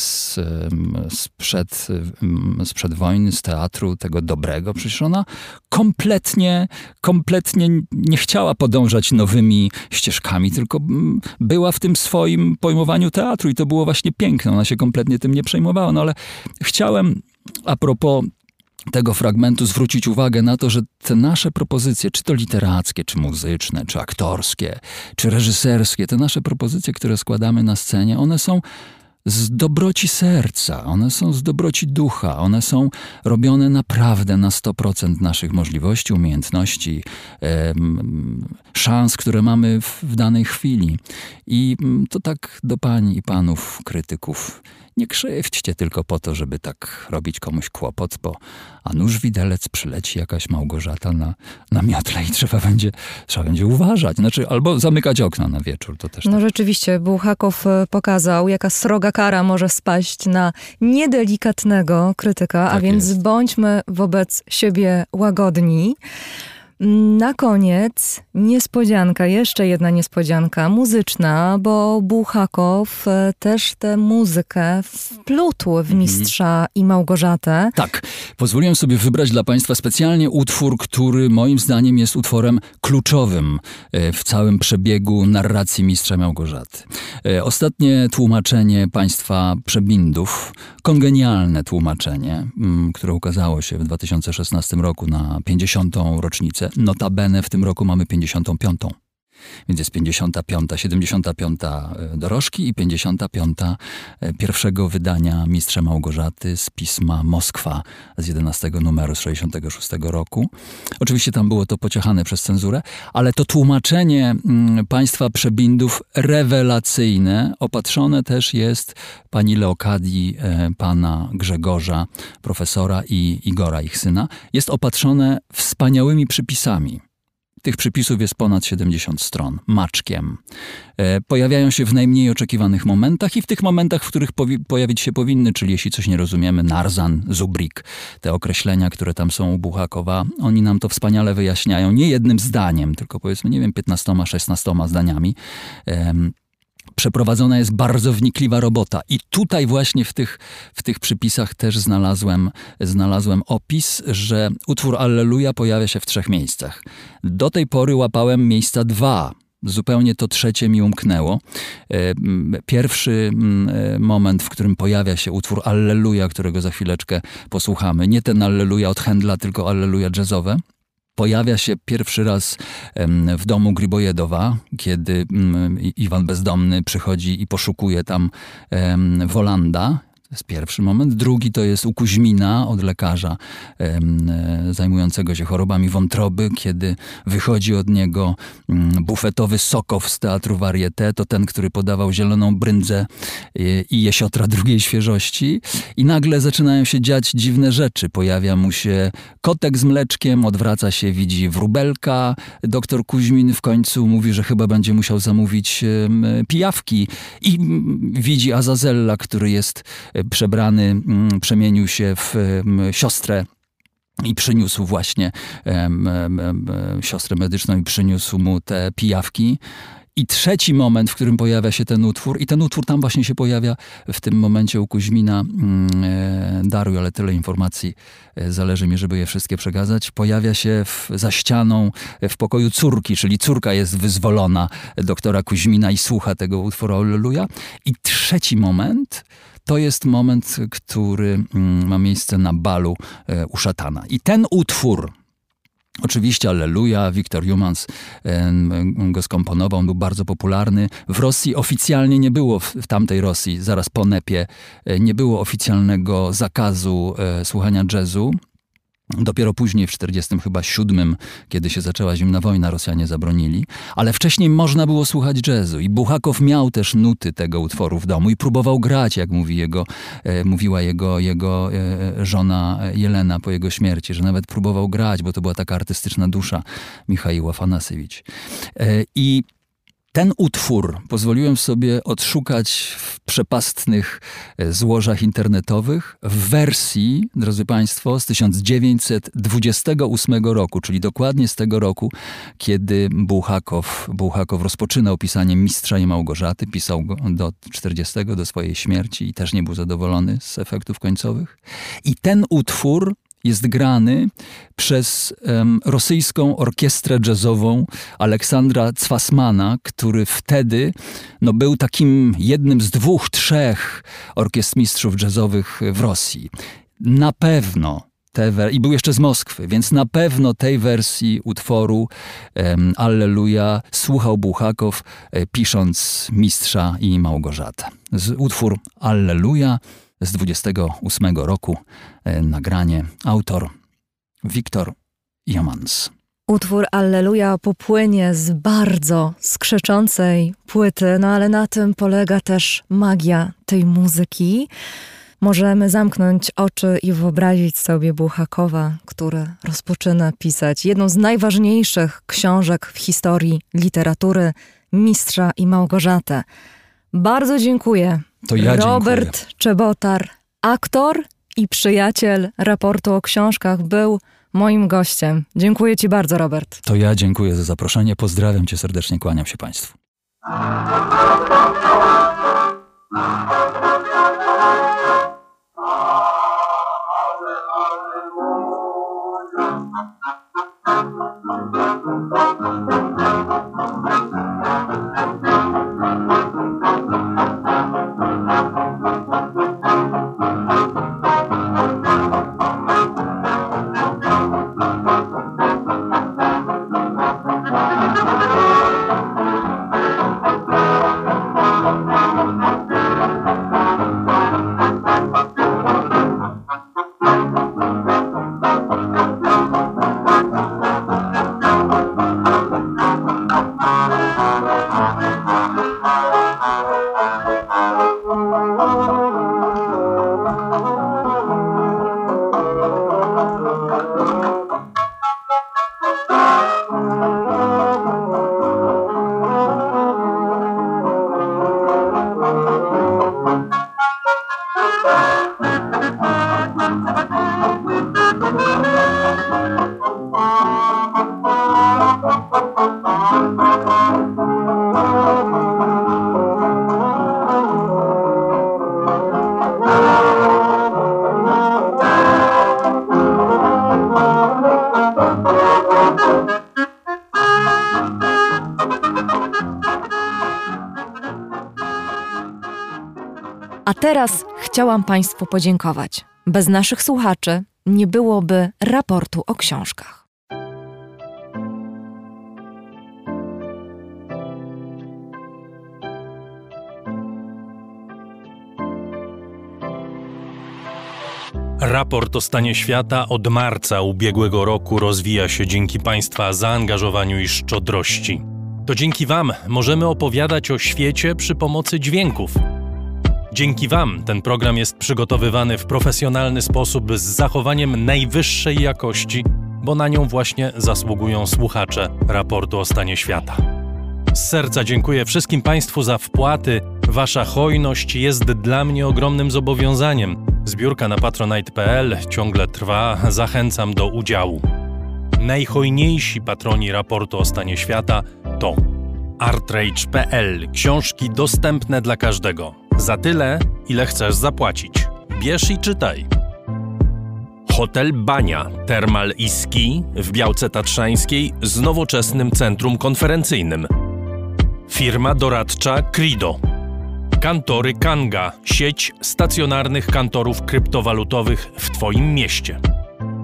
[SPEAKER 5] sprzed wojny, z teatru tego dobrego, przecież ona kompletnie nie chciała podążać nowymi ścieżkami, tylko była w tym swoim pojmowaniu teatru i to było właśnie piękne. Ona się kompletnie tym nie przejmowała. No ale chciałem, a propos tego fragmentu, zwrócić uwagę na to, że te nasze propozycje, czy to literackie, czy muzyczne, czy aktorskie, czy reżyserskie, te nasze propozycje, które składamy na scenie, one są z dobroci serca, one są z dobroci ducha, one są robione naprawdę na 100% naszych możliwości, umiejętności, szans, które mamy w danej chwili. I to tak do pań i panów krytyków. Nie krzywdźcie tylko po to, żeby tak robić komuś kłopot, bo a nuż widelec, przyleci jakaś Małgorzata na miotle i trzeba będzie uważać. Znaczy, albo zamykać okna na wieczór. To też
[SPEAKER 1] no
[SPEAKER 5] tak.
[SPEAKER 1] Rzeczywiście, Bułhakow pokazał, jaka sroga kara może spaść na niedelikatnego krytyka,
[SPEAKER 5] Tak
[SPEAKER 1] a więc
[SPEAKER 5] jest.
[SPEAKER 1] bądźmy wobec siebie łagodni. Na koniec niespodzianka, jeszcze jedna niespodzianka muzyczna, bo Bułhakow też tę muzykę wplótł w Mistrza i Małgorzatę.
[SPEAKER 5] Tak, pozwoliłem sobie wybrać dla państwa specjalnie utwór, który moim zdaniem jest utworem kluczowym w całym przebiegu narracji Mistrza i Małgorzaty. Ostatnie tłumaczenie państwa Przebindów, kongenialne tłumaczenie, które ukazało się w 2016 roku na 50. rocznicę. Notabene w tym roku mamy 55. Więc jest 55, 75 Dorożki i 55 pierwszego wydania Mistrza Małgorzaty z pisma Moskwa z 11 numeru z 66 roku. Oczywiście tam było to pociachane przez cenzurę, ale to tłumaczenie państwa Przebindów rewelacyjne, opatrzone też jest pani Leokadii, pana Grzegorza, profesora i Igora, ich syna. Jest opatrzone wspaniałymi przypisami. Tych przypisów jest ponad 70 stron, maczkiem. Pojawiają się w najmniej oczekiwanych momentach i w tych momentach, w których pojawić się powinny, czyli jeśli coś nie rozumiemy, narzan, zubrik, te określenia, które tam są u Bułhakowa, oni nam to wspaniale wyjaśniają, nie jednym zdaniem, tylko powiedzmy, nie wiem, 15, 16 zdaniami. Przeprowadzona jest bardzo wnikliwa robota i tutaj właśnie w tych przypisach też znalazłem opis, że utwór Alleluja pojawia się w 3 miejscach. Do tej pory łapałem miejsca 2. Zupełnie to trzecie mi umknęło. Pierwszy moment, w którym pojawia się utwór Alleluja, którego za chwileczkę posłuchamy. Nie ten Alleluja od Händla, tylko Alleluja jazzowe. Pojawia się pierwszy raz w domu Gribojedowa, kiedy Iwan Bezdomny przychodzi i poszukuje tam Wolanda. To jest pierwszy moment. Drugi to jest u Kuźmina od lekarza zajmującego się chorobami wątroby, kiedy wychodzi od niego bufetowy Sokow z Teatru Varieté, to ten, który podawał zieloną bryndzę i jesiotra drugiej świeżości. I nagle zaczynają się dziać dziwne rzeczy. Pojawia mu się kotek z mleczkiem, odwraca się, widzi wróbelka. Doktor Kuźmin w końcu mówi, że chyba będzie musiał zamówić pijawki. I widzi Azazella, który jest przebrany, przemienił się w siostrę i przyniósł właśnie siostrę medyczną i przyniósł mu te pijawki. I trzeci moment, w którym pojawia się ten utwór, i ten utwór tam właśnie się pojawia w tym momencie u Kuźmina, daruj, ale tyle informacji zależy mi, żeby je wszystkie przekazać, pojawia się za ścianą w pokoju córki, czyli córka jest wyzwolona doktora Kuźmina i słucha tego utworu Alleluja. I trzeci moment to jest moment, który ma miejsce na balu u szatana. I ten utwór Oczywiście Alleluja, Victor Youmans go skomponował, on był bardzo popularny. W Rosji oficjalnie nie było, w tamtej Rosji, zaraz po NEP-ie, nie było oficjalnego zakazu słuchania jazzu. Dopiero później, w 1947, kiedy się zaczęła zimna wojna, Rosjanie zabronili. Ale wcześniej można było słuchać jazzu. I Buchakow miał też nuty tego utworu w domu i próbował grać, jak mówiła jego żona Jelena po jego śmierci, że nawet próbował grać, bo to była taka artystyczna dusza Michaił Afanasiewicz. I ten utwór pozwoliłem sobie odszukać w przepastnych złożach internetowych w wersji, drodzy Państwo, z 1928 roku, czyli dokładnie z tego roku, kiedy Buchakow rozpoczynał pisanie Mistrza i Małgorzaty. Pisał go do 40, do swojej śmierci i też nie był zadowolony z efektów końcowych. I ten utwór jest grany przez rosyjską orkiestrę jazzową Aleksandra Cwasmana, który wtedy był takim jednym z 2-3 orkiestrmistrzów jazzowych w Rosji. Na pewno i był jeszcze z Moskwy, więc na pewno tej wersji utworu Alleluja słuchał Buchakow, pisząc Mistrza i Małgorzatę. Utwór Alleluja z 28 roku, nagranie, autor Victor Youmans.
[SPEAKER 1] Utwór Alleluja popłynie z bardzo skrzeczącej płyty, ale na tym polega też magia tej muzyki. Możemy zamknąć oczy i wyobrazić sobie Buchakowa, który rozpoczyna pisać jedną z najważniejszych książek w historii literatury, Mistrza i Małgorzatę. Bardzo dziękuję.
[SPEAKER 5] To ja
[SPEAKER 1] Robert
[SPEAKER 5] dziękuję.
[SPEAKER 1] Czebotar, aktor i przyjaciel Raportu o Książkach, był moim gościem. Dziękuję Ci bardzo, Robert.
[SPEAKER 5] To ja dziękuję za zaproszenie. Pozdrawiam Cię serdecznie, kłaniam się Państwu.
[SPEAKER 1] A teraz chciałam Państwu podziękować. Bez naszych słuchaczy nie byłoby Raportu o Książkach.
[SPEAKER 6] Raport o stanie świata od marca ubiegłego roku rozwija się dzięki Państwa zaangażowaniu i szczodrości. To dzięki Wam możemy opowiadać o świecie przy pomocy dźwięków. Dzięki Wam ten program jest przygotowywany w profesjonalny sposób z zachowaniem najwyższej jakości, bo na nią właśnie zasługują słuchacze Raportu o stanie świata. Z serca dziękuję wszystkim Państwu za wpłaty. Wasza hojność jest dla mnie ogromnym zobowiązaniem. Zbiórka na patronite.pl ciągle trwa. Zachęcam do udziału. Najhojniejsi patroni Raportu o stanie świata to artrage.pl. Książki dostępne dla każdego. Za tyle, ile chcesz zapłacić. Bierz i czytaj. Hotel Bania, Termal i Ski w Białce Tatrzańskiej z nowoczesnym centrum konferencyjnym. Firma doradcza Crido. Kantory Kanga, sieć stacjonarnych kantorów kryptowalutowych w Twoim mieście.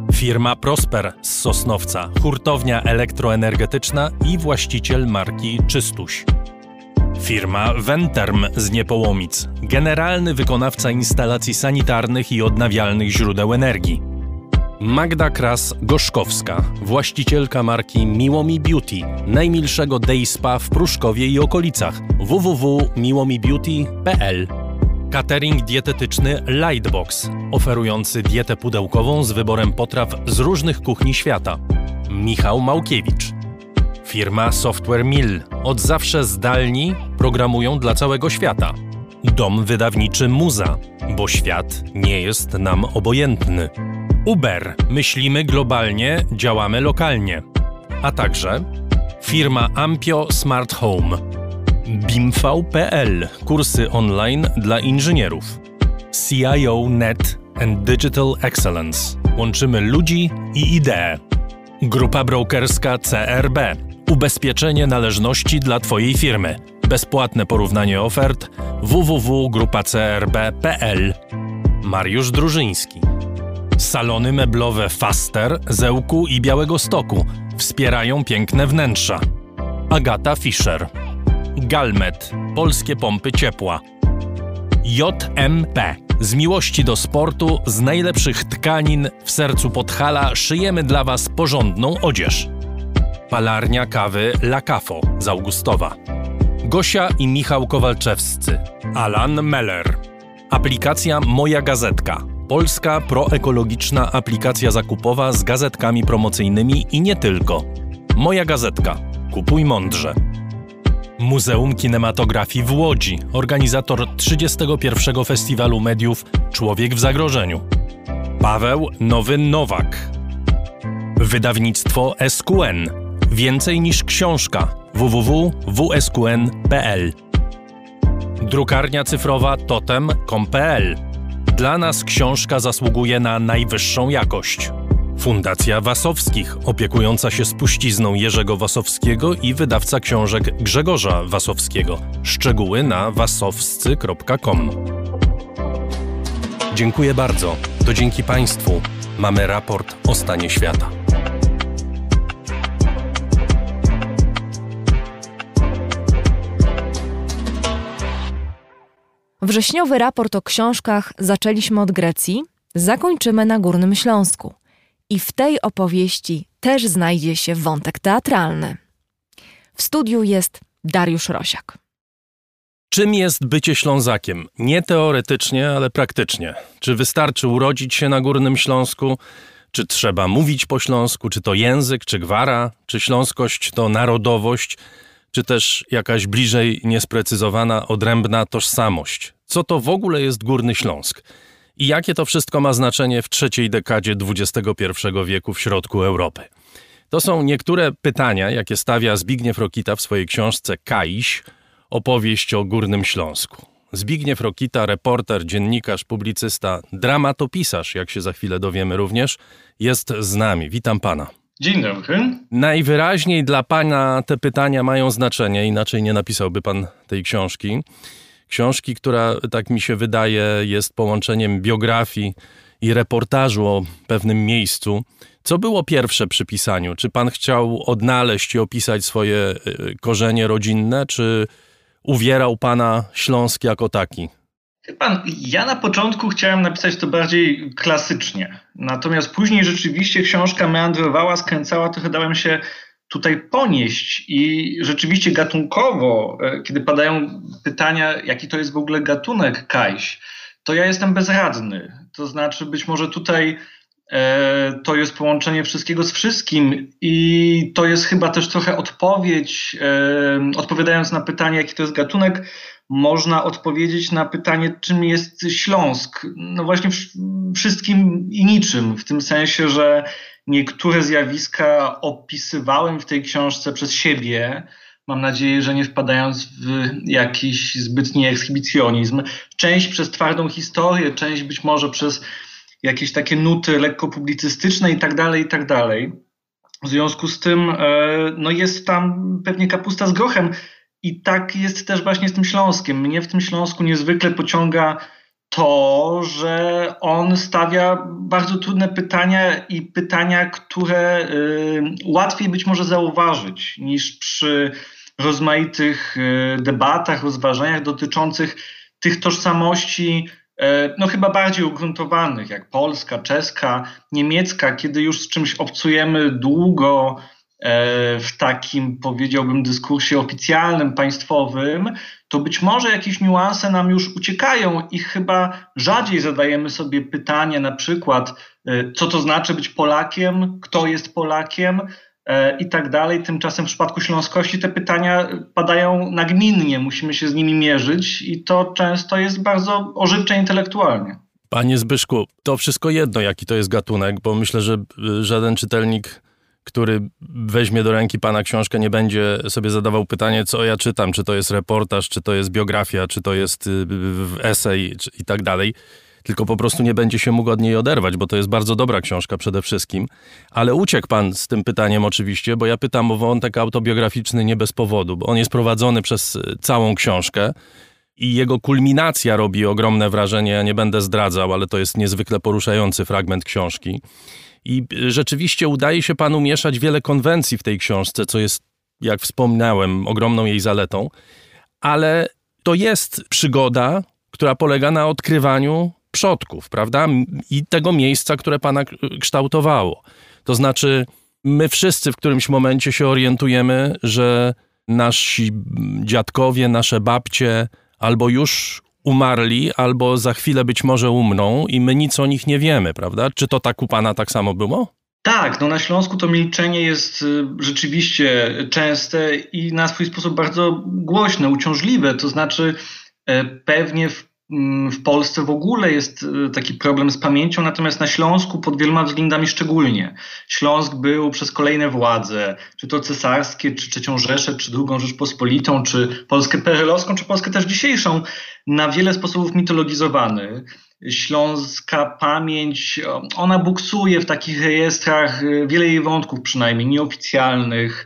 [SPEAKER 6] Firma Prosper z Sosnowca, hurtownia elektroenergetyczna i właściciel marki Czystuś. Firma Venterm z Niepołomic, generalny wykonawca instalacji sanitarnych i odnawialnych źródeł energii. Magda Kras-Gorzkowska, właścicielka marki Miłomi Beauty, najmilszego day spa w Pruszkowie i okolicach, www.miłomibeauty.pl. Catering dietetyczny Lightbox, oferujący dietę pudełkową z wyborem potraw z różnych kuchni świata. Michał Małkiewicz. Firma Software Mill, od zawsze zdalni, programują dla całego świata. Dom wydawniczy Muza, bo świat nie jest nam obojętny. Uber, myślimy globalnie, działamy lokalnie. A także firma Ampio Smart Home. BIMV.pl, kursy online dla inżynierów. CIO Net and Digital Excellence, łączymy ludzi i idee. Grupa brokerska CRB, ubezpieczenie należności dla Twojej firmy. Bezpłatne porównanie ofert www.grupacrb.pl. Mariusz Drużyński. Salony meblowe Faster, Zełku i Białegostoku wspierają piękne wnętrza. Agata Fischer. Galmet, polskie pompy ciepła. JMP. Z miłości do sportu, z najlepszych tkanin w sercu Podhala szyjemy dla Was porządną odzież. Palarnia kawy La Cafo z Augustowa. Gosia i Michał Kowalczewscy. Alan Meller. Aplikacja Moja Gazetka. Polska proekologiczna aplikacja zakupowa z gazetkami promocyjnymi i nie tylko. Moja Gazetka. Kupuj mądrze. Muzeum Kinematografii w Łodzi, organizator 31. Festiwalu Mediów Człowiek w zagrożeniu. Paweł Nowy Nowak. Wydawnictwo SQN. Więcej niż książka. www.wsqn.pl. Drukarnia cyfrowa totem.com.pl. Dla nas książka zasługuje na najwyższą jakość. Fundacja Wasowskich, opiekująca się spuścizną Jerzego Wasowskiego i wydawca książek Grzegorza Wasowskiego. Szczegóły na wasowscy.com. Dziękuję bardzo. To dzięki Państwu mamy raport o stanie świata.
[SPEAKER 1] Wrześniowy raport o książkach zaczęliśmy od Grecji, zakończymy na Górnym Śląsku. I w tej opowieści też znajdzie się wątek teatralny. W studiu jest Dariusz Rosiak.
[SPEAKER 6] Czym jest bycie Ślązakiem? Nie teoretycznie, ale praktycznie. Czy wystarczy urodzić się na Górnym Śląsku? Czy trzeba mówić po śląsku? Czy to język, czy gwara? Czy śląskość to narodowość? Czy też jakaś bliżej niesprecyzowana, odrębna tożsamość? Co to w ogóle jest Górny Śląsk? I jakie to wszystko ma znaczenie w trzeciej dekadzie XXI wieku w środku Europy? To są niektóre pytania, jakie stawia Zbigniew Rokita w swojej książce Kaiś, opowieść o Górnym Śląsku. Zbigniew Rokita, reporter, dziennikarz, publicysta, dramatopisarz, jak się za chwilę dowiemy również, jest z nami. Witam pana.
[SPEAKER 7] Dzień dobry.
[SPEAKER 6] Najwyraźniej dla pana te pytania mają znaczenie, inaczej nie napisałby pan tej książki. Książki, która, tak mi się wydaje, jest połączeniem biografii i reportażu o pewnym miejscu. Co było pierwsze przy pisaniu? Czy pan chciał odnaleźć i opisać swoje korzenie rodzinne, czy uwierał pana Śląsk jako taki?
[SPEAKER 7] Pan, ja na początku chciałem napisać to bardziej klasycznie. Natomiast później rzeczywiście książka meandrowała, skręcała, trochę dałem się tutaj ponieść i rzeczywiście gatunkowo, kiedy padają pytania, jaki to jest w ogóle gatunek Kaiś, to ja jestem bezradny. To znaczy być może tutaj to jest połączenie wszystkiego z wszystkim i to jest chyba też trochę odpowiedź, odpowiadając na pytanie, jaki to jest gatunek, można odpowiedzieć na pytanie, czym jest Śląsk. No właśnie wszystkim i niczym, w tym sensie, że niektóre zjawiska opisywałem w tej książce przez siebie, mam nadzieję, że nie wpadając w jakiś zbytni ekshibicjonizm. Część przez twardą historię, część być może przez jakieś takie nuty lekko publicystyczne i tak dalej, i tak dalej. W związku z tym no jest tam pewnie kapusta z grochem i tak jest też właśnie z tym Śląskiem. Mnie w tym Śląsku niezwykle pociąga to, że on stawia bardzo trudne pytania i pytania, które łatwiej być może zauważyć niż przy rozmaitych debatach, rozważaniach dotyczących tych tożsamości chyba bardziej ugruntowanych, jak polska, czeska, niemiecka, kiedy już z czymś obcujemy długo w takim, powiedziałbym, dyskursie oficjalnym, państwowym, to być może jakieś niuanse nam już uciekają i chyba rzadziej zadajemy sobie pytanie na przykład, co to znaczy być Polakiem, kto jest Polakiem i tak dalej. Tymczasem w przypadku śląskości te pytania padają nagminnie, musimy się z nimi mierzyć i to często jest bardzo ożywcze intelektualnie.
[SPEAKER 6] Panie Zbyszku, to wszystko jedno, jaki to jest gatunek, bo myślę, że żaden czytelnik, który weźmie do ręki pana książkę, nie będzie sobie zadawał pytanie, co ja czytam, czy to jest reportaż, czy to jest biografia, czy to jest esej i tak dalej, tylko po prostu nie będzie się mógł od niej oderwać, bo to jest bardzo dobra książka przede wszystkim. Ale uciekł pan z tym pytaniem oczywiście, bo ja pytam o wątek autobiograficzny nie bez powodu, bo on jest prowadzony przez całą książkę i jego kulminacja robi ogromne wrażenie. Ja nie będę zdradzał, ale to jest niezwykle poruszający fragment książki. I rzeczywiście udaje się panu mieszać wiele konwencji w tej książce, co jest, jak wspomniałem, ogromną jej zaletą, ale to jest przygoda, która polega na odkrywaniu przodków, prawda? I tego miejsca, które pana kształtowało. To znaczy, my wszyscy w którymś momencie się orientujemy, że nasi dziadkowie, nasze babcie albo już umarli, albo za chwilę być może umrą i my nic o nich nie wiemy, prawda? Czy to tak u pana tak samo było?
[SPEAKER 7] Tak, na Śląsku to milczenie jest rzeczywiście częste i na swój sposób bardzo głośne, uciążliwe. To znaczy pewnie w Polsce w ogóle jest taki problem z pamięcią, natomiast na Śląsku pod wieloma względami szczególnie. Śląsk był przez kolejne władze, czy to cesarskie, czy III Rzeszę, czy II Rzeczpospolitą, czy Polskę PRL-owską, czy Polskę też dzisiejszą, na wiele sposobów mitologizowany. Śląska pamięć, ona buksuje w takich rejestrach, wiele jej wątków przynajmniej, nieoficjalnych,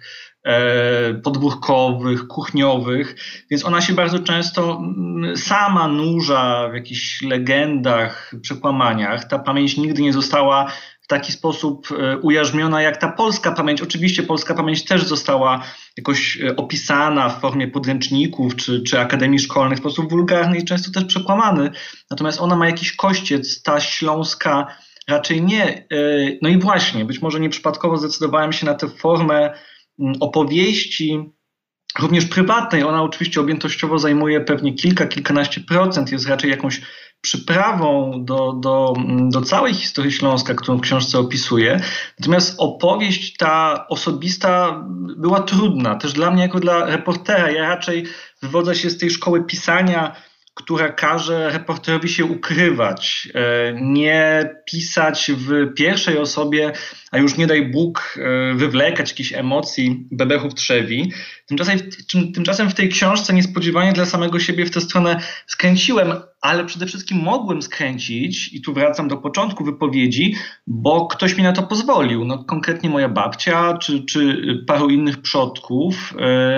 [SPEAKER 7] podwórkowych, kuchniowych, więc ona się bardzo często sama nurza w jakichś legendach, przekłamaniach. Ta pamięć nigdy nie została w taki sposób ujarzmiona jak ta polska pamięć. Oczywiście polska pamięć też została jakoś opisana w formie podręczników czy akademii szkolnych w sposób wulgarny i często też przekłamany. Natomiast ona ma jakiś kościec, ta śląska raczej nie. No i właśnie, być może nieprzypadkowo zdecydowałem się na tę formę opowieści, również prywatnej. Ona oczywiście objętościowo zajmuje pewnie kilkanaście procent, jest raczej jakąś przyprawą do całej historii Śląska, którą w książce opisuję. Natomiast opowieść ta osobista była trudna, też dla mnie jako dla reportera. Ja raczej wywodzę się z tej szkoły pisania, która każe reporterowi się ukrywać, nie pisać w pierwszej osobie, a już nie daj Bóg wywlekać jakichś emocji, bebechów trzewi. Tymczasem w tej książce niespodziewanie dla samego siebie w tę stronę skręciłem, ale przede wszystkim mogłem skręcić, i tu wracam do początku wypowiedzi, bo ktoś mi na to pozwolił. No, konkretnie moja babcia czy paru innych przodków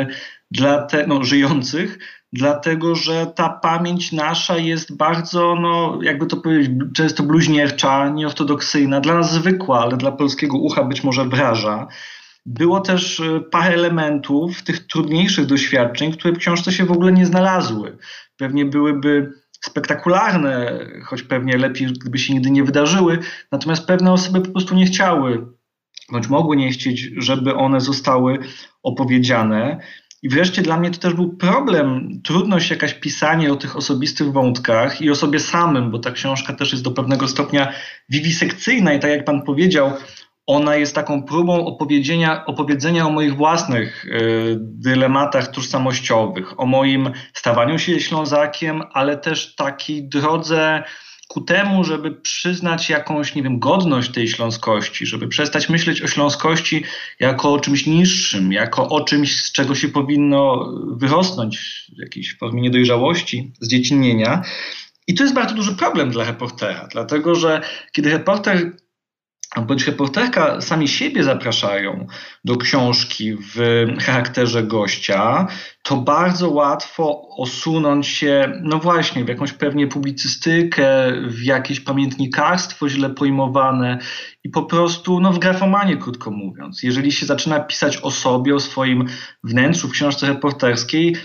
[SPEAKER 7] żyjących, dlatego że ta pamięć nasza jest bardzo, jakby to powiedzieć, często bluźniercza, nieortodoksyjna, dla nas zwykła, ale dla polskiego ucha być może wraża. Było też parę elementów tych trudniejszych doświadczeń, które w książce się w ogóle nie znalazły. Pewnie byłyby spektakularne, choć pewnie lepiej, gdyby się nigdy nie wydarzyły, natomiast pewne osoby po prostu nie chciały, bądź mogły nie chcieć, żeby one zostały opowiedziane. I wreszcie dla mnie to też był problem, trudność jakaś pisanie o tych osobistych wątkach i o sobie samym, bo ta książka też jest do pewnego stopnia wiwisekcyjna i tak jak pan powiedział, ona jest taką próbą opowiedzenia o moich własnych dylematach tożsamościowych, o moim stawaniu się Ślązakiem, ale też takiej drodze ku temu, żeby przyznać jakąś, godność tej śląskości, żeby przestać myśleć o śląskości jako o czymś niższym, jako o czymś, z czego się powinno wyrosnąć w jakiejś formie niedojrzałości, zdziecinnienia. I to jest bardzo duży problem dla reportera, dlatego że kiedy reporter bądź reporterka sami siebie zapraszają do książki w charakterze gościa, to bardzo łatwo osunąć się, no właśnie, w jakąś pewnie publicystykę, w jakieś pamiętnikarstwo źle pojmowane i po prostu w grafomanię, krótko mówiąc. Jeżeli się zaczyna pisać o sobie, o swoim wnętrzu w książce reporterskiej,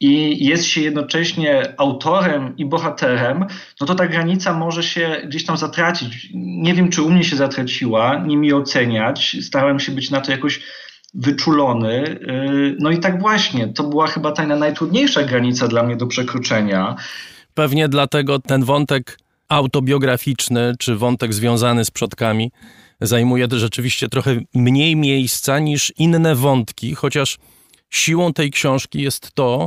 [SPEAKER 7] i jest się jednocześnie autorem i bohaterem, no to ta granica może się gdzieś tam zatracić. Nie wiem, czy u mnie się zatraciła, nie mi oceniać. Starałem się być na to jakoś wyczulony. No i tak właśnie, to była chyba ta najtrudniejsza granica dla mnie do przekroczenia.
[SPEAKER 6] Pewnie dlatego ten wątek autobiograficzny, czy wątek związany z przodkami zajmuje rzeczywiście trochę mniej miejsca niż inne wątki, chociaż siłą tej książki jest to,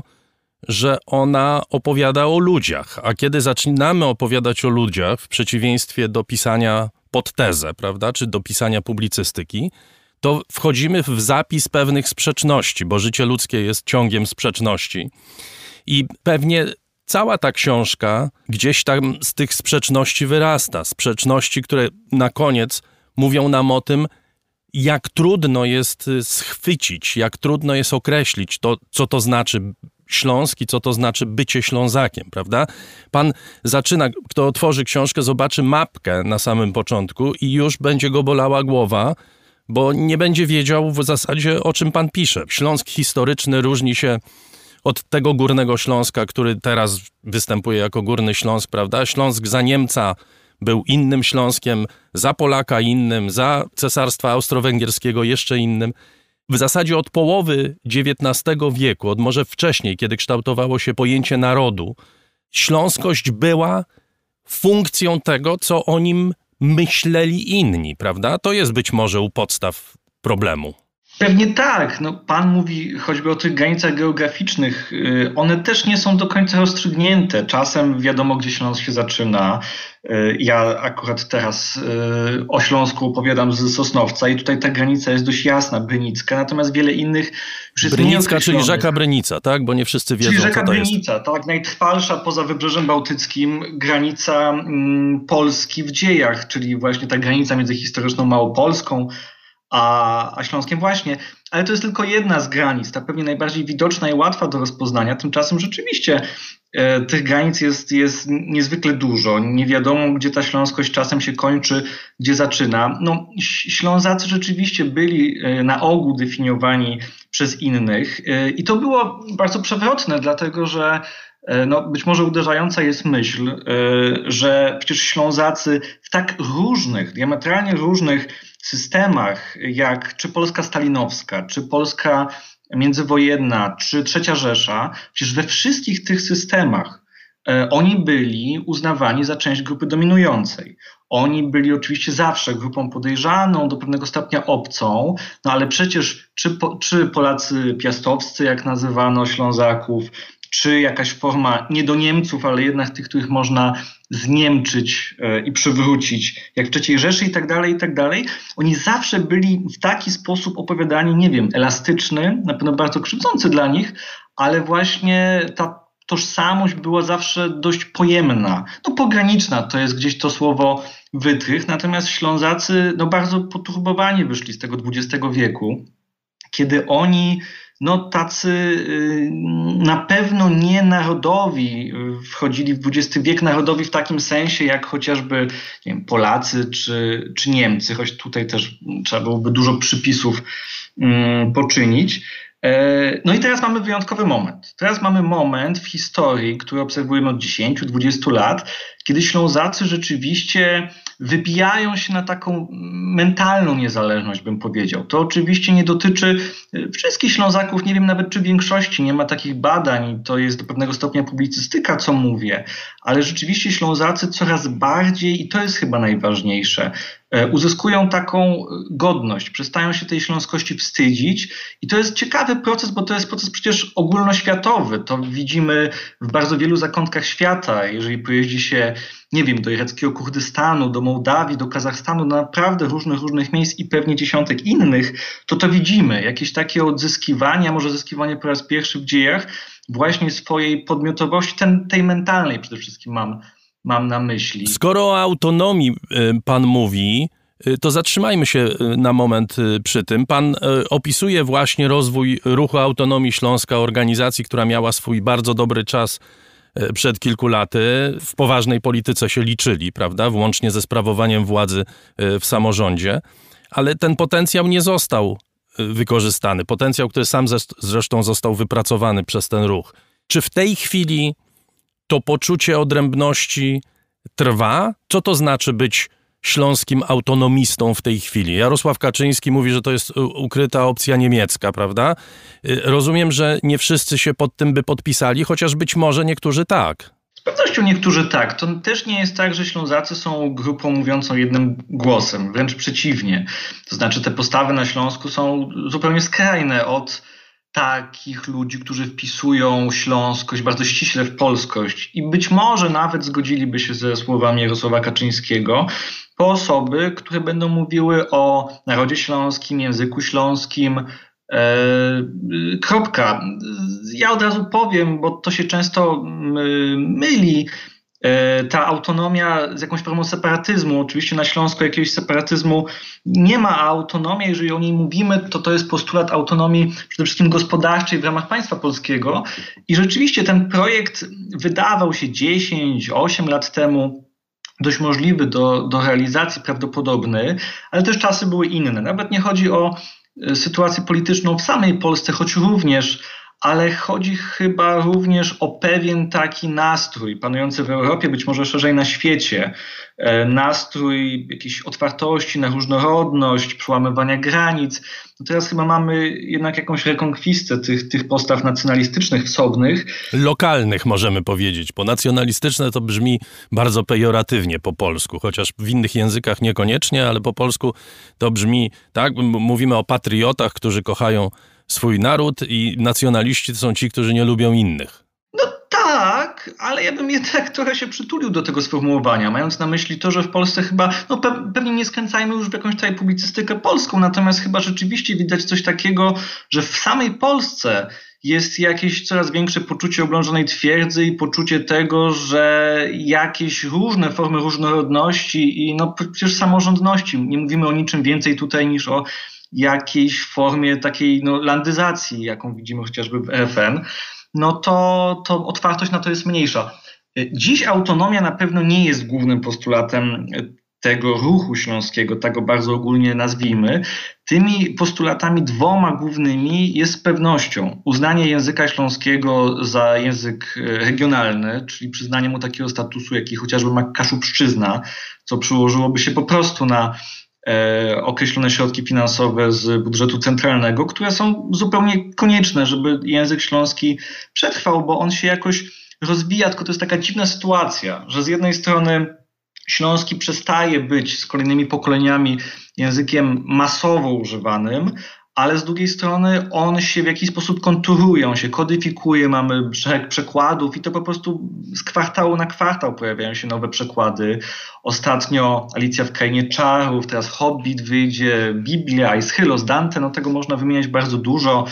[SPEAKER 6] że ona opowiada o ludziach, a kiedy zaczynamy opowiadać o ludziach, w przeciwieństwie do pisania pod tezę, prawda, czy do pisania publicystyki, to wchodzimy w zapis pewnych sprzeczności, bo życie ludzkie jest ciągiem sprzeczności. I pewnie cała ta książka gdzieś tam z tych sprzeczności wyrasta. Sprzeczności, które na koniec mówią nam o tym, jak trudno jest schwycić, jak trudno jest określić to, co to znaczy Śląsk i co to znaczy bycie Ślązakiem, prawda? Pan zaczyna, kto otworzy książkę, zobaczy mapkę na samym początku i już będzie go bolała głowa, bo nie będzie wiedział w zasadzie, o czym pan pisze. Śląsk historyczny różni się od tego Górnego Śląska, który teraz występuje jako Górny Śląsk, prawda? Śląsk za Niemca był innym Śląskiem, za Polaka innym, za Cesarstwa Austro-Węgierskiego jeszcze innym. W zasadzie od połowy XIX wieku, od może wcześniej, kiedy kształtowało się pojęcie narodu, śląskość była funkcją tego, co o nim myśleli inni, prawda? To jest być może u podstaw problemu.
[SPEAKER 7] Pewnie tak. Pan mówi choćby o tych granicach geograficznych. One też nie są do końca rozstrzygnięte. Czasem wiadomo, gdzie Śląsk się zaczyna. Ja akurat teraz o Śląsku opowiadam z Sosnowca i tutaj ta granica jest dość jasna, Brynicka, natomiast wiele innych już jest
[SPEAKER 6] Brynicka, czyli rzeka Brynica, tak? Bo nie wszyscy wiedzą,
[SPEAKER 7] czyli rzeka
[SPEAKER 6] co to jest.
[SPEAKER 7] Brynica, tak, najtrwalsza poza Wybrzeżem Bałtyckim granica Polski w dziejach, czyli właśnie ta granica między historyczną Małopolską a Śląskiem właśnie. Ale to jest tylko jedna z granic, ta pewnie najbardziej widoczna i łatwa do rozpoznania. Tymczasem rzeczywiście tych granic jest niezwykle dużo. Nie wiadomo, gdzie ta śląskość czasem się kończy, gdzie zaczyna. Ślązacy rzeczywiście byli na ogół definiowani przez innych i to było bardzo przewrotne, dlatego że być może uderzająca jest myśl, że przecież Ślązacy w tak różnych, diametralnie różnych systemach, jak czy Polska stalinowska, czy Polska międzywojenna, czy Trzecia Rzesza, przecież we wszystkich tych systemach oni byli uznawani za część grupy dominującej. Oni byli oczywiście zawsze grupą podejrzaną, do pewnego stopnia obcą, ale przecież czy Polacy piastowscy, jak nazywano Ślązaków, czy jakaś forma nie do Niemców, ale jednak tych, których można zniemczyć i przywrócić, jak w III Rzeszy i tak dalej, oni zawsze byli w taki sposób opowiadani, nie wiem, elastyczny, na pewno bardzo krzywdzący dla nich, ale właśnie ta tożsamość była zawsze dość pojemna. Pograniczna to jest gdzieś to słowo wytrych, natomiast Ślązacy bardzo poturbowani wyszli z tego XX wieku, kiedy oni tacy na pewno nie narodowi wchodzili w XX wiek, narodowi w takim sensie jak chociażby Polacy czy Niemcy, choć tutaj też trzeba byłoby dużo przypisów poczynić. I teraz mamy wyjątkowy moment. Teraz mamy moment w historii, który obserwujemy od 10-20 lat, kiedy Ślązacy rzeczywiście wybijają się na taką mentalną niezależność, bym powiedział. To oczywiście nie dotyczy wszystkich Ślązaków, nie wiem nawet czy większości, nie ma takich badań, to jest do pewnego stopnia publicystyka, co mówię, ale rzeczywiście Ślązacy coraz bardziej, i to jest chyba najważniejsze, uzyskują taką godność, przestają się tej śląskości wstydzić i to jest ciekawy proces, bo to jest proces przecież ogólnoświatowy. To widzimy w bardzo wielu zakątkach świata. Jeżeli pojeździ się, nie wiem, do ireckiego Kurdystanu, do Mołdawii, do Kazachstanu, do naprawdę różnych miejsc i pewnie dziesiątek innych, to widzimy jakieś takie odzyskiwanie, a może zyskiwanie po raz pierwszy w dziejach właśnie swojej podmiotowości, tej mentalnej przede wszystkim mam na myśli.
[SPEAKER 6] Skoro o autonomii pan mówi, to zatrzymajmy się na moment przy tym. Pan opisuje właśnie rozwój Ruchu Autonomii Śląska, organizacji, która miała swój bardzo dobry czas przed kilku laty. W poważnej polityce się liczyli, prawda? Włącznie ze sprawowaniem władzy w samorządzie. Ale ten potencjał nie został wykorzystany. Potencjał, który sam zresztą został wypracowany przez ten ruch. Czy w tej chwili to poczucie odrębności trwa? Co to znaczy być śląskim autonomistą w tej chwili? Jarosław Kaczyński mówi, że to jest ukryta opcja niemiecka, prawda? Rozumiem, że nie wszyscy się pod tym by podpisali, chociaż być może niektórzy tak.
[SPEAKER 7] Z pewnością niektórzy tak. To też nie jest tak, że Ślązacy są grupą mówiącą jednym głosem. Wręcz przeciwnie. To znaczy te postawy na Śląsku są zupełnie skrajne od takich ludzi, którzy wpisują śląskość bardzo ściśle w polskość i być może nawet zgodziliby się ze słowami Jarosława Kaczyńskiego, po osoby, które będą mówiły o narodzie śląskim, języku śląskim, kropka. Ja od razu powiem, bo to się często myli, ta autonomia z jakąś formą separatyzmu. Oczywiście na Śląsku jakiegoś separatyzmu nie ma, a autonomia, jeżeli o niej mówimy, to jest postulat autonomii przede wszystkim gospodarczej w ramach państwa polskiego. I rzeczywiście ten projekt wydawał się 10-8 lat temu dość możliwy do realizacji, prawdopodobny, ale też czasy były inne. Nawet nie chodzi o sytuację polityczną w samej Polsce, choć również, ale chodzi chyba również o pewien taki nastrój panujący w Europie, być może szerzej na świecie. Nastrój jakiejś otwartości na różnorodność, przełamywania granic. No teraz chyba mamy jednak jakąś rekonkwistę tych postaw nacjonalistycznych, wsobnych.
[SPEAKER 6] Lokalnych możemy powiedzieć, bo nacjonalistyczne to brzmi bardzo pejoratywnie po polsku, chociaż w innych językach niekoniecznie, ale po polsku to brzmi, tak, mówimy o patriotach, którzy kochają swój naród i nacjonaliści to są ci, którzy nie lubią innych.
[SPEAKER 7] No tak, ale ja bym jednak trochę się przytulił do tego sformułowania, mając na myśli to, że w Polsce chyba, no pewnie nie skręcajmy już w jakąś tutaj publicystykę polską, natomiast chyba rzeczywiście widać coś takiego, że w samej Polsce jest jakieś coraz większe poczucie oblężonej twierdzy i poczucie tego, że jakieś różne formy różnorodności i no przecież samorządności, nie mówimy o niczym więcej tutaj niż o jakiejś formie takiej landyzacji, jaką widzimy chociażby w RFN, no to otwartość na to jest mniejsza. Dziś autonomia na pewno nie jest głównym postulatem tego ruchu śląskiego, tak go bardzo ogólnie nazwijmy. Tymi postulatami dwoma głównymi jest z pewnością uznanie języka śląskiego za język regionalny, czyli przyznanie mu takiego statusu, jaki chociażby ma Kaszubszczyzna, co przyłożyłoby się po prostu na określone środki finansowe z budżetu centralnego, które są zupełnie konieczne, żeby język śląski przetrwał, bo on się jakoś rozwija, tylko to jest taka dziwna sytuacja, że z jednej strony śląski przestaje być z kolejnymi pokoleniami językiem masowo używanym, ale z drugiej strony on się w jakiś sposób konturuje, on się kodyfikuje, mamy szereg przekładów i to po prostu z kwartału na kwartał pojawiają się nowe przekłady. Ostatnio Alicja w Krainie Czarów, teraz Hobbit wyjdzie, Biblia, Aeschylos, Dante, no tego można wymieniać bardzo dużo.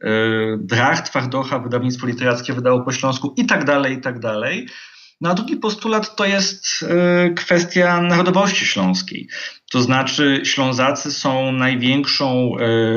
[SPEAKER 7] Drach Twardocha, wydawnictwo literackie wydało po śląsku i tak dalej, i tak dalej. No a drugi postulat to jest kwestia narodowości śląskiej. To znaczy Ślązacy są największą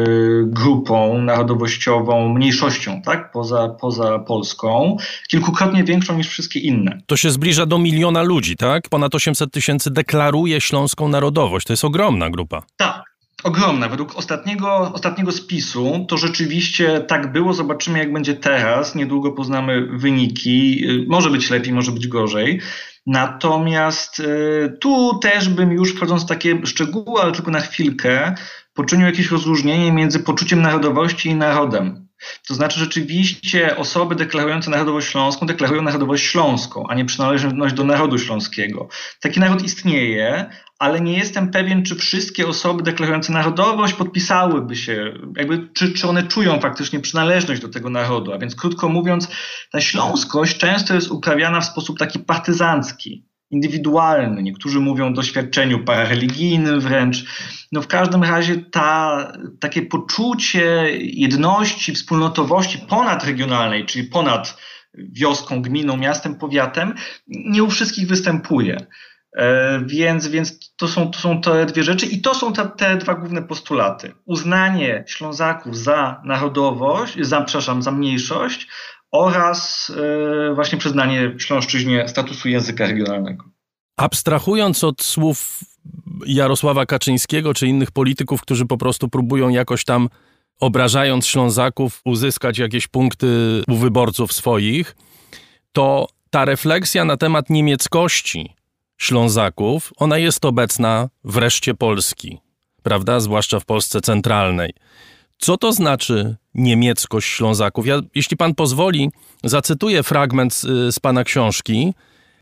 [SPEAKER 7] grupą narodowościową, mniejszością, tak? Poza Polską, kilkukrotnie większą niż wszystkie inne.
[SPEAKER 6] To się zbliża do 1 miliona ludzi, tak? Ponad 800 000 deklaruje śląską narodowość. To jest ogromna grupa.
[SPEAKER 7] Tak. Ogromna. Według ostatniego spisu to rzeczywiście tak było. Zobaczymy, jak będzie teraz. Niedługo poznamy wyniki. Może być lepiej, może być gorzej. Natomiast tu też bym już, wchodząc w takie szczegóły, ale tylko na chwilkę, poczynił jakieś rozróżnienie między poczuciem narodowości i narodem. To znaczy rzeczywiście osoby deklarujące narodowość śląską deklarują narodowość śląską, a nie przynależność do narodu śląskiego. Taki naród istnieje, ale nie jestem pewien, czy wszystkie osoby deklarujące narodowość podpisałyby się, czy one czują faktycznie przynależność do tego narodu. A więc krótko mówiąc, ta śląskość często jest uprawiana w sposób taki partyzancki, indywidualny. Niektórzy mówią o doświadczeniu parareligijnym wręcz. No w każdym razie takie poczucie jedności, wspólnotowości ponadregionalnej, czyli ponad wioską, gminą, miastem, powiatem, nie u wszystkich występuje. Więc to są te dwie rzeczy i to są te dwa główne postulaty. Uznanie Ślązaków za narodowość, za mniejszość oraz właśnie przyznanie Śląszczyźnie statusu języka regionalnego.
[SPEAKER 6] Abstrahując od słów Jarosława Kaczyńskiego czy innych polityków, którzy po prostu próbują jakoś tam, obrażając Ślązaków, uzyskać jakieś punkty u wyborców swoich, to ta refleksja na temat niemieckości Ślązaków, ona jest obecna w reszcie Polski, prawda? Zwłaszcza w Polsce centralnej. Co to znaczy niemieckość Ślązaków? Ja, jeśli pan pozwoli, zacytuję fragment z pana książki,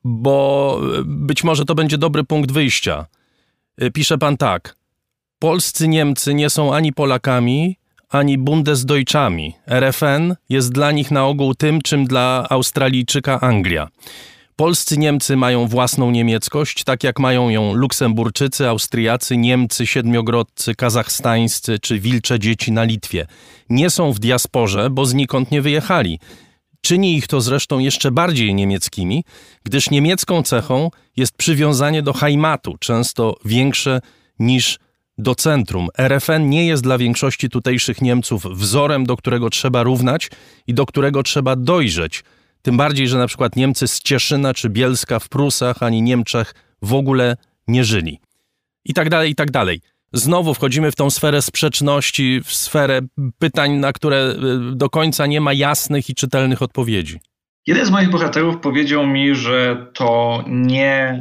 [SPEAKER 6] bo być może to będzie dobry punkt wyjścia. Pisze pan tak. Polscy Niemcy nie są ani Polakami, ani Bundesdeutschami. RFN jest dla nich na ogół tym, czym dla Australijczyka Anglia. Polscy Niemcy mają własną niemieckość, tak jak mają ją Luksemburczycy, Austriacy, Niemcy, Siedmiogrodcy, Kazachstańscy czy Wilcze Dzieci na Litwie. Nie są w diasporze, bo znikąd nie wyjechali. Czyni ich to zresztą jeszcze bardziej niemieckimi, gdyż niemiecką cechą jest przywiązanie do Heimatu, często większe niż do centrum. RFN nie jest dla większości tutejszych Niemców wzorem, do którego trzeba równać i do którego trzeba dojrzeć. Tym bardziej, że na przykład Niemcy z Cieszyna czy Bielska w Prusach ani Niemczech w ogóle nie żyli. I tak dalej, i tak dalej. Znowu wchodzimy w tą sferę sprzeczności, w sferę pytań, na które do końca nie ma jasnych i czytelnych odpowiedzi.
[SPEAKER 7] Jeden z moich bohaterów powiedział mi, że to nie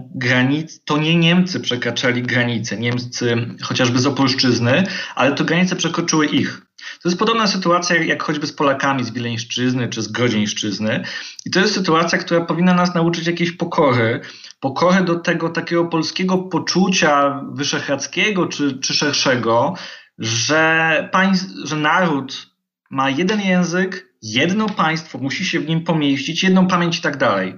[SPEAKER 7] Niemcy przekraczali granice, Niemcy chociażby z Opolszczyzny, ale to granice przekroczyły ich. To jest podobna sytuacja jak choćby z Polakami z Wileńszczyzny czy z Grodzieńszczyzny. I to jest sytuacja, która powinna nas nauczyć jakiejś pokory do tego takiego polskiego poczucia wyszehradzkiego czy szerszego, że naród ma jeden język, jedno państwo, musi się w nim pomieścić, jedną pamięć i tak dalej.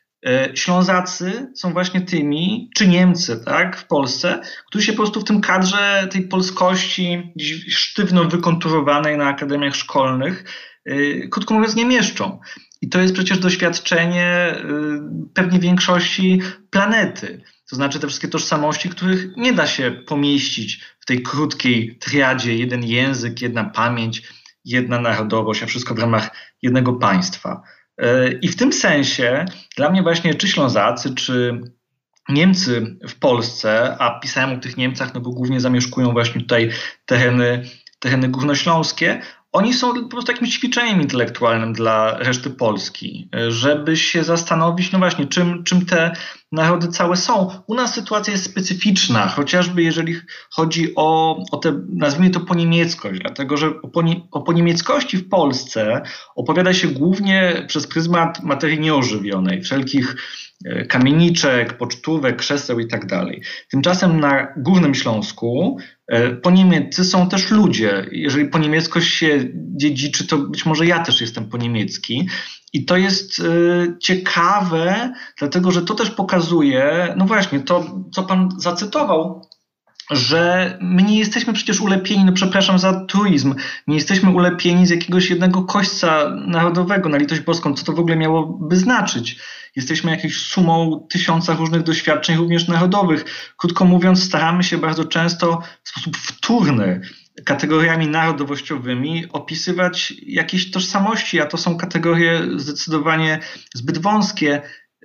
[SPEAKER 7] Ślązacy są właśnie tymi, czy Niemcy, tak, w Polsce, którzy się po prostu w tym kadrze tej polskości sztywno wykonturowanej na akademiach szkolnych, krótko mówiąc, nie mieszczą. I to jest przecież doświadczenie pewnie większości planety. To znaczy te wszystkie tożsamości, których nie da się pomieścić w tej krótkiej triadzie, jeden język, jedna pamięć, jedna narodowość, a wszystko w ramach jednego państwa. I w tym sensie dla mnie właśnie czy Ślązacy, czy Niemcy w Polsce, a pisałem o tych Niemcach, no bo głównie zamieszkują właśnie tutaj tereny górnośląskie, oni są po prostu jakimś ćwiczeniem intelektualnym dla reszty Polski, żeby się zastanowić, no właśnie, czym te narody całe są. U nas sytuacja jest specyficzna, chociażby jeżeli chodzi o tę, nazwijmy to, poniemieckość, dlatego że o poniemieckości w Polsce opowiada się głównie przez pryzmat materii nieożywionej, wszelkich kamieniczek, pocztówek, krzeseł i tak dalej. Tymczasem na Górnym Śląsku poniemieccy są też ludzie. Jeżeli poniemieckość się dziedziczy, to być może ja też jestem poniemiecki. I to jest ciekawe, dlatego że to też pokazuje, no właśnie, to co pan zacytował, że my nie jesteśmy przecież ulepieni, no przepraszam za truizm, nie jesteśmy ulepieni z jakiegoś jednego kośćca narodowego, na litość boską, co to w ogóle miałoby znaczyć. Jesteśmy jakąś sumą tysiąca różnych doświadczeń, również narodowych. Krótko mówiąc, staramy się bardzo często w sposób wtórny kategoriami narodowościowymi opisywać jakieś tożsamości, a to są kategorie zdecydowanie zbyt wąskie.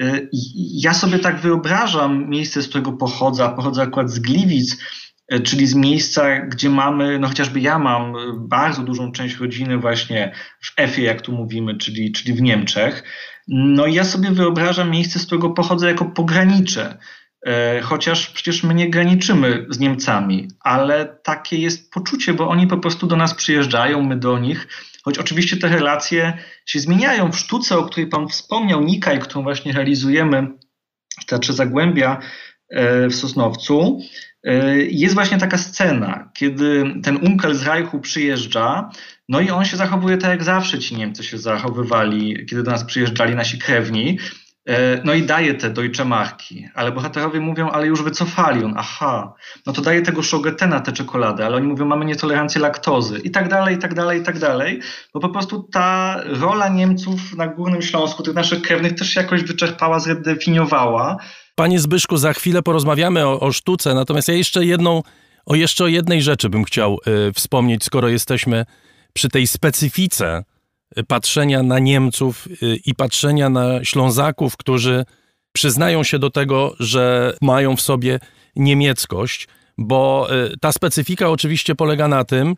[SPEAKER 7] Ja sobie tak wyobrażam miejsce, z którego pochodzę akurat z Gliwic, czyli z miejsca, gdzie mamy, no chociażby ja mam bardzo dużą część rodziny właśnie w Efie, jak tu mówimy, czyli w Niemczech. No i ja sobie wyobrażam miejsce, z którego pochodzę, jako pogranicze. Chociaż przecież my nie graniczymy z Niemcami, ale takie jest poczucie, bo oni po prostu do nas przyjeżdżają, my do nich. Choć oczywiście te relacje się zmieniają. W sztuce, o której pan wspomniał, Nikaj, którą właśnie realizujemy w Teatrze Zagłębia w Sosnowcu, jest właśnie taka scena, kiedy ten Unkel z Reichu przyjeżdża, no i on się zachowuje tak jak zawsze ci Niemcy się zachowywali, kiedy do nas przyjeżdżali nasi krewni. No i daje te Deutsche Marki, ale bohaterowie mówią, ale już wycofali. On, aha, no to daje tego Schogetena, tę czekoladę, ale oni mówią, mamy nietolerancję laktozy i tak dalej, i tak dalej, i tak dalej, bo po prostu ta rola Niemców na Górnym Śląsku, tych naszych krewnych też się jakoś wyczerpała, zredefiniowała.
[SPEAKER 6] Panie Zbyszku, za chwilę porozmawiamy o sztuce, natomiast ja jeszcze o jednej rzeczy bym chciał wspomnieć, skoro jesteśmy przy tej specyfice patrzenia na Niemców i patrzenia na Ślązaków, którzy przyznają się do tego, że mają w sobie niemieckość, bo ta specyfika oczywiście polega na tym,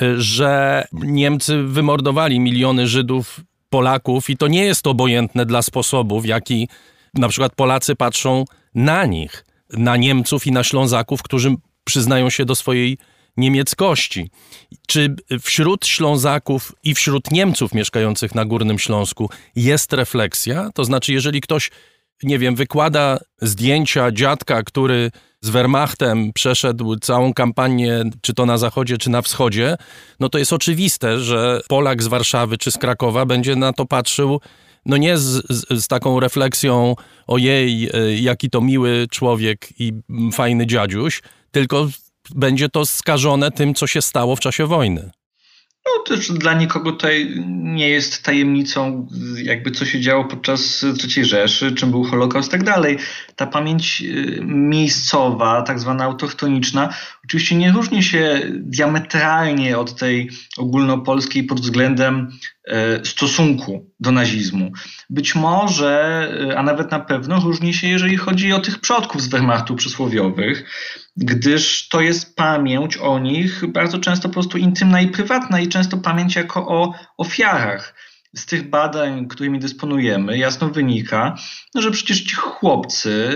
[SPEAKER 6] że Niemcy wymordowali miliony Żydów, Polaków i to nie jest obojętne dla sposobu, w jaki na przykład Polacy patrzą na nich, na Niemców i na Ślązaków, którzy przyznają się do swojej niemieckości. Czy wśród Ślązaków i wśród Niemców mieszkających na Górnym Śląsku jest refleksja? To znaczy, jeżeli ktoś, nie wiem, wykłada zdjęcia dziadka, który z Wehrmachtem przeszedł całą kampanię, czy to na zachodzie, czy na wschodzie, no to jest oczywiste, że Polak z Warszawy czy z Krakowa będzie na to patrzył no nie z taką refleksją ojej, jaki to miły człowiek i fajny dziadziuś, tylko będzie to skażone tym, co się stało w czasie wojny.
[SPEAKER 7] No też dla nikogo tutaj nie jest tajemnicą, jakby co się działo podczas III Rzeszy, czym był Holokaust i tak dalej. Ta pamięć miejscowa, tak zwana autochtoniczna, oczywiście nie różni się diametralnie od tej ogólnopolskiej pod względem stosunku do nazizmu. Być może, a nawet na pewno różni się, jeżeli chodzi o tych przodków z Wehrmachtu przysłowiowych, gdyż to jest pamięć o nich bardzo często po prostu intymna i prywatna i często pamięć jako o ofiarach. Z tych badań, którymi dysponujemy, jasno wynika, że przecież ci chłopcy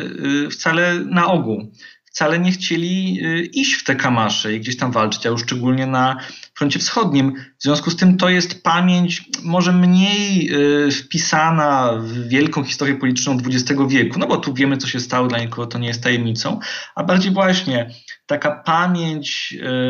[SPEAKER 7] na ogół wcale nie chcieli iść w te kamasze i gdzieś tam walczyć, a już szczególnie na froncie wschodnim. W związku z tym to jest pamięć może mniej wpisana w wielką historię polityczną XX wieku, no bo tu wiemy, co się stało, dla nikogo to nie jest tajemnicą, a bardziej właśnie taka pamięć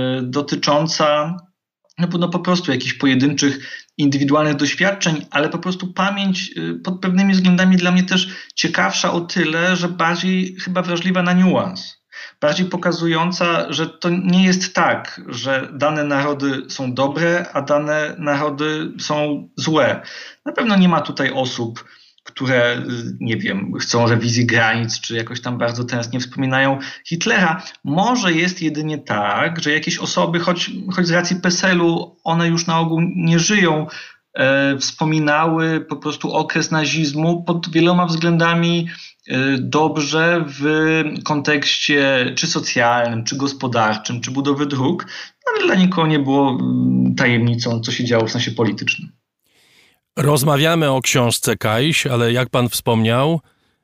[SPEAKER 7] dotycząca no po prostu jakichś pojedynczych, indywidualnych doświadczeń, ale po prostu pamięć pod pewnymi względami dla mnie też ciekawsza o tyle, że bardziej chyba wrażliwa na niuans. Bardziej pokazująca, że to nie jest tak, że dane narody są dobre, a dane narody są złe. Na pewno nie ma tutaj osób, które, nie wiem, chcą rewizji granic, czy jakoś tam bardzo tęsknie wspominają Hitlera. Może jest jedynie tak, że jakieś osoby, choć z racji PESEL-u one już na ogół nie żyją, wspominały po prostu okres nazizmu pod wieloma względami dobrze w kontekście czy socjalnym, czy gospodarczym, czy budowy dróg, ale dla nikogo nie było tajemnicą, co się działo w sensie politycznym.
[SPEAKER 6] Rozmawiamy o książce Kajś, ale jak pan wspomniał,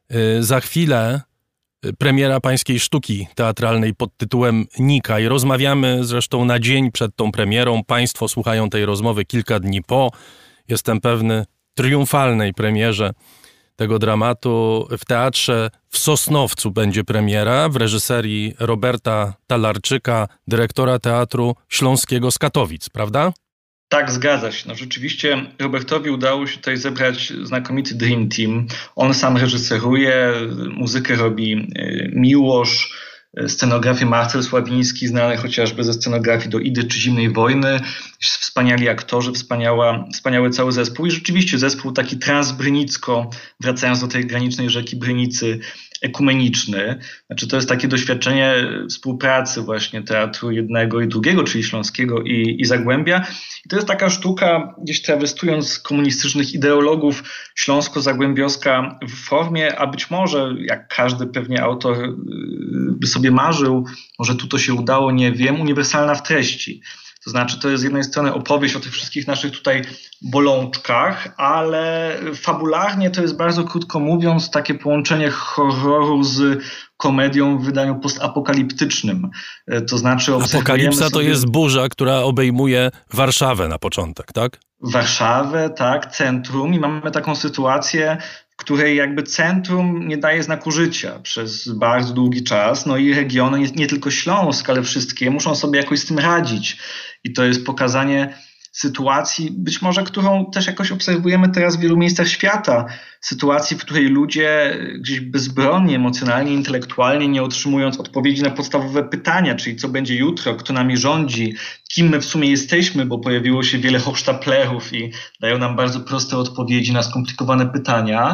[SPEAKER 6] za chwilę premiera pańskiej sztuki teatralnej pod tytułem Nikaj. Rozmawiamy zresztą na dzień przed tą premierą. Państwo słuchają tej rozmowy kilka dni po, jestem pewny, triumfalnej premierze tego dramatu. W teatrze w Sosnowcu będzie premiera w reżyserii Roberta Talarczyka, dyrektora Teatru Śląskiego z Katowic, prawda?
[SPEAKER 7] Tak, zgadza się. No, rzeczywiście Robertowi udało się tutaj zebrać znakomity Dream Team. On sam reżyseruje, muzykę robi Miłosz, scenografię Marcel Sławiński, znany chociażby ze scenografii do Idy czy Zimnej Wojny. Wspaniali aktorzy, wspaniały cały zespół. I rzeczywiście zespół taki transbrynicko, wracając do tej granicznej rzeki Brynicy, ekumeniczny. Znaczy to jest takie doświadczenie współpracy właśnie teatru jednego i drugiego, czyli Śląskiego i Zagłębia. I to jest taka sztuka, gdzieś trawestując komunistycznych ideologów, śląsko-zagłębiowska w formie, a być może, jak każdy pewnie autor by sobie marzył, może tu to się udało, nie wiem, uniwersalna w treści. To znaczy, to jest z jednej strony opowieść o tych wszystkich naszych tutaj bolączkach, ale fabularnie to jest bardzo krótko mówiąc takie połączenie horroru z komedią w wydaniu postapokaliptycznym. To znaczy
[SPEAKER 6] Apokalipsa to jest burza, która obejmuje Warszawę na początek, tak?
[SPEAKER 7] Warszawę, tak, centrum i mamy taką sytuację, w której jakby centrum nie daje znaku życia przez bardzo długi czas, no i regiony, nie tylko Śląsk, ale wszystkie muszą sobie jakoś z tym radzić. I to jest pokazanie sytuacji, być może którą też jakoś obserwujemy teraz w wielu miejscach świata. Sytuacji, w której ludzie gdzieś bezbronnie, emocjonalnie, intelektualnie, nie otrzymując odpowiedzi na podstawowe pytania, czyli co będzie jutro, kto nami rządzi, kim my w sumie jesteśmy, bo pojawiło się wiele hochsztaplerów i dają nam bardzo proste odpowiedzi na skomplikowane pytania.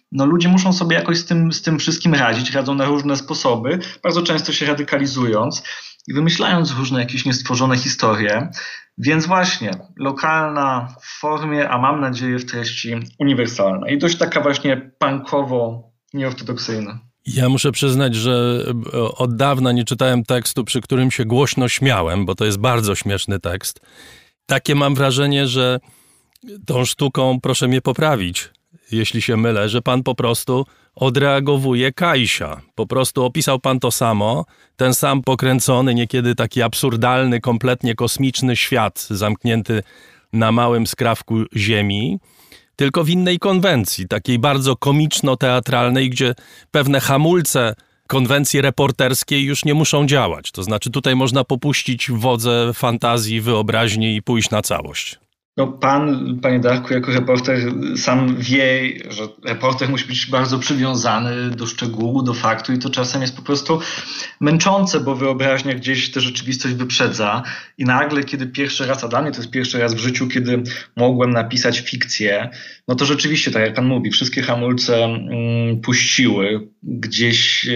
[SPEAKER 7] no ludzie muszą sobie jakoś z tym wszystkim radzić, radzą na różne sposoby, bardzo często się radykalizując i wymyślając różne jakieś niestworzone historie. Więc właśnie lokalna w formie, a mam nadzieję w treści uniwersalna i dość taka właśnie punkowo nieortodoksyjna.
[SPEAKER 6] Ja muszę przyznać, że od dawna nie czytałem tekstu, przy którym się głośno śmiałem, bo to jest bardzo śmieszny tekst. Takie mam wrażenie, że tą sztuką, proszę mnie poprawić, jeśli się mylę, że pan po prostu odreagowuje Kajsia. Po prostu opisał pan to samo, ten sam pokręcony, niekiedy taki absurdalny, kompletnie kosmiczny świat zamknięty na małym skrawku ziemi, tylko w innej konwencji, takiej bardzo komiczno-teatralnej, gdzie pewne hamulce konwencji reporterskiej już nie muszą działać. To znaczy tutaj można popuścić wodze fantazji, wyobraźni i pójść na całość.
[SPEAKER 7] No pan, panie Darku, jako reporter sam wie, że reporter musi być bardzo przywiązany do szczegółu, do faktu i to czasem jest po prostu męczące, bo wyobraźnia gdzieś tę rzeczywistość wyprzedza i nagle, kiedy pierwszy raz, a dla mnie to jest pierwszy raz w życiu, kiedy mogłem napisać fikcję, no to rzeczywiście, tak jak pan mówi, wszystkie hamulce puściły. Gdzieś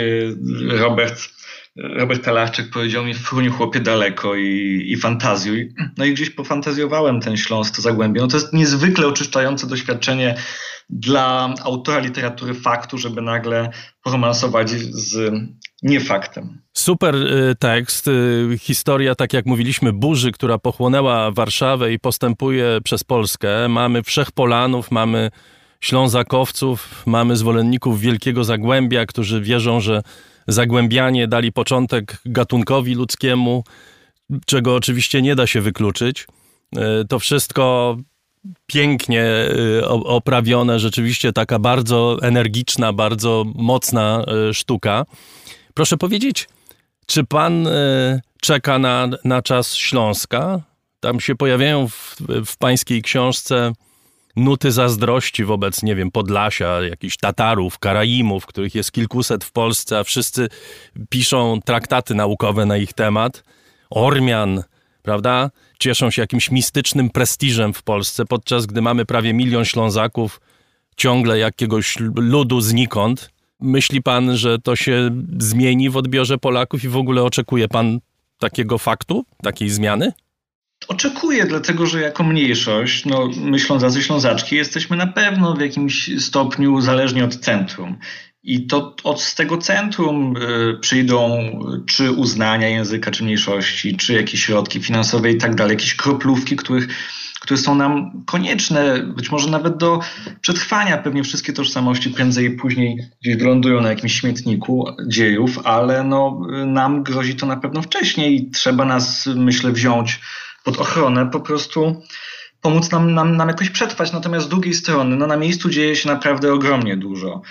[SPEAKER 7] Robert Talarczyk powiedział mi: fruniu chłopie daleko i fantazjuj. No i gdzieś pofantazjowałem ten Śląsk, to Zagłębie. No to jest niezwykle oczyszczające doświadczenie dla autora literatury faktu, żeby nagle poromansować z niefaktem.
[SPEAKER 6] Super tekst. Historia, tak jak mówiliśmy, burzy, która pochłonęła Warszawę i postępuje przez Polskę. Mamy Wszechpolanów, mamy Ślązakowców, mamy zwolenników Wielkiego Zagłębia, którzy wierzą, że Zagłębianie dali początek gatunkowi ludzkiemu, czego oczywiście nie da się wykluczyć. To wszystko pięknie oprawione, rzeczywiście taka bardzo energiczna, bardzo mocna sztuka. Proszę powiedzieć, czy pan czeka na czas Śląska? Tam się pojawiają w pańskiej książce nuty zazdrości wobec, nie wiem, Podlasia, jakichś Tatarów, Karaimów, których jest kilkuset w Polsce, a wszyscy piszą traktaty naukowe na ich temat. Ormian, prawda? Cieszą się jakimś mistycznym prestiżem w Polsce, podczas gdy mamy prawie 1 milion Ślązaków, ciągle jakiegoś ludu znikąd. Myśli pan, że to się zmieni w odbiorze Polaków i w ogóle oczekuje pan takiego faktu, takiej zmiany?
[SPEAKER 7] Oczekuję, dlatego że jako mniejszość, no my Ślązacy, Ślązaczki, jesteśmy na pewno w jakimś stopniu zależni od centrum. I to z tego centrum przyjdą czy uznania języka, czy mniejszości, czy jakieś środki finansowe i tak dalej, jakieś kroplówki, które są nam konieczne, być może nawet do przetrwania. Pewnie wszystkie tożsamości prędzej i później gdzieś wylądują na jakimś śmietniku dziejów, ale no, nam grozi to na pewno wcześniej i trzeba nas, myślę, wziąć pod ochronę, po prostu pomóc nam jakoś przetrwać. Natomiast z drugiej strony, no na miejscu dzieje się naprawdę ogromnie dużo.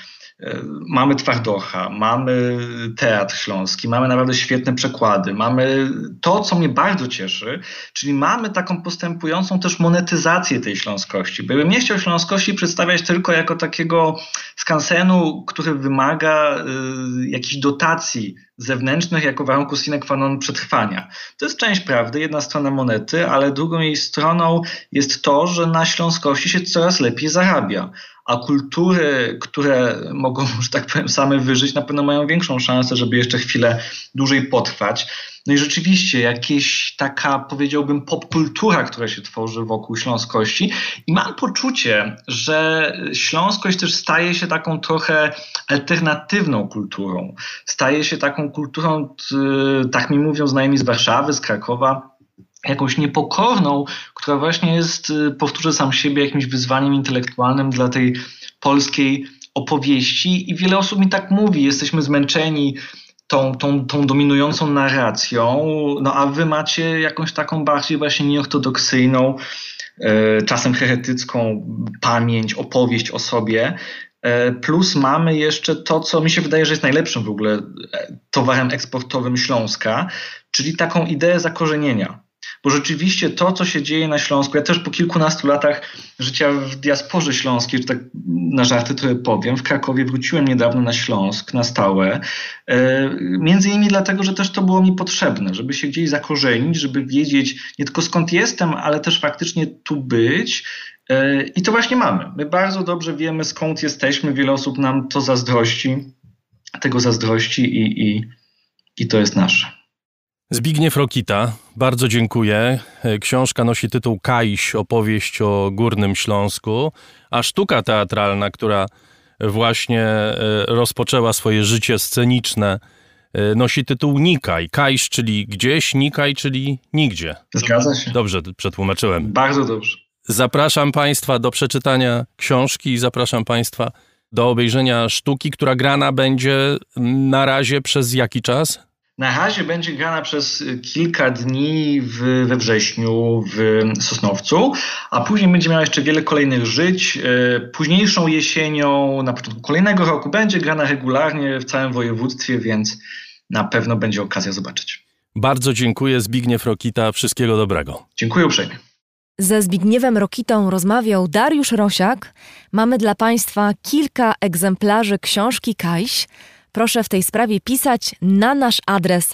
[SPEAKER 7] Mamy Twardocha, mamy Teatr Śląski, mamy naprawdę świetne przekłady, mamy to, co mnie bardzo cieszy, czyli mamy taką postępującą też monetyzację tej śląskości. Bo ja bym nie chciał śląskości przedstawiać tylko jako takiego skansenu, który wymaga jakichś dotacji zewnętrznych jako warunku sine qua non przetrwania. To jest część prawdy, jedna strona monety, ale drugą jej stroną jest to, że na śląskości się coraz lepiej zarabia. A kultury, które mogą, że tak powiem, same wyżyć, na pewno mają większą szansę, żeby jeszcze chwilę dłużej potrwać. No i rzeczywiście jakieś taka, powiedziałbym, popkultura, która się tworzy wokół śląskości. I mam poczucie, że śląskość też staje się taką trochę alternatywną kulturą. Staje się taką kulturą, tak mi mówią znajomi z Warszawy, z Krakowa, jakąś niepokorną, która właśnie jest, powtórzę sam siebie, jakimś wyzwaniem intelektualnym dla tej polskiej opowieści. I wiele osób mi tak mówi, jesteśmy zmęczeni tą dominującą narracją, no a wy macie jakąś taką bardziej właśnie nieortodoksyjną, czasem heretycką pamięć, opowieść o sobie. Plus mamy jeszcze to, co mi się wydaje, że jest najlepszym w ogóle towarem eksportowym Śląska, czyli taką ideę zakorzenienia. Bo rzeczywiście to, co się dzieje na Śląsku, ja też po kilkunastu latach życia w diasporze śląskiej, czy tak na żarty trochę powiem, w Krakowie wróciłem niedawno na Śląsk, na stałe. Między innymi dlatego, że też to było mi potrzebne, żeby się gdzieś zakorzenić, żeby wiedzieć nie tylko skąd jestem, ale też faktycznie tu być. I to właśnie mamy. My bardzo dobrze wiemy, skąd jesteśmy. Wiele osób nam to zazdrości, i to jest nasze.
[SPEAKER 6] Zbigniew Rokita, bardzo dziękuję. Książka nosi tytuł Kaiś, opowieść o Górnym Śląsku, a sztuka teatralna, która właśnie rozpoczęła swoje życie sceniczne, nosi tytuł Nikaj. Kaiś, czyli gdzieś, Nikaj, czyli nigdzie.
[SPEAKER 7] Zgadza się.
[SPEAKER 6] Dobrze przetłumaczyłem.
[SPEAKER 7] Bardzo dobrze.
[SPEAKER 6] Zapraszam Państwa do przeczytania książki i zapraszam Państwa do obejrzenia sztuki, która grana będzie na razie przez jaki czas?
[SPEAKER 7] Na razie będzie grana przez kilka dni we wrześniu w Sosnowcu, a później będzie miała jeszcze wiele kolejnych żyć. Późniejszą jesienią, na początku kolejnego roku będzie grana regularnie w całym województwie, więc na pewno będzie okazja zobaczyć.
[SPEAKER 6] Bardzo dziękuję. Zbigniew Rokita. Wszystkiego dobrego.
[SPEAKER 7] Dziękuję uprzejmie.
[SPEAKER 1] Ze Zbigniewem Rokitą rozmawiał Dariusz Rosiak. Mamy dla Państwa kilka egzemplarzy książki Kaiś. Proszę w tej sprawie pisać na nasz adres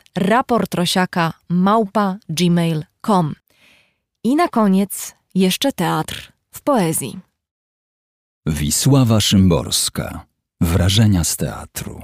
[SPEAKER 1] raportrosiaka@gmail.com. I na koniec jeszcze teatr w poezji.
[SPEAKER 5] Wisława Szymborska. Wrażenia z teatru.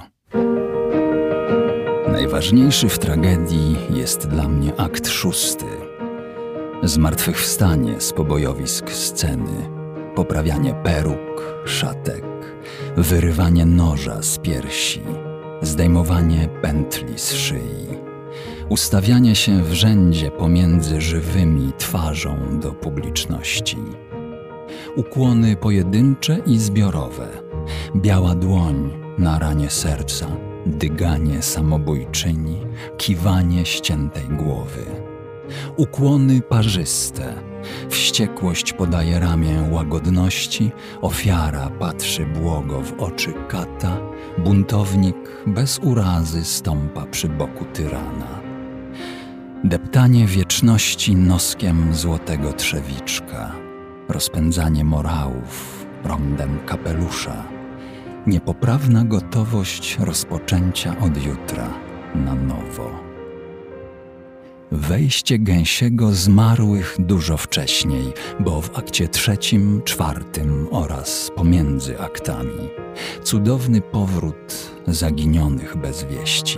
[SPEAKER 5] Najważniejszy w tragedii jest dla mnie akt 6. Zmartwychwstanie z pobojowisk sceny, poprawianie peruk, szatek, wyrywanie noża z piersi, zdejmowanie pętli z szyi, ustawianie się w rzędzie pomiędzy żywymi twarzą do publiczności. Ukłony pojedyncze i zbiorowe, biała dłoń na ranie serca, dyganie samobójczyni, kiwanie ściętej głowy. Ukłony parzyste, wściekłość podaje ramię łagodności, ofiara patrzy błogo w oczy kata, buntownik bez urazy stąpa przy boku tyrana. Deptanie wieczności noskiem złotego trzewiczka, rozpędzanie morałów rondem kapelusza, niepoprawna gotowość rozpoczęcia od jutra na nowo. Wejście Gęsiego zmarłych dużo wcześniej, bo w akcie 3, 4 oraz pomiędzy aktami. Cudowny powrót zaginionych bez wieści.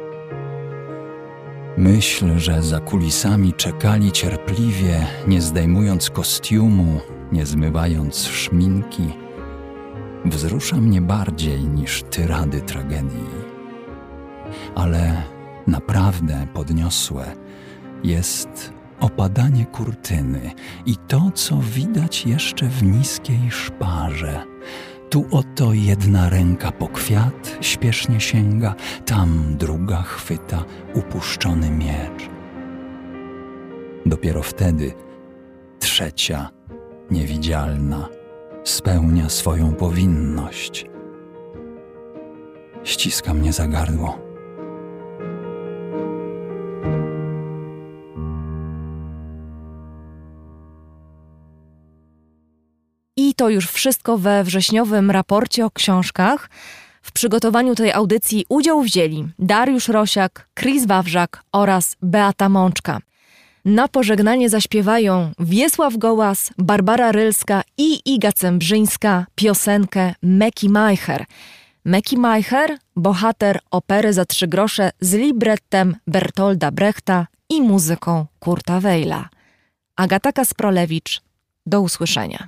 [SPEAKER 5] Myśl, że za kulisami czekali cierpliwie, nie zdejmując kostiumu, nie zmywając szminki, wzrusza mnie bardziej niż tyrady tragedii. Ale naprawdę podniosłe jest opadanie kurtyny i to, co widać jeszcze w niskiej szparze. Tu oto jedna ręka po kwiat śpiesznie sięga, tam druga chwyta upuszczony miecz. Dopiero wtedy 3, niewidzialna, spełnia swoją powinność. Ściska mnie za gardło.
[SPEAKER 1] I to już wszystko we wrześniowym raporcie o książkach. W przygotowaniu tej audycji udział wzięli Dariusz Rosiak, Chris Wawrzak oraz Beata Mączka. Na pożegnanie zaśpiewają Wiesław Gołas, Barbara Rylska i Iga Cembrzyńska piosenkę Meki Majcher. Meki Majcher, bohater opery za 3 grosze z librettem Bertolda Brechta i muzyką Kurta Weila. Agata Kasprolewicz, do usłyszenia.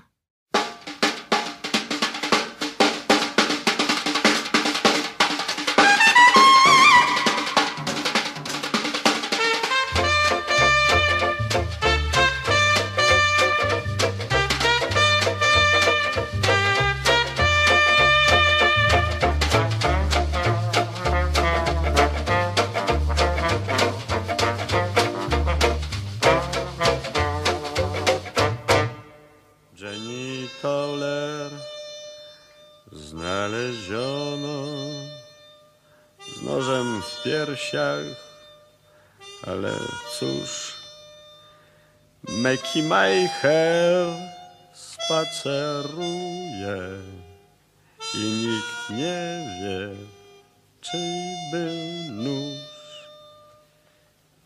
[SPEAKER 8] Znaleziono z nożem w piersiach, ale cóż, Meki Majcher spaceruje i nikt nie wie, czyj był nóż.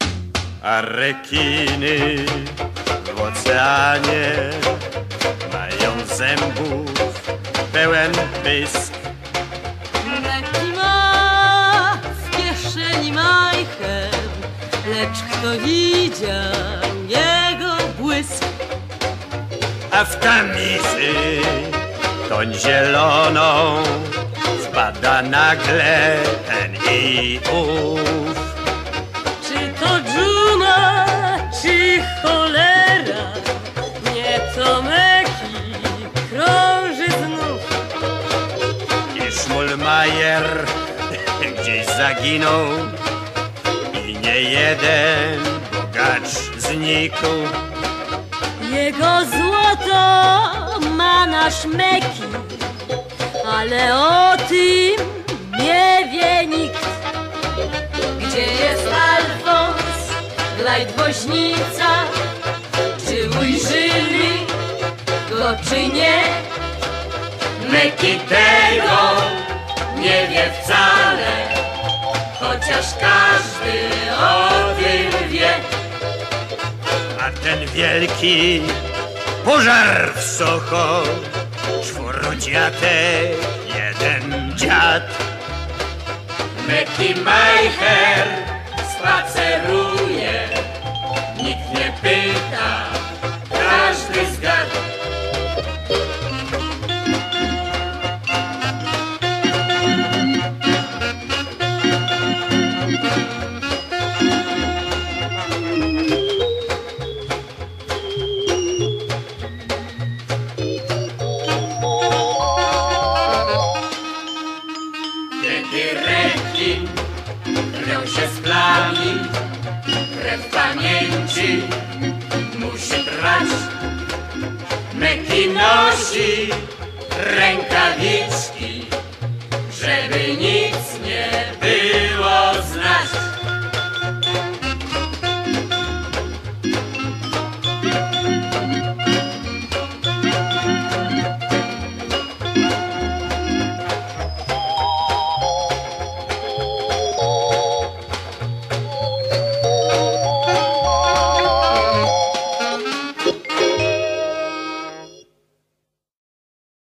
[SPEAKER 8] A rekiny w oceanie mają zębów pełen pysk.
[SPEAKER 9] Meki ma w kieszeni majcher, lecz kto widział jego błysk?
[SPEAKER 8] A w tamizy toń zieloną wpada nagle ten i ów.
[SPEAKER 9] Czy to dżuma, czy cholera? Nie to Meki krąży znów.
[SPEAKER 8] I Szmulmajer gdzieś zaginął i nie jeden bogacz znikł.
[SPEAKER 9] Jego złoto ma nasz Meki, ale o tym nie wie nikt. Gdzie jest Alfons, Glajd-Woźnica? Czy ujrzyli go, czy nie?
[SPEAKER 10] Meki tego nie wie wcale, chociaż każdy o tym wie.
[SPEAKER 8] A ten wielki pożar w Soho, 4 dziatek, 1 dziad.
[SPEAKER 10] Meki Majcher spaceruje, nikt nie pyta, każdy zgadza. Krew pamięci musi trwać. Meki nosi rękawiczki, żeby nic nie było znać.